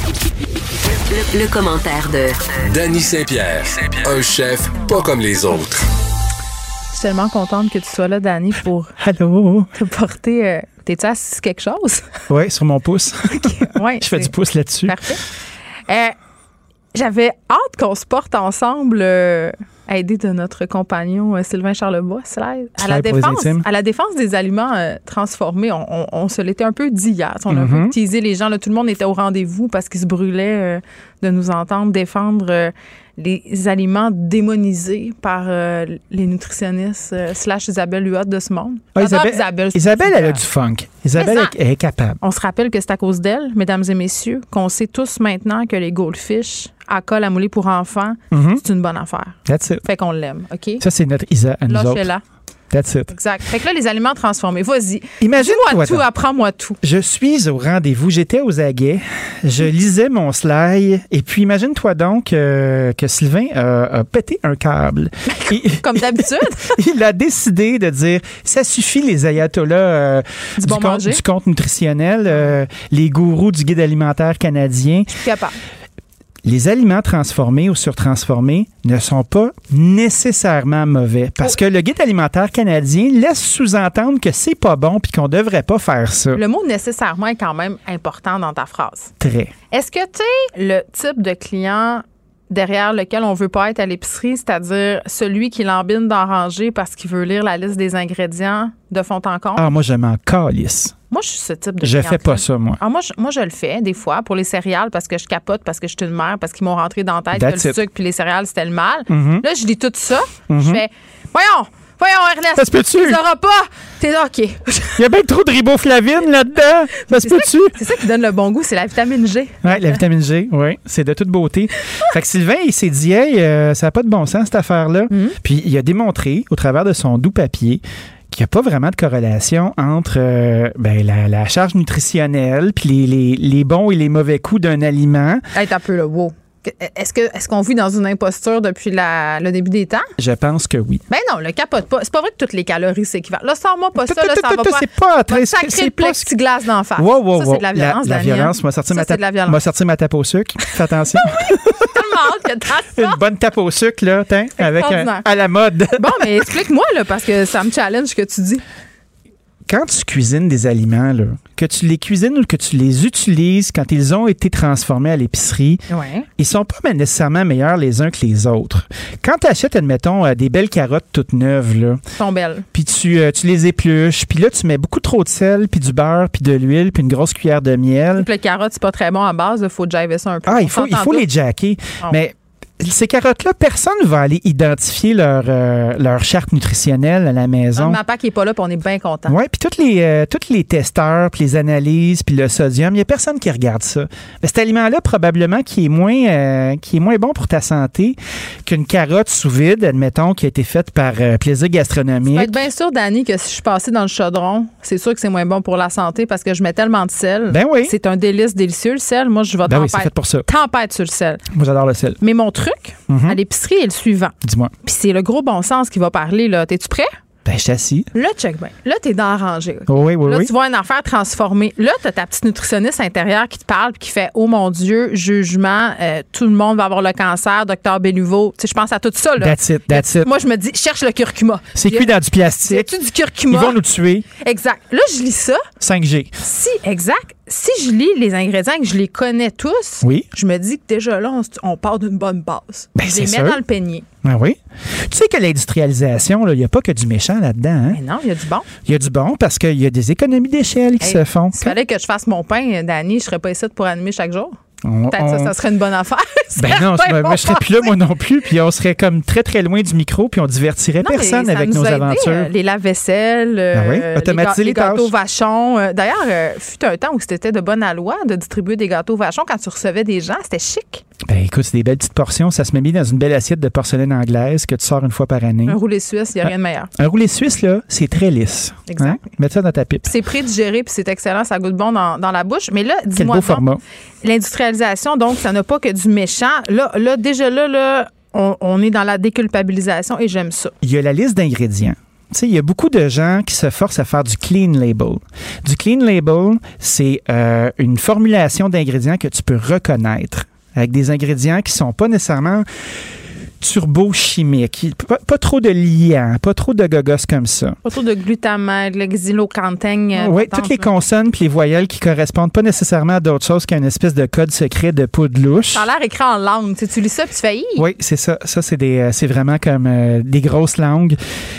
Le, le commentaire de Dany Saint-Pierre, un chef pas comme les autres. Je suis tellement contente que tu sois là, Dany, pour Allô? te porter. Euh, T'es-tu assis sur quelque chose? Oui, sur mon pouce. Okay. Ouais, je fais du pouce là-dessus. Parfait. Euh, J'avais hâte qu'on se porte ensemble euh, à aider de notre compagnon euh, Sylvain Charlebois à la défense, à la défense des aliments euh, transformés. On, on, on se l'était un peu dit hier. On a mm-hmm. un peu teasé les gens. Là, tout le monde était au rendez-vous parce qu'ils se brûlaient euh, de nous entendre défendre euh, les aliments démonisés par euh, les nutritionnistes euh, slash Isabelle Huot de ce monde. Ah, Isabelle, Isabelle, Isabelle elle a du funk. Isabelle ça, est, est capable. On se rappelle que c'est à cause d'elle, mesdames et messieurs, qu'on sait tous maintenant que les goldfish à colle à mouler pour enfants, mm-hmm. c'est une bonne affaire. That's it. Fait qu'on l'aime, OK? Ça, c'est notre Isa à nous autres. Lâchez-la. That's it. Exact. Fait que là, les aliments transformés, vas-y. Imagine-toi tout, apprends-moi tout. Je suis au rendez-vous, j'étais aux aguets, je lisais mon slide, et puis imagine-toi donc euh, que Sylvain a, a pété un câble. Comme d'habitude. Il a décidé de dire, ça suffit les ayatollahs euh, du, du, bon compte, du compte nutritionnel, euh, les gourous du guide alimentaire canadien. Je suis capable. Les aliments transformés ou surtransformés ne sont pas nécessairement mauvais parce oh. que le guide alimentaire canadien laisse sous-entendre que c'est pas bon puis qu'on devrait pas faire ça. Le mot nécessairement est quand même important dans ta phrase. Très. Est-ce que tu es le type de client derrière lequel on veut pas être à l'épicerie, c'est-à-dire celui qui l'embine d'en ranger parce qu'il veut lire la liste des ingrédients de fond en comble? Ah, moi, je m'en calisse. Moi, je suis ce type de Je fais pas ça, moi. Ah, moi, je, moi, je le fais des fois pour les céréales parce que je capote, parce que je suis une mère, parce qu'ils m'ont rentré dans la tête That's que le it. sucre puis les céréales, c'était le mal. Mm-hmm. Là, je lis tout ça. Mm-hmm. Je fais, voyons, voyons, Ernest. Ça se peut-tu? Tu sauras pas. T'es là, OK. Il y a bien trop de riboflavine là-dedans. Ça se peut-tu? C'est ça qui donne le bon goût, c'est la vitamine G. Oui, la vitamine G, oui. C'est de toute beauté. Fait que Sylvain, il s'est dit, hey, euh, ça n'a pas de bon sens, cette affaire-là. Mm-hmm. Puis il a démontré, au travers de son doux papier, qu'il n'y a pas vraiment de corrélation entre euh, ben, la, la charge nutritionnelle puis les, les, les bons et les mauvais coups d'un aliment. Hey, t'as un peu le wow. Est-ce, que, est-ce qu'on vit dans une imposture depuis la, le début des temps? Je pense que oui. Ben non, le capote pas. C'est pas vrai que toutes les calories s'équivalent. Là, sors-moi pas ça, là, ça va pas. C'est pas très... Sacré le plexiglas d'en face. Wow, wow, ça, c'est de la violence, La, la violence. Moi, sortir ma, ta- m'a sorti ma tape au sucre. Fais attention. Tellement hâte que t'as ça. Une bonne tape au sucre, là, t'in, avec un, à la mode. Bon, mais explique-moi, là, parce que ça me challenge ce que tu dis. Quand tu cuisines des aliments, là, que tu les cuisines ou que tu les utilises quand ils ont été transformés à l'épicerie, ouais. ils sont pas nécessairement meilleurs les uns que les autres. Quand tu achètes, admettons, des belles carottes toutes neuves, là, sont belles. Puis tu, euh, tu les épluches, puis là, tu mets beaucoup trop de sel, puis du beurre, puis de l'huile, puis une grosse cuillère de miel. Les carottes, c'est pas très bon à base, il faut jiver ça un peu. Ah, il faut, il faut les jacker. Oh. Mais ces carottes-là, personne ne va aller identifier leur, euh, leur charte nutritionnelle à la maison. Ma pack n'est pas là, puis on est bien content. Oui, puis tous les, euh, tous les testeurs, puis les analyses, puis le sodium, il n'y a personne qui regarde ça. Mais cet aliment-là, probablement, qui est moins, euh, qui est moins bon pour ta santé qu'une carotte sous vide, admettons, qui a été faite par euh, plaisir gastronomique. Tu peux être bien sûr, Dany, que si je suis passée dans le chaudron, c'est sûr que c'est moins bon pour la santé parce que je mets tellement de sel. Ben oui. C'est un délice délicieux, le sel. Moi, je vais ben tempête. Oui, c'est fait pour ça. Tempête sur le sel. Moi, j'adore le sel. Mais mon truc, Mm-hmm. à l'épicerie est le suivant. Dis-moi. Puis c'est le gros bon sens qui va parler, là. T'es-tu prêt? Ben, je suis assis. Là, check bien. Là, t'es dans la rangée. Okay? Oui, oui, là, oui. tu vois une affaire transformée. Là, t'as ta petite nutritionniste intérieure qui te parle puis qui fait « Oh mon Dieu, jugement, euh, tout le monde va avoir le cancer, docteur Béliveau. » Tu sais, je pense à tout ça, là. That's it, that's it. Moi, je me dis « Cherche le curcuma. » C'est cuit dans du plastique. C'est-tu du curcuma? Ils vont nous tuer. Exact. Là, je lis ça. cinq G. Si, exact. Si je lis les ingrédients et que je les connais tous, oui. je me dis que déjà là, on, on part d'une bonne base. Ben, je les mets sûr. dans le panier. Ah oui. Tu sais que l'industrialisation, il n'y a pas que du méchant là-dedans. Hein? Mais non, il y a du bon. Il y a du bon parce qu'il y a des économies d'échelle qui hey, se font. S'il fallait que je fasse mon pain, Dany, je ne serais pas ici pour animer chaque jour. On, Peut-être on... ça, ça serait une bonne affaire. Ben non, je, moi, je serais plus là, moi non plus. Puis on serait comme très, très loin du micro, puis on divertirait non, personne avec nos aidé, aventures. Euh, les lave-vaisselle, euh, ben oui, automatiser les, les, ga- les tâches. gâteaux vachons. Euh, d'ailleurs, euh, fut un temps où c'était de bonne loi de distribuer des gâteaux vachons quand tu recevais des gens. C'était chic. Ben écoute, c'est des belles petites portions. Ça se met bien dans une belle assiette de porcelaine anglaise que tu sors une fois par année. Un roulé suisse, il n'y a rien de meilleur. Un roulé suisse, là, c'est très lisse. Exact. Hein? Mets ça dans ta pipe. C'est prédigéré, puis c'est excellent, ça goûte bon dans, dans la bouche. Mais là, dis-moi Quel beau donc, format. L'industrialisation, donc, ça n'a pas que du méchant. Là, là déjà là, là on, on est dans la déculpabilisation et j'aime ça. Il y a la liste d'ingrédients. Tu sais, il y a beaucoup de gens qui se forcent à faire du clean label. Du clean label, c'est euh, une formulation d'ingrédients que tu peux reconnaître avec des ingrédients qui sont pas nécessairement turbo-chimiques. Pas, pas trop de liants, pas trop de gogos comme ça. Pas trop de glutamate, le xylocantène. Oui, toutes les consonnes puis les voyelles qui correspondent pas nécessairement à d'autres choses qu'à une espèce de code secret de poudre louche. Ça a l'air écrit en langue. Tu, sais, tu lis ça puis tu fais hi. Oui, c'est ça. Ça, c'est, des, c'est vraiment comme euh, des grosses langues.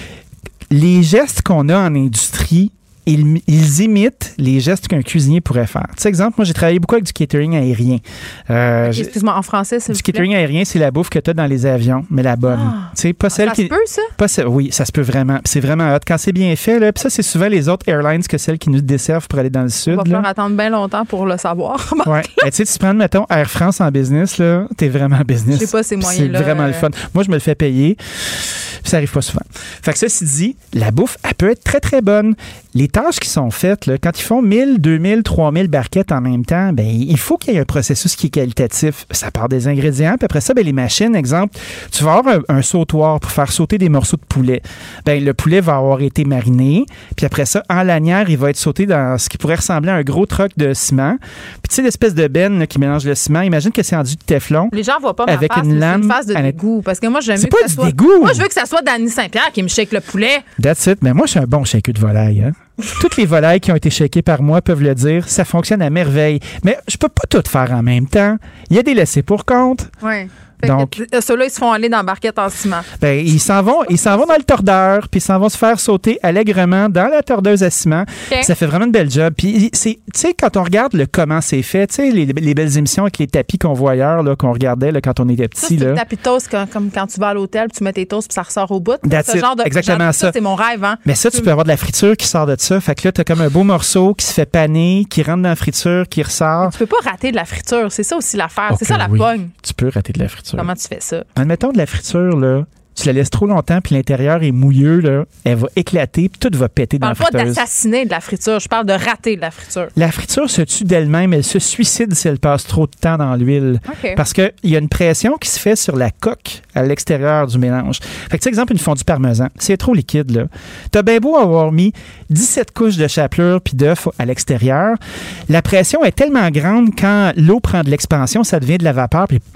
Les gestes qu'on a en industrie, Ils, ils imitent les gestes qu'un cuisinier pourrait faire. Tu sais, exemple, moi, j'ai travaillé beaucoup avec du catering aérien. Euh, okay, excuse-moi, en français, c'est du catering aérien, c'est la bouffe que tu as dans les avions, mais la bonne. Ah. Tu sais, pas celle ça qui. Ça se peut, ça? Pas ce, oui, ça se peut vraiment. Puis c'est vraiment hot. Quand c'est bien fait, là, puis ça, c'est souvent les autres airlines que celles qui nous desservent pour aller dans le sud. On va là. falloir attendre bien longtemps pour le savoir. Ouais. Ben, tu sais, tu prends, mettons, Air France en business, là, t'es vraiment en business. Je sais pas ces moyens-là. C'est vraiment euh... le fun. Moi, je me le fais payer. Puis ça arrive pas souvent. Fait que ceci dit, la bouffe, elle peut être très, très bonne. Les tâches qui sont faites, là, quand ils font mille, deux mille, trois mille barquettes en même temps, ben, il faut qu'il y ait un processus qui est qualitatif. Ça part des ingrédients, puis après ça, ben, les machines, exemple, tu vas avoir un, un sautoir pour faire sauter des morceaux de poulet. Ben, le poulet va avoir été mariné, puis après ça, en lanière, il va être sauté dans ce qui pourrait ressembler à un gros troc de ciment. Puis tu sais, l'espèce de benne là, qui mélange le ciment, imagine que c'est enduit de téflon. Les gens ne voient pas ma avec face, une mais lame c'est une face de à la... dégoût. Parce que moi, j'aime c'est mieux pas que ça du soit... dégoût. Moi, je veux que ça soit Dany Saint-Pierre qui me shake le poulet. That's it. Mais moi, je suis un bon shaker de volaille. Hein? Toutes les volailles qui ont été shakées par moi peuvent le dire. Ça fonctionne à merveille. Mais je peux pas tout faire en même temps. Il y a des laissés pour compte. Oui. Donc, ceux-là, ils se font aller dans la barquette en ciment. Ben, ils s'en vont, ils s'en vont dans le tordeur, puis ils s'en vont se faire sauter allègrement dans la tordeuse à ciment. Okay. Ça fait vraiment une belle job. Puis, c'est, tu sais, quand on regarde le comment c'est fait, tu sais, les, les belles émissions avec les tapis qu'on voit ailleurs, là, qu'on regardait là, quand on était petit. Ça, c'est là. le tapis de toast, comme, comme quand tu vas à l'hôtel, puis tu mets tes toasts, puis ça ressort au bout. That's ce it. genre de, exactement ça. ça. C'est mon rêve. Hein? Mais ça, tu peux avoir de la friture qui sort de ça. Fait que là, tu as comme un beau morceau qui se fait paner, qui rentre dans la friture, qui ressort. Mais tu peux pas rater de la friture. C'est ça aussi l'affaire. Oh, c'est ça la oui. pogne. Tu peux rater de la friture. Comment tu fais ça? Admettons de la friture, là, tu la laisses trop longtemps, puis l'intérieur est mouilleux, là, elle va éclater, puis tout va péter dans la friteuse. Je parle pas d'assassiner de la friture, je parle de rater de la friture. La friture se tue d'elle-même, elle se suicide si elle passe trop de temps dans l'huile. Okay. Parce qu'il y a une pression qui se fait sur la coque à l'extérieur du mélange. Fait que, tu sais, exemple, une fondue parmesan, c'est trop liquide, là. T'as bien beau avoir mis dix-sept couches de chapelure puis d'œufs à l'extérieur, la pression est tellement grande, quand l'eau prend de l'expansion, ça devient de la vapeur, puis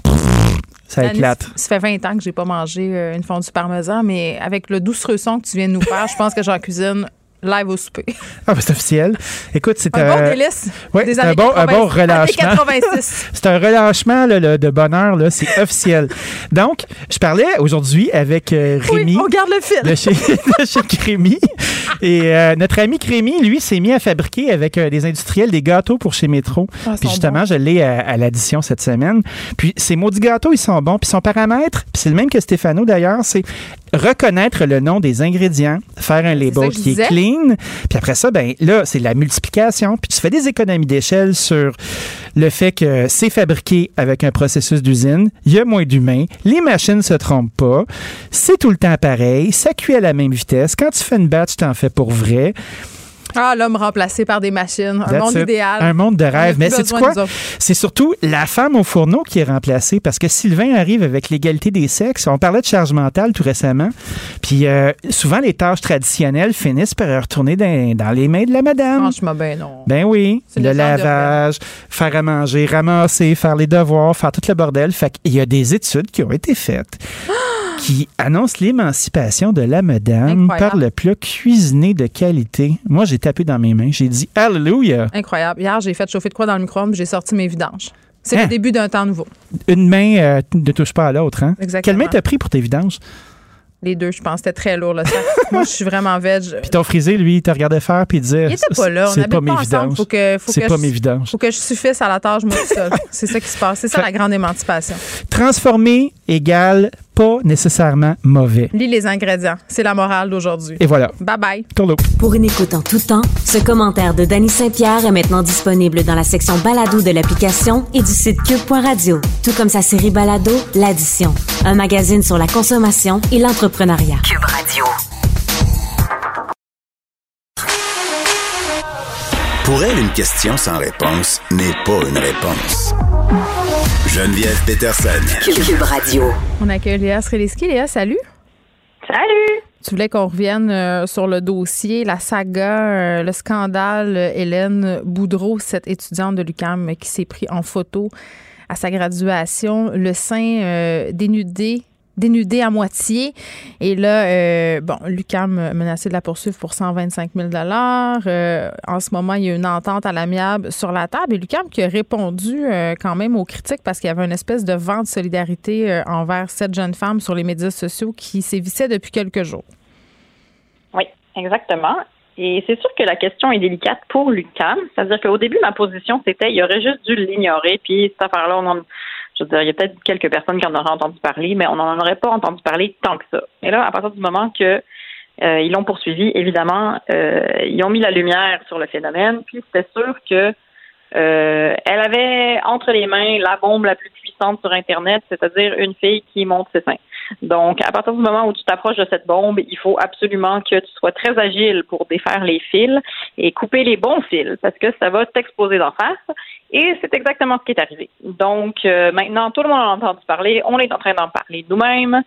ça éclate. Ça fait vingt ans que j'ai pas mangé euh, une fondue parmesan, mais avec le doucereux son que tu viens de nous faire, je pense que j'en cuisine live au souper. Ah, ben c'est officiel. Écoute, c'est un euh, bon délice. Oui, c'est un bon, un bon relâchement. C'est un relâchement là, là, de bonheur, là, c'est officiel. Donc, je parlais aujourd'hui avec euh, Rémi. Oui, on garde le fil. De chez, de chez Crémy. Et euh, notre ami Crémy, lui, s'est mis à fabriquer avec euh, des industriels des gâteaux pour chez Métro. Ah, puis justement, bons. je l'ai à, à l'addition cette semaine. Puis ces maudits gâteaux, ils sont bons. Puis son paramètre, puis c'est le même que Stéphano d'ailleurs, c'est reconnaître le nom des ingrédients, faire un label qui est clean. Puis après ça, ben là, c'est la multiplication. Puis tu fais des économies d'échelle sur le fait que c'est fabriqué avec un processus d'usine. Il y a moins d'humains. Les machines ne se trompent pas. C'est tout le temps pareil. Ça cuit à la même vitesse. Quand tu fais une batch, tu en fais pour vrai. Ah, l'homme remplacé par des machines. Un That's monde it. idéal. Un monde de rêve. Mais c'est quoi? C'est surtout la femme au fourneau qui est remplacée parce que Sylvain arrive avec l'égalité des sexes. On parlait de charge mentale tout récemment. Puis euh, souvent, les tâches traditionnelles finissent par retourner dans, dans les mains de la madame. Franchement, ben non. Ben oui. Le lavage, faire à manger, ramasser, faire les devoirs, faire tout le bordel. Fait qu'il y a des études qui ont été faites. qui annonce l'émancipation de la madame Incroyable. Par le plat cuisiné de qualité. Moi, j'ai tapé dans mes mains. J'ai dit « Alléluia! » Incroyable. Hier, j'ai fait chauffer de quoi dans le micro-ondes, j'ai sorti mes vidanges. C'est hein? Le début d'un temps nouveau. Une main euh, ne touche pas à l'autre. Hein? Exactement. Quelle main t'as pris pour tes vidanges? Les deux, je pense. C'était très lourd, là. Moi, je suis vraiment veg. Puis ton frisé, lui, il te regardait faire puis il disait... Il était pas là. On c'est n'habite pas pas mes ensemble. vidanges. Faut que, faut c'est que pas je, mes vidanges. faut que je suffise à la tâche, moi, tout seul. C'est ça qui se passe. C'est ça, la grande émancipation. Transformer égale pas nécessairement mauvais. Lis les ingrédients. C'est la morale d'aujourd'hui. Et voilà. Bye-bye. Tourneau. Pour une écoute en tout temps, ce commentaire de Dany Saint-Pierre est maintenant disponible dans la section balado de l'application et du site cube point radio. Tout comme sa série balado, L'Addition. Un magazine sur la consommation et l'entrepreneuriat. Cube Radio. Pour elle, une question sans réponse n'est pas une réponse. Geneviève Peterson. Cube Radio. On accueille Léa Sreliski. Léa, salut. Salut. Tu voulais qu'on revienne euh, sur le dossier, la saga, euh, le scandale euh, Hélène Boudreau, cette étudiante de l'U Q A M qui s'est pris en photo à sa graduation, le sein euh, dénudé, dénudé à moitié. Et là, euh, bon, l'U Q A M menacé de la poursuivre pour cent vingt-cinq mille dollars. Euh, en ce moment, il y a une entente à l'amiable sur la table. Et l'U Q A M qui a répondu euh, quand même aux critiques parce qu'il y avait une espèce de vent de solidarité euh, envers cette jeune femme sur les médias sociaux qui sévissait depuis quelques jours. Oui, exactement. Et c'est sûr que la question est délicate pour l'U Q A M. C'est-à-dire qu'au début, ma position, c'était il aurait juste dû l'ignorer. Puis cette affaire-là, on en... Je veux dire, il y a peut-être quelques personnes qui en auraient entendu parler, mais on n'en aurait pas entendu parler tant que ça. Et là, à partir du moment que euh, ils l'ont poursuivi, évidemment, euh, ils ont mis la lumière sur le phénomène. Puis c'était sûr que euh, elle avait entre les mains la bombe la plus puissante sur Internet, c'est-à-dire une fille qui monte ses seins. Donc, à partir du moment où tu t'approches de cette bombe, il faut absolument que tu sois très agile pour défaire les fils et couper les bons fils parce que ça va t'exposer d'en face. Et c'est exactement ce qui est arrivé. Donc, euh, maintenant, tout le monde en a entendu parler. On est en train d'en parler nous-mêmes.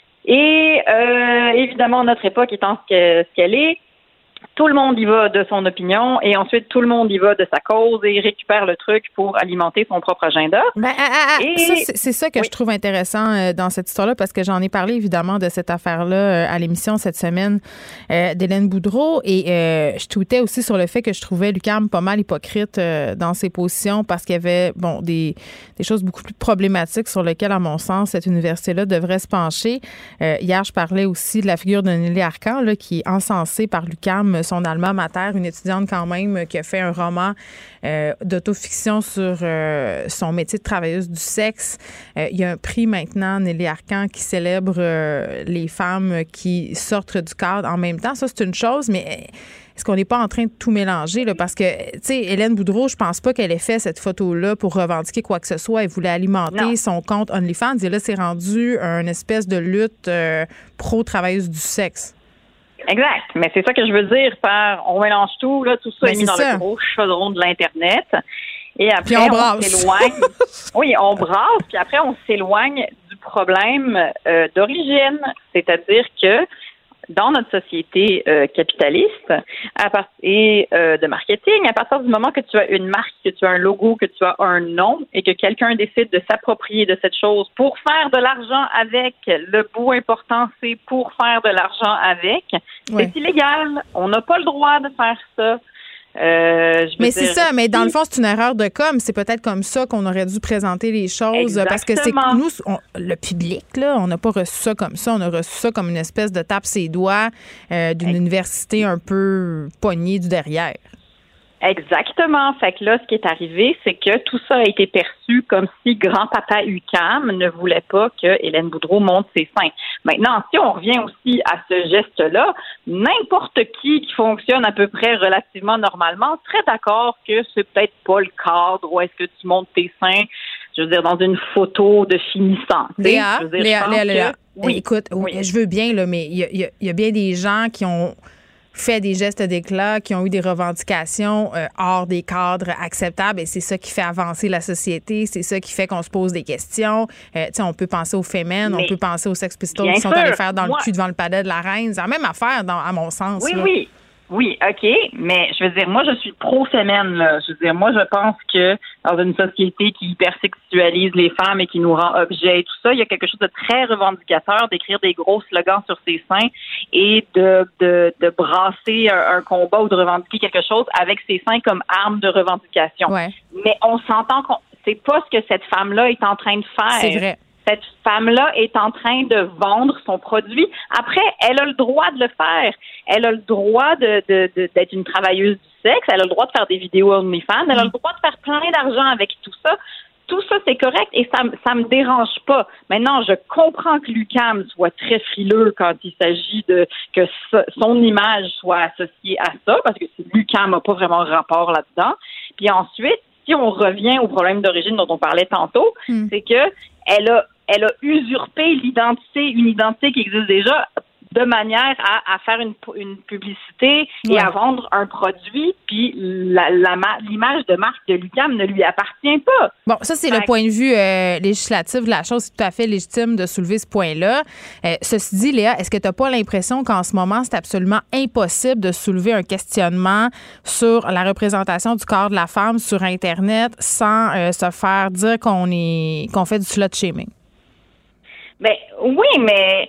Et euh, évidemment, notre époque étant ce qu'elle, ce qu'elle est, tout le monde y va de son opinion et ensuite tout le monde y va de sa cause et récupère le truc pour alimenter son propre agenda. Ben, ah, ah, et... ça, c'est, c'est ça que oui. je trouve intéressant euh, dans cette histoire-là parce que j'en ai parlé évidemment de cette affaire-là euh, à l'émission cette semaine euh, d'Hélène Boudreau et euh, je tweetais aussi sur le fait que je trouvais l'U Q A M pas mal hypocrite euh, dans ses positions parce qu'il y avait bon des, des choses beaucoup plus problématiques sur lesquelles, à mon sens, cette université-là devrait se pencher. Euh, hier, je parlais aussi de la figure de Nelly Arcan là, qui est encensée par l'U Q A M, son alma mater, une étudiante quand même qui a fait un roman euh, d'autofiction sur euh, son métier de travailleuse du sexe. Euh, il y a un prix maintenant, Nelly Arcan, qui célèbre euh, les femmes qui sortent du cadre en même temps. Ça, c'est une chose, mais est-ce qu'on n'est pas en train de tout mélanger? Là? Parce que, tu sais, Hélène Boudreau, je pense pas qu'elle ait fait cette photo-là pour revendiquer quoi que ce soit. Elle voulait alimenter non. son compte OnlyFans. Et là, c'est rendu une espèce de lutte euh, pro-travailleuse du sexe. Exact. Mais c'est ça que je veux dire par on mélange tout, là, tout ça ben, est mis dans ça. Le gros chaudron de l'Internet. Et après, on, on s'éloigne. Oui, on brasse, puis après, on s'éloigne du problème euh, d'origine. C'est-à-dire que dans notre société euh, capitaliste à part- et euh, de marketing, à partir du moment que tu as une marque, que tu as un logo, que tu as un nom et que quelqu'un décide de s'approprier de cette chose pour faire de l'argent avec, le bout important, c'est pour faire de l'argent avec, ouais. C'est illégal. On n'a pas le droit de faire ça. Euh, je mais dire, c'est ça, mais dans le fond, c'est une erreur de com. C'est peut-être comme ça qu'on aurait dû présenter les choses. Exactement. Parce que c'est que nous, on, le public, là, on n'a pas reçu ça comme ça. On a reçu ça comme une espèce de tape ses doigts euh, d'une Exactement. Université un peu poignée du derrière. Exactement. Fait que là, ce qui est arrivé, c'est que tout ça a été perçu comme si grand-papa U Q A M ne voulait pas que Hélène Boudreau monte ses seins. Maintenant, si on revient aussi à ce geste-là, n'importe qui qui fonctionne à peu près relativement normalement serait d'accord que c'est peut-être pas le cadre où est-ce que tu montes tes seins, je veux dire, dans une photo de finissant. Léa, je veux dire, Léa, Léa, Léa. Que, oui, écoute, oui. je veux bien, là, mais il y, y, y a bien des gens qui ont fait des gestes d'éclat, qui ont eu des revendications euh, hors des cadres acceptables et c'est ça qui fait avancer la société, c'est ça qui fait qu'on se pose des questions. Euh, tu sais, on peut penser aux Femen, on peut penser aux Sex Pistols qui sont sûr, allés faire dans moi, le cul devant le palais de la reine. C'est la même affaire, dans, à mon sens. Oui, là. oui. Oui, OK, mais je veux dire, moi, je suis pro-fémène, là. Je veux dire, moi, je pense que dans une société qui hypersexualise les femmes et qui nous rend objets et tout ça, il y a quelque chose de très revendicateur d'écrire des gros slogans sur ses seins et de, de, de brasser un, un combat ou de revendiquer quelque chose avec ses seins comme arme de revendication. Ouais. Mais on s'entend qu'on c'est pas ce que cette femme-là est en train de faire. C'est vrai. cette femme-là est en train de vendre son produit. Après, elle a le droit de le faire. Elle a le droit de, de, de d'être une travailleuse du sexe. Elle a le droit de faire des vidéos OnlyFans. Elle a le droit de faire plein d'argent avec tout ça. Tout ça, c'est correct et ça ça me dérange pas. Maintenant, je comprends que l'U Q A M soit très frileux quand il s'agit de que son image soit associée à ça, parce que l'U Q A M n'a pas vraiment rapport là-dedans. Puis ensuite, si on revient au problème d'origine dont on parlait tantôt, mm. c'est que elle a elle a usurpé l'identité, une identité qui existe déjà, de manière à, à faire une, une publicité et ouais. à vendre un produit, puis la, la, l'image de marque de l'U Q A M ne lui appartient pas. Bon, ça, c'est fait. Le point de vue euh, législatif de la chose. C'est tout à fait légitime de soulever ce point-là. Euh, ceci dit, Léa, est-ce que tu n'as pas l'impression qu'en ce moment, c'est absolument impossible de soulever un questionnement sur la représentation du corps de la femme sur Internet sans euh, se faire dire qu'on est qu'on fait du slut-shaming? Ben, oui, mais...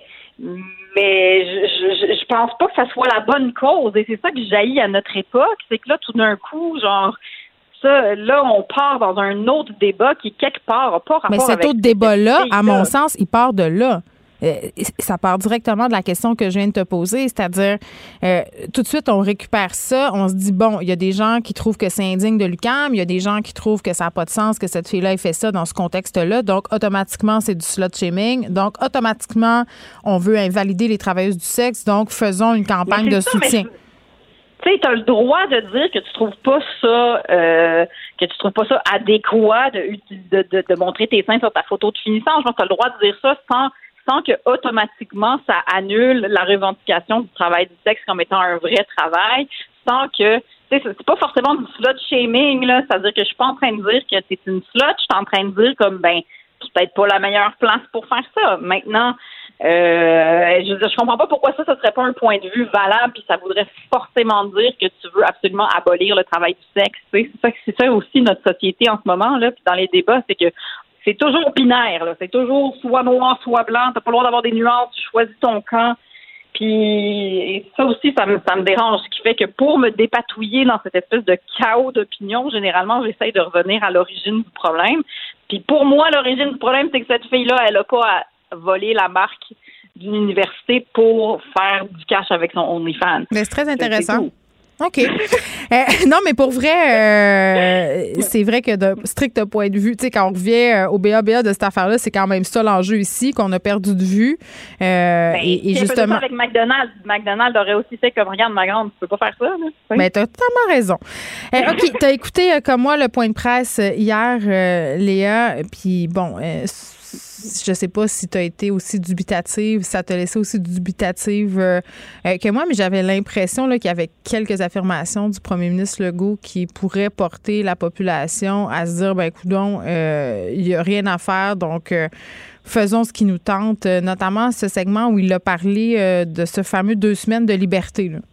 Mais je, je, je pense pas que ça soit la bonne cause. Et c'est ça que j'haïs à notre époque. C'est que là, tout d'un coup, genre, ça, là, on part dans un autre débat qui, quelque part, n'a pas rapport avec... Mais cet autre débat-là, à mon sens, il part de là. Euh, ça part directement de la question que je viens de te poser, c'est-à-dire euh, tout de suite on récupère ça, on se dit bon, il y a des gens qui trouvent que c'est indigne de l'U Q A M, il y a des gens qui trouvent que ça n'a pas de sens que cette fille-là ait fait ça dans ce contexte-là, donc automatiquement c'est du slut-shaming, donc automatiquement on veut invalider les travailleuses du sexe, donc faisons une campagne de ça, soutien. Tu sais, tu as le droit de dire que tu trouves pas ça euh, que tu trouves pas ça adéquat de, de, de, de montrer tes seins sur ta photo de finissant. Je pense que tu as le droit de dire ça sans sans que automatiquement ça annule la revendication du travail du sexe comme étant un vrai travail, sans que, tu sais, c'est pas forcément du slut shaming, là, c'est-à-dire que je suis pas en train de dire que t'es une slut, je suis en train de dire comme, ben, c'est peut-être pas la meilleure place pour faire ça. Maintenant, euh, je veux dire, je comprends pas pourquoi ça, ce serait pas un point de vue valable, puis ça voudrait forcément dire que tu veux absolument abolir le travail du sexe, tu sais, c'est ça, c'est ça aussi notre société en ce moment, là, puis dans les débats, c'est que c'est toujours binaire, là. C'est toujours soit noir, soit blanc. T'as pas le droit d'avoir des nuances. Tu choisis ton camp. Puis ça aussi, ça me, ça me dérange. Ce qui fait que pour me dépatouiller dans cette espèce de chaos d'opinion, généralement, j'essaye de revenir à l'origine du problème. Puis pour moi, l'origine du problème, c'est que cette fille-là, elle a pas à voler la marque d'une université pour faire du cash avec son OnlyFans. Mais c'est très intéressant. C'est OK. euh, non, mais pour vrai, euh, c'est vrai que d'un strict point de vue, tu sais, quand on revient au B A B A de cette affaire-là, c'est quand même ça l'enjeu ici, qu'on a perdu de vue. Euh, ben, et, et justement. Ça avec McDonald's, McDonald's aurait aussi fait comme regarde, ma grande, tu peux pas faire ça, là. Oui. Ben, t'as totalement raison. Euh, OK, t'as écouté euh, comme moi le point de presse hier, euh, Léa, puis bon, euh, je sais pas si tu as été aussi dubitative, ça t'a laissé aussi dubitative euh, euh, que moi, mais j'avais l'impression là, qu'il y avait quelques affirmations du premier ministre Legault qui pourraient porter la population à se dire, ben coudonc, euh, il y a rien à faire, donc euh, faisons ce qui nous tente, euh, notamment ce segment où il a parlé euh, de ce fameux deux semaines de liberté, là.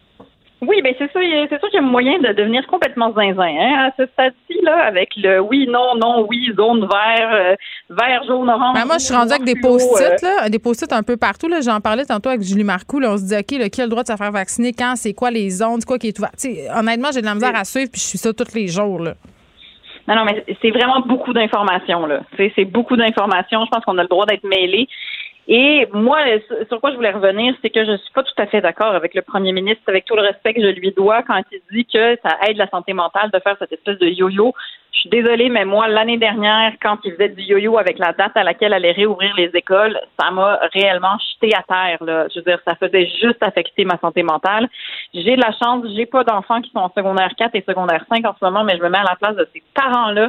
Oui, bien c'est ça, c'est sûr qu'il y a moyen de devenir complètement zinzin, hein, à ce stade-ci, là, avec le oui, non, non, oui, zone vert, euh, vert, jaune, orange. Ben moi, je suis rendue avec des post-it, là, des post-it un peu partout, là. J'en parlais tantôt avec Julie Marcoux, là. On se dit, OK, là, qui a le droit de se faire vacciner, quand, c'est quoi les zones, c'est quoi qui est ouvert. Tu sais, honnêtement, j'ai de la misère à suivre, puis je suis ça tous les jours, là. Non, non, mais c'est vraiment beaucoup d'informations, là. C'est, c'est beaucoup d'informations. Je pense qu'on a le droit d'être mêlés. Et moi, sur quoi je voulais revenir, c'est que je suis pas tout à fait d'accord avec le premier ministre, avec tout le respect que je lui dois quand il dit que ça aide la santé mentale de faire cette espèce de yo-yo. Je suis désolée, mais moi, l'année dernière, quand il faisait du yo-yo avec la date à laquelle allait réouvrir les écoles, ça m'a réellement jeté à terre, là. Je veux dire, ça faisait juste affecter ma santé mentale. J'ai de la chance, j'ai pas d'enfants qui sont en secondaire quatre et secondaire cinq en ce moment, mais je me mets à la place de ces parents-là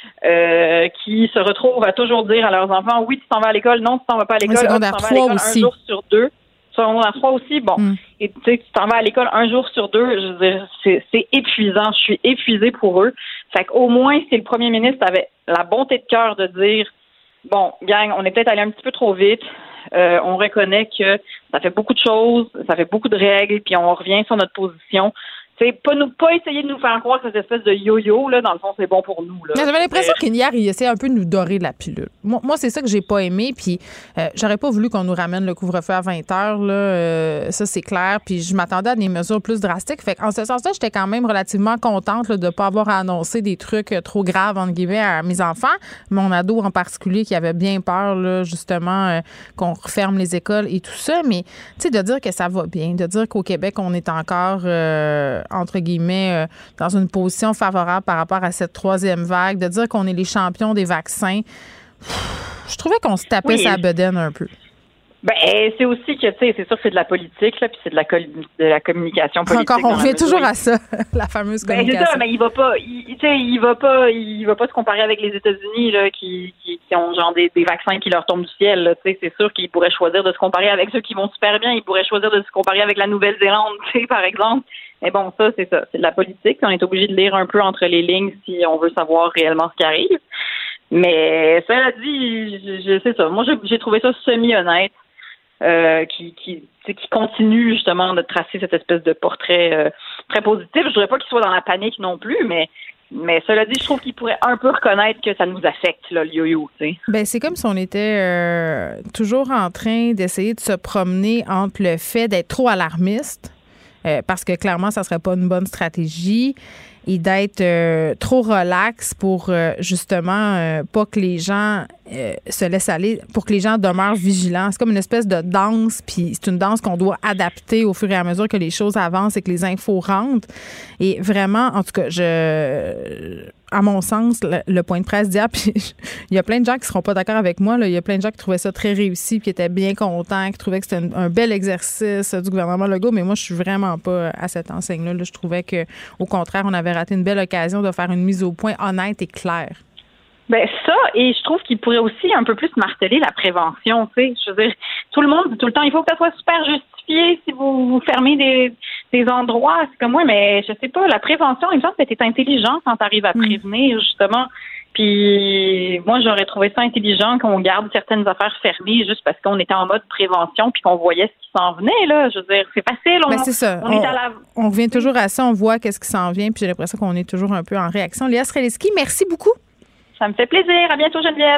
Euh, qui se retrouvent à toujours dire à leurs enfants, oui, tu t'en vas à l'école, non, tu t'en vas pas à l'école, oui, ah, tu t'en vas à l'école aussi. Un jour sur deux. Secondaire trois aussi, bon. Mm. Et tu sais, tu t'en vas à l'école un jour sur deux, je veux dire, c'est, c'est épuisant. Je suis épuisée pour eux. Fait qu'au moins, si le premier ministre avait la bonté de cœur de dire, bon, gang, on est peut-être allé un petit peu trop vite, euh, on reconnaît que ça fait beaucoup de choses, ça fait beaucoup de règles, puis on revient sur notre position. c'est pas nous pas essayer de nous faire croire que cette espèce de yo-yo là dans le fond c'est bon pour nous là. Mais j'avais l'impression qu'hier il essayait un peu de nous dorer la pilule. Moi, moi c'est ça que j'ai pas aimé puis euh, j'aurais pas voulu qu'on nous ramène le couvre-feu à vingt heures là, euh, ça c'est clair, puis je m'attendais à des mesures plus drastiques. Fait en ce sens-là, j'étais quand même relativement contente là, de pas avoir à annoncer des trucs trop graves entre guillemets à mes enfants, mon ado en particulier qui avait bien peur là, justement euh, qu'on referme les écoles et tout ça, mais tu sais de dire que ça va bien, de dire qu'au Québec on est encore euh, entre guillemets, euh, dans une position favorable par rapport à cette troisième vague, de dire qu'on est les champions des vaccins. Je trouvais qu'on se tapait oui. sa bedaine un peu. Ben, c'est aussi que, tu sais, c'est sûr que c'est de la politique, là, puis c'est de la, col- de la communication politique. Encore, on revient toujours à ça, la fameuse communication. Ben, c'est ça, mais il va pas, il, tu sais, il va pas, il va pas se comparer avec les États-Unis, là, qui, qui, qui ont genre des, des vaccins qui leur tombent du ciel, là, tu sais, c'est sûr qu'il pourrait choisir de se comparer avec ceux qui vont super bien, il pourrait choisir de se comparer avec la Nouvelle-Zélande, tu sais, par exemple. Mais bon, ça, c'est ça, c'est de la politique, on est obligé de lire un peu entre les lignes si on veut savoir réellement ce qui arrive. Mais, cela dit, je, je sais ça, moi, j'ai, j'ai trouvé ça semi-honnête. Euh, qui, qui, qui continue justement de tracer cette espèce de portrait euh, très positif. Je ne dirais pas qu'il soit dans la panique non plus, mais mais cela dit, je trouve qu'il pourrait un peu reconnaître que ça nous affecte, là, le yo-yo. T'sais. Ben, c'est comme si on était euh, toujours en train d'essayer de se promener entre le fait d'être trop alarmiste, euh, parce que clairement, ça ne serait pas une bonne stratégie, et d'être euh, trop relax pour euh, justement euh, pas que les gens euh, se laissent aller, pour que les gens demeurent vigilants. C'est comme une espèce de danse, puis c'est une danse qu'on doit adapter au fur et à mesure que les choses avancent et que les infos rentrent. Et vraiment, en tout cas, je... à mon sens, le, le point de presse d'hier, puis il y a plein de gens qui seront pas d'accord avec moi, là. Il y a plein de gens qui trouvaient ça très réussi, puis qui étaient bien contents, qui trouvaient que c'était un, un bel exercice du gouvernement Legault, mais moi, je suis vraiment pas à cette enseigne-là. Là. Je trouvais que, au contraire, on avait raté une belle occasion de faire une mise au point honnête et claire. Ben ça, et je trouve qu'il pourrait aussi un peu plus marteler la prévention, tu sais. Je veux dire, tout le monde dit tout le temps, il faut que ça soit super justifié si vous, vous fermez des, des endroits. C'est comme moi, mais je sais pas, la prévention, il me semble que t'es intelligent quand t'arrives à prévenir, justement. Puis moi, j'aurais trouvé ça intelligent qu'on garde certaines affaires fermées juste parce qu'on était en mode prévention puis qu'on voyait ce qui s'en venait, là. Je veux dire, c'est facile. On, ben c'est ça. On, on, est à la... on revient toujours à ça, on voit qu'est-ce qui s'en vient, puis j'ai l'impression qu'on est toujours un peu en réaction. Léa Streliski, merci beaucoup. Ça me fait plaisir. À bientôt, Geneviève.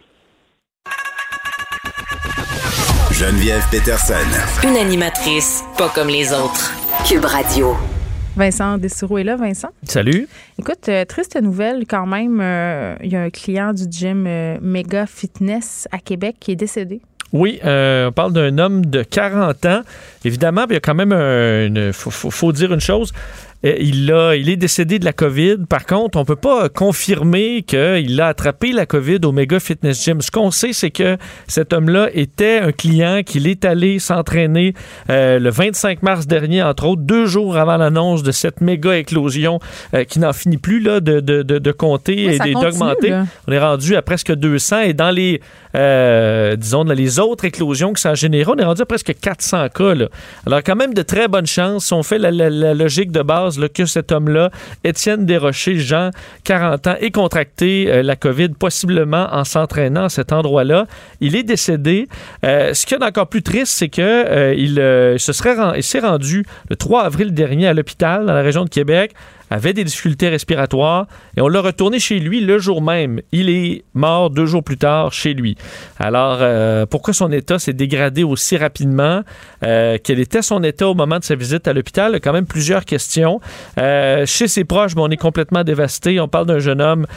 Geneviève Peterson. Une animatrice pas comme les autres. Cube Radio. Vincent Dessureau est là. Vincent? Salut. Écoute, euh, triste nouvelle quand même. Il euh, y a un client du gym euh, Mega Fitness à Québec qui est décédé. Oui, euh, on parle d'un homme de quarante ans. Évidemment, il y a quand même il faut, faut, faut dire une chose. Il, a, il est décédé de la COVID. Par contre, on ne peut pas confirmer qu'il a attrapé la COVID au Mega Fitness Gym. Ce qu'on sait, c'est que cet homme-là était un client qu'il est allé s'entraîner euh, le vingt-cinq mars dernier, entre autres, deux jours avant l'annonce de cette méga éclosion euh, qui n'en finit plus là, de, de, de, de compter oui, et d'augmenter. Là. On est rendu à presque deux cents et dans les, euh, disons, dans les autres éclosions que ça a généré, on est rendu à presque quatre cents cas. Là. Alors, quand même de très bonnes chances. Si on fait la, la, la logique de base, là, que cet homme-là, Étienne Desrochers, Jean, quarante ans, ait contracté euh, la COVID, possiblement en s'entraînant à cet endroit-là. Il est décédé. Euh, ce qui est encore plus triste, c'est qu'il euh, euh, se serait rend, il s'est rendu le trois avril dernier à l'hôpital dans la région de Québec, avait des difficultés respiratoires et on l'a retourné chez lui le jour même. Il est mort deux jours plus tard chez lui. Alors, euh, pourquoi son état s'est dégradé aussi rapidement? Euh, quel était son état au moment de sa visite à l'hôpital? Il y a quand même plusieurs questions. Euh, chez ses proches, bon, on est complètement dévasté. On parle d'un jeune homme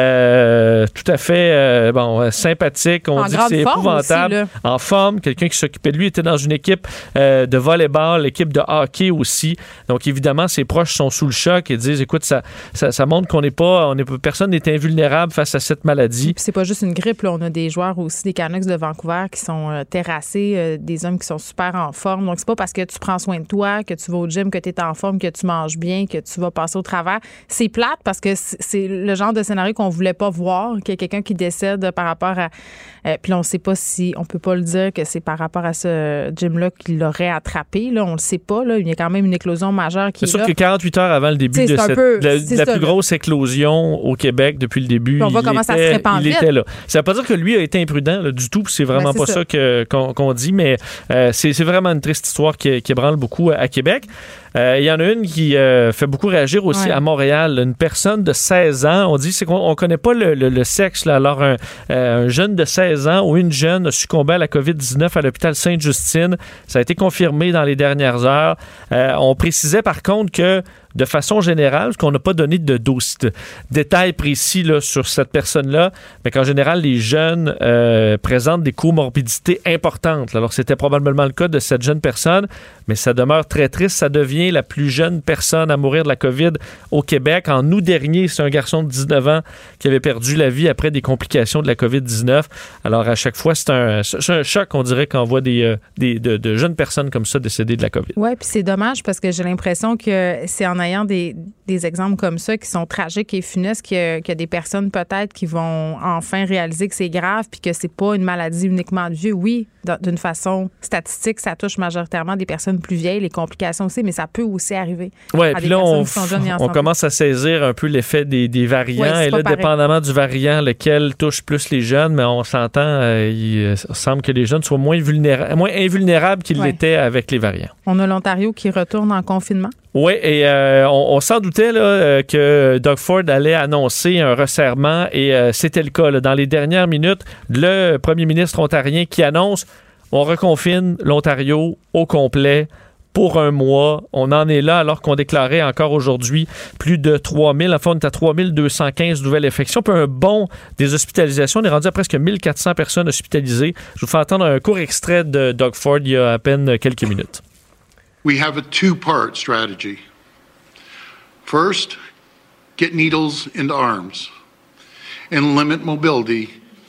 euh, tout à fait euh, bon, sympathique. On en dit que c'est épouvantable. Aussi, en forme. Quelqu'un qui s'occupait de lui était dans une équipe euh, de volleyball, l'équipe de hockey aussi. Donc, évidemment, ses proches sont sous le choc et disent, écoute, ça, ça, ça montre qu'on n'est pas, on est, personne n'est invulnérable face à cette maladie. Puis c'est pas juste une grippe, là. On a des joueurs aussi, des Canucks de Vancouver qui sont euh, terrassés, euh, des hommes qui sont super en forme. Donc c'est pas parce que tu prends soin de toi, que tu vas au gym, que tu es en forme, que tu manges bien, que tu vas passer au travers. C'est plate parce que c'est le genre de scénario qu'on voulait pas voir, qu'il y a quelqu'un qui décède par rapport à... Euh, puis là, on sait pas si, on peut pas le dire que c'est par rapport à ce gym-là qu'il l'aurait attrapé. Là, on le sait pas. Là. Il y a quand même une éclosion majeure qui est, est sûr là. que quarante-huit heures avant le début de de, c'est un cette, peu- de la, c'est de la ça, plus là. grosse éclosion au Québec depuis le début. Puis on voit Il comment ça était- se répand Il vite. était là. Ça veut pas dire que lui a été imprudent là, du tout, puis c'est vraiment Ben, c'est pas ça. ça, que, qu'on, qu'on dit, mais euh, c'est, c'est vraiment une triste histoire qui, qui ébranle beaucoup à, à Québec. Euh, Il y en a une qui euh, fait beaucoup réagir aussi Ouais. à Montréal. Une personne de seize ans, on dit c'est qu'on on connaît pas le, le, le sexe. Là. Alors, un, euh, un jeune de seize ans ou une jeune a succombé à la covid dix-neuf à l'hôpital Sainte-Justine. Ça a été confirmé dans les dernières heures. Euh, on précisait par contre que de façon générale, parce qu'on n'a pas donné de, dossier, de détails précis là, sur cette personne-là, mais qu'en général, les jeunes euh, présentent des comorbidités importantes. Alors, c'était probablement le cas de cette jeune personne, mais ça demeure très triste. Ça devient la plus jeune personne à mourir de la COVID au Québec. En août dernier, c'est un garçon de dix-neuf ans qui avait perdu la vie après des complications de la covid dix-neuf. Alors, à chaque fois, c'est un, c'est un choc, on dirait, quand on voit des, euh, des, de, de jeunes personnes comme ça décéder de la COVID. Oui, puis c'est dommage parce que j'ai l'impression que c'est en ayant des, des exemples comme ça qui sont tragiques et funestes qu'il y a, qu'il y a des personnes peut-être qui vont enfin réaliser que c'est grave puis que c'est pas une maladie uniquement de vieux. Oui, d- d'une façon statistique, ça touche majoritairement des personnes plus vieilles, les complications aussi, mais ça peut aussi arriver Oui, à puis des là, personnes on, qui sont jeunes et en on santé. commence à saisir un peu l'effet des, des variants. Ouais, c'est et pas là, pareil. dépendamment du variant, lequel touche plus les jeunes, mais on s'entend, euh, il euh, semble que les jeunes soient moins, vulnéra- moins invulnérables qu'ils Ouais. l'étaient avec les variants. On a l'Ontario qui retourne en confinement. Oui, et euh, on, on s'en doutait là, euh, que Doug Ford allait annoncer un resserrement et euh, c'était le cas. Là. Dans les dernières minutes, le premier ministre ontarien qui annonce on reconfine l'Ontario au complet pour un mois. On en est là alors qu'on déclarait encore aujourd'hui plus de trois mille. Enfin, on est à trois mille deux cent quinze nouvelles infections. Puis un bond des hospitalisations. On est rendu à presque mille quatre cents personnes hospitalisées. Je vous fais entendre un court extrait de Doug Ford il y a à peine quelques minutes. We have a two-part strategy. First, get needles into arms and limit mobility,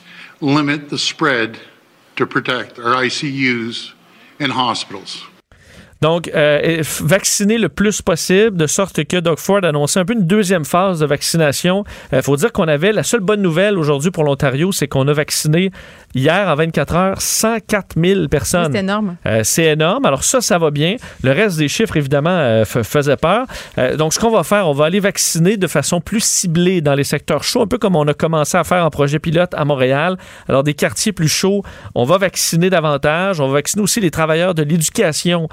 limit the spread to protect our I C Us and hospitals. Donc, euh, vacciner le plus possible, de sorte que Doug Ford a annoncé un peu une deuxième phase de vaccination. Il euh, faut dire qu'on avait, la seule bonne nouvelle aujourd'hui pour l'Ontario, c'est qu'on a vacciné hier, en vingt-quatre heures, cent quatre mille personnes. C'est énorme. Euh, c'est énorme. Alors ça, ça va bien. Le reste des chiffres, évidemment, euh, f- faisait peur. Euh, donc, ce qu'on va faire, on va aller vacciner de façon plus ciblée dans les secteurs chauds, un peu comme on a commencé à faire en projet pilote à Montréal. Alors, des quartiers plus chauds, on va vacciner davantage. On va vacciner aussi les travailleurs de l'éducation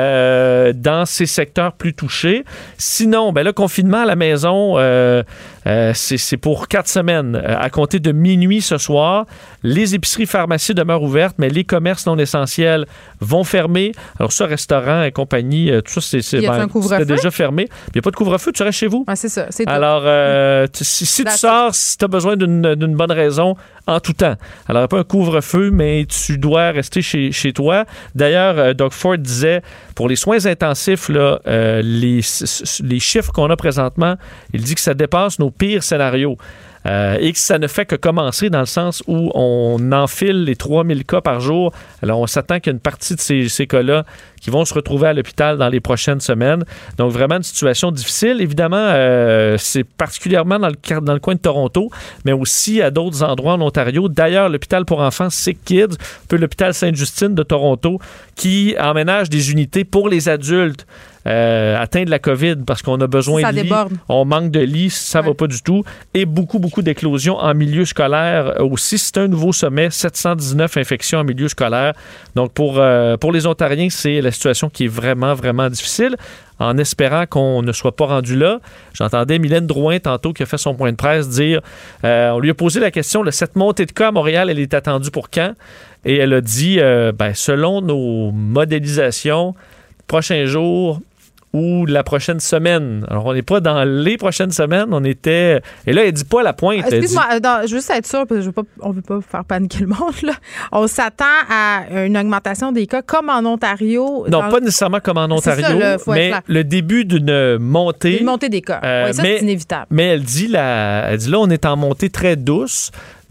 euh, dans ces secteurs plus touchés. Sinon, ben, le confinement à la maison, euh, euh, c'est, c'est pour quatre semaines. Euh, à compter de minuit ce soir, les épiceries, pharmacies demeurent ouvertes, mais les commerces non essentiels vont fermer. Alors ça, restaurants et compagnie, euh, tout ça, c'est, c'est, Y a-t-il ben, un couvre-feu? c'était déjà fermé. Il n'y a pas de couvre-feu, tu restes chez vous. Ah, c'est ça. C'est tout. Alors, euh, tu- si, si tu That's sors, si tu as besoin d'une, d'une bonne raison, en tout temps. Alors, il n'y a pas un couvre-feu, mais tu dois rester chez, chez toi. D'ailleurs, euh, Doug Ford disait, pour les soins intensifs, là, euh, les, les chiffres qu'on a présentement, il dit que ça dépasse nos pires scénarios. Euh, et que ça ne fait que commencer dans le sens où on enfile les trois mille cas par jour. Alors, on s'attend qu'il y a une partie de ces, ces cas-là qui vont se retrouver à l'hôpital dans les prochaines semaines. Donc, vraiment une situation difficile. Évidemment, euh, c'est particulièrement dans le, dans le coin de Toronto, mais aussi à d'autres endroits en Ontario. D'ailleurs, l'hôpital pour enfants Sick Kids, un peu l'hôpital Sainte-Justine de Toronto, qui emménage des unités pour les adultes Euh, atteints de la COVID parce qu'on a besoin Ça de lits. déborde. On manque de lits, ça va pas du tout. Et beaucoup, beaucoup d'éclosions en milieu scolaire aussi. C'est un nouveau sommet, sept cent dix-neuf infections en milieu scolaire. Donc, pour, euh, pour les Ontariens, c'est la situation qui est vraiment, vraiment difficile. En espérant qu'on ne soit pas rendu là. J'entendais Mylène Drouin tantôt qui a fait son point de presse dire, euh, on lui a posé la question, là, cette montée de cas à Montréal, elle est attendue pour quand? Et elle a dit, euh, ben, selon nos modélisations, prochains jours ou la prochaine semaine. Alors, on n'est pas dans les prochaines semaines, on était... Et là, elle dit pas la pointe. elle dit- Excuse-moi, euh, non, je veux juste être sûre, parce que je veux pas, on ne veut pas faire paniquer le monde. Là. On s'attend à une augmentation des cas comme en Ontario. Non, dans- pas nécessairement comme en C'est ça, Ontario, là, faut être mais clair. le début d'une montée... Une montée des cas. Euh, oui, ça, mais, c'est inévitable. Mais elle dit, la, elle dit là, on est en montée très douce,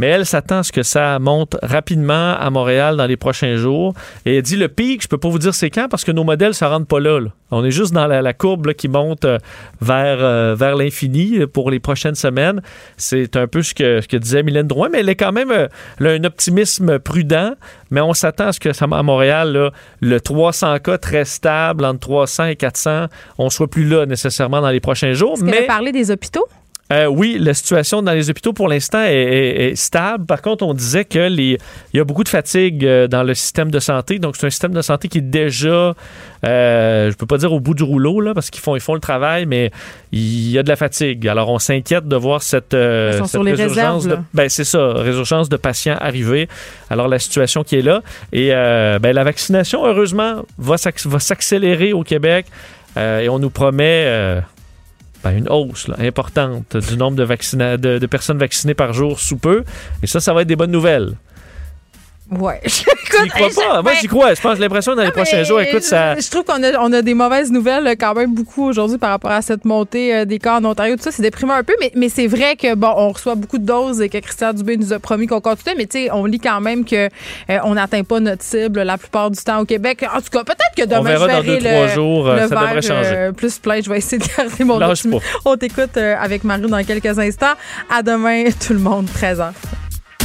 mais elle s'attend à ce que ça monte rapidement à Montréal dans les prochains jours. Et elle dit le pic, je peux pas vous dire c'est quand parce que nos modèles ne se rendent pas là, là. On est juste dans la, la courbe là, qui monte euh, vers, euh, vers l'infini pour les prochaines semaines. C'est un peu ce que, ce que disait Mylène Drouin, mais elle est quand même euh, là, un optimisme prudent. Mais on s'attend à ce que ça, à Montréal, là, le trois cents cas très stable, entre trois cents et quatre cents, on ne soit plus là nécessairement dans les prochains jours. Est-ce mais qu'elle a parlé des hôpitaux? Euh, oui, la situation dans les hôpitaux pour l'instant est, est, est stable. Par contre, on disait que les, il y a beaucoup de fatigue dans le système de santé. Donc, c'est un système de santé qui est déjà, euh, je peux pas dire au bout du rouleau, là, parce qu'ils font, ils font le travail, mais il y a de la fatigue. Alors, on s'inquiète de voir cette, euh, Ils sont cette sur les résurgence. réserves, De, ben, c'est ça, résurgence de patients arrivés. Alors, la situation qui est là. Et euh, ben, la vaccination, heureusement, va, va s'accélérer au Québec. Euh, et on nous promet... Euh, Ben, une hausse là, importante du nombre de, vaccina- de, de personnes vaccinées par jour sous peu. Et ça, ça va être des bonnes nouvelles. Ouais. Tu y crois pas? Moi, j'y crois. Je pense l'impression dans les prochains jours, écoute, ça... Je trouve qu'on a, on a des mauvaises nouvelles quand même beaucoup aujourd'hui par rapport à cette montée euh, des cas en Ontario. Tout ça, c'est déprimant un peu, mais, mais c'est vrai que, bon, on reçoit beaucoup de doses et que Christian Dubé nous a promis qu'on continuait, mais tu sais, on lit quand même qu'on euh, n'atteint pas notre cible la plupart du temps au Québec. En tout cas, peut-être que demain, je verrai dans deux, trois le, jours, le ça verre devrait changer. Euh, plus plein. Je vais essayer de garder mon Lâche optimisme. pas. On t'écoute euh, avec Mario dans quelques instants. À demain, tout le monde, treize heures.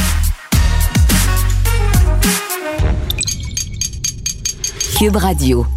Cube Radio.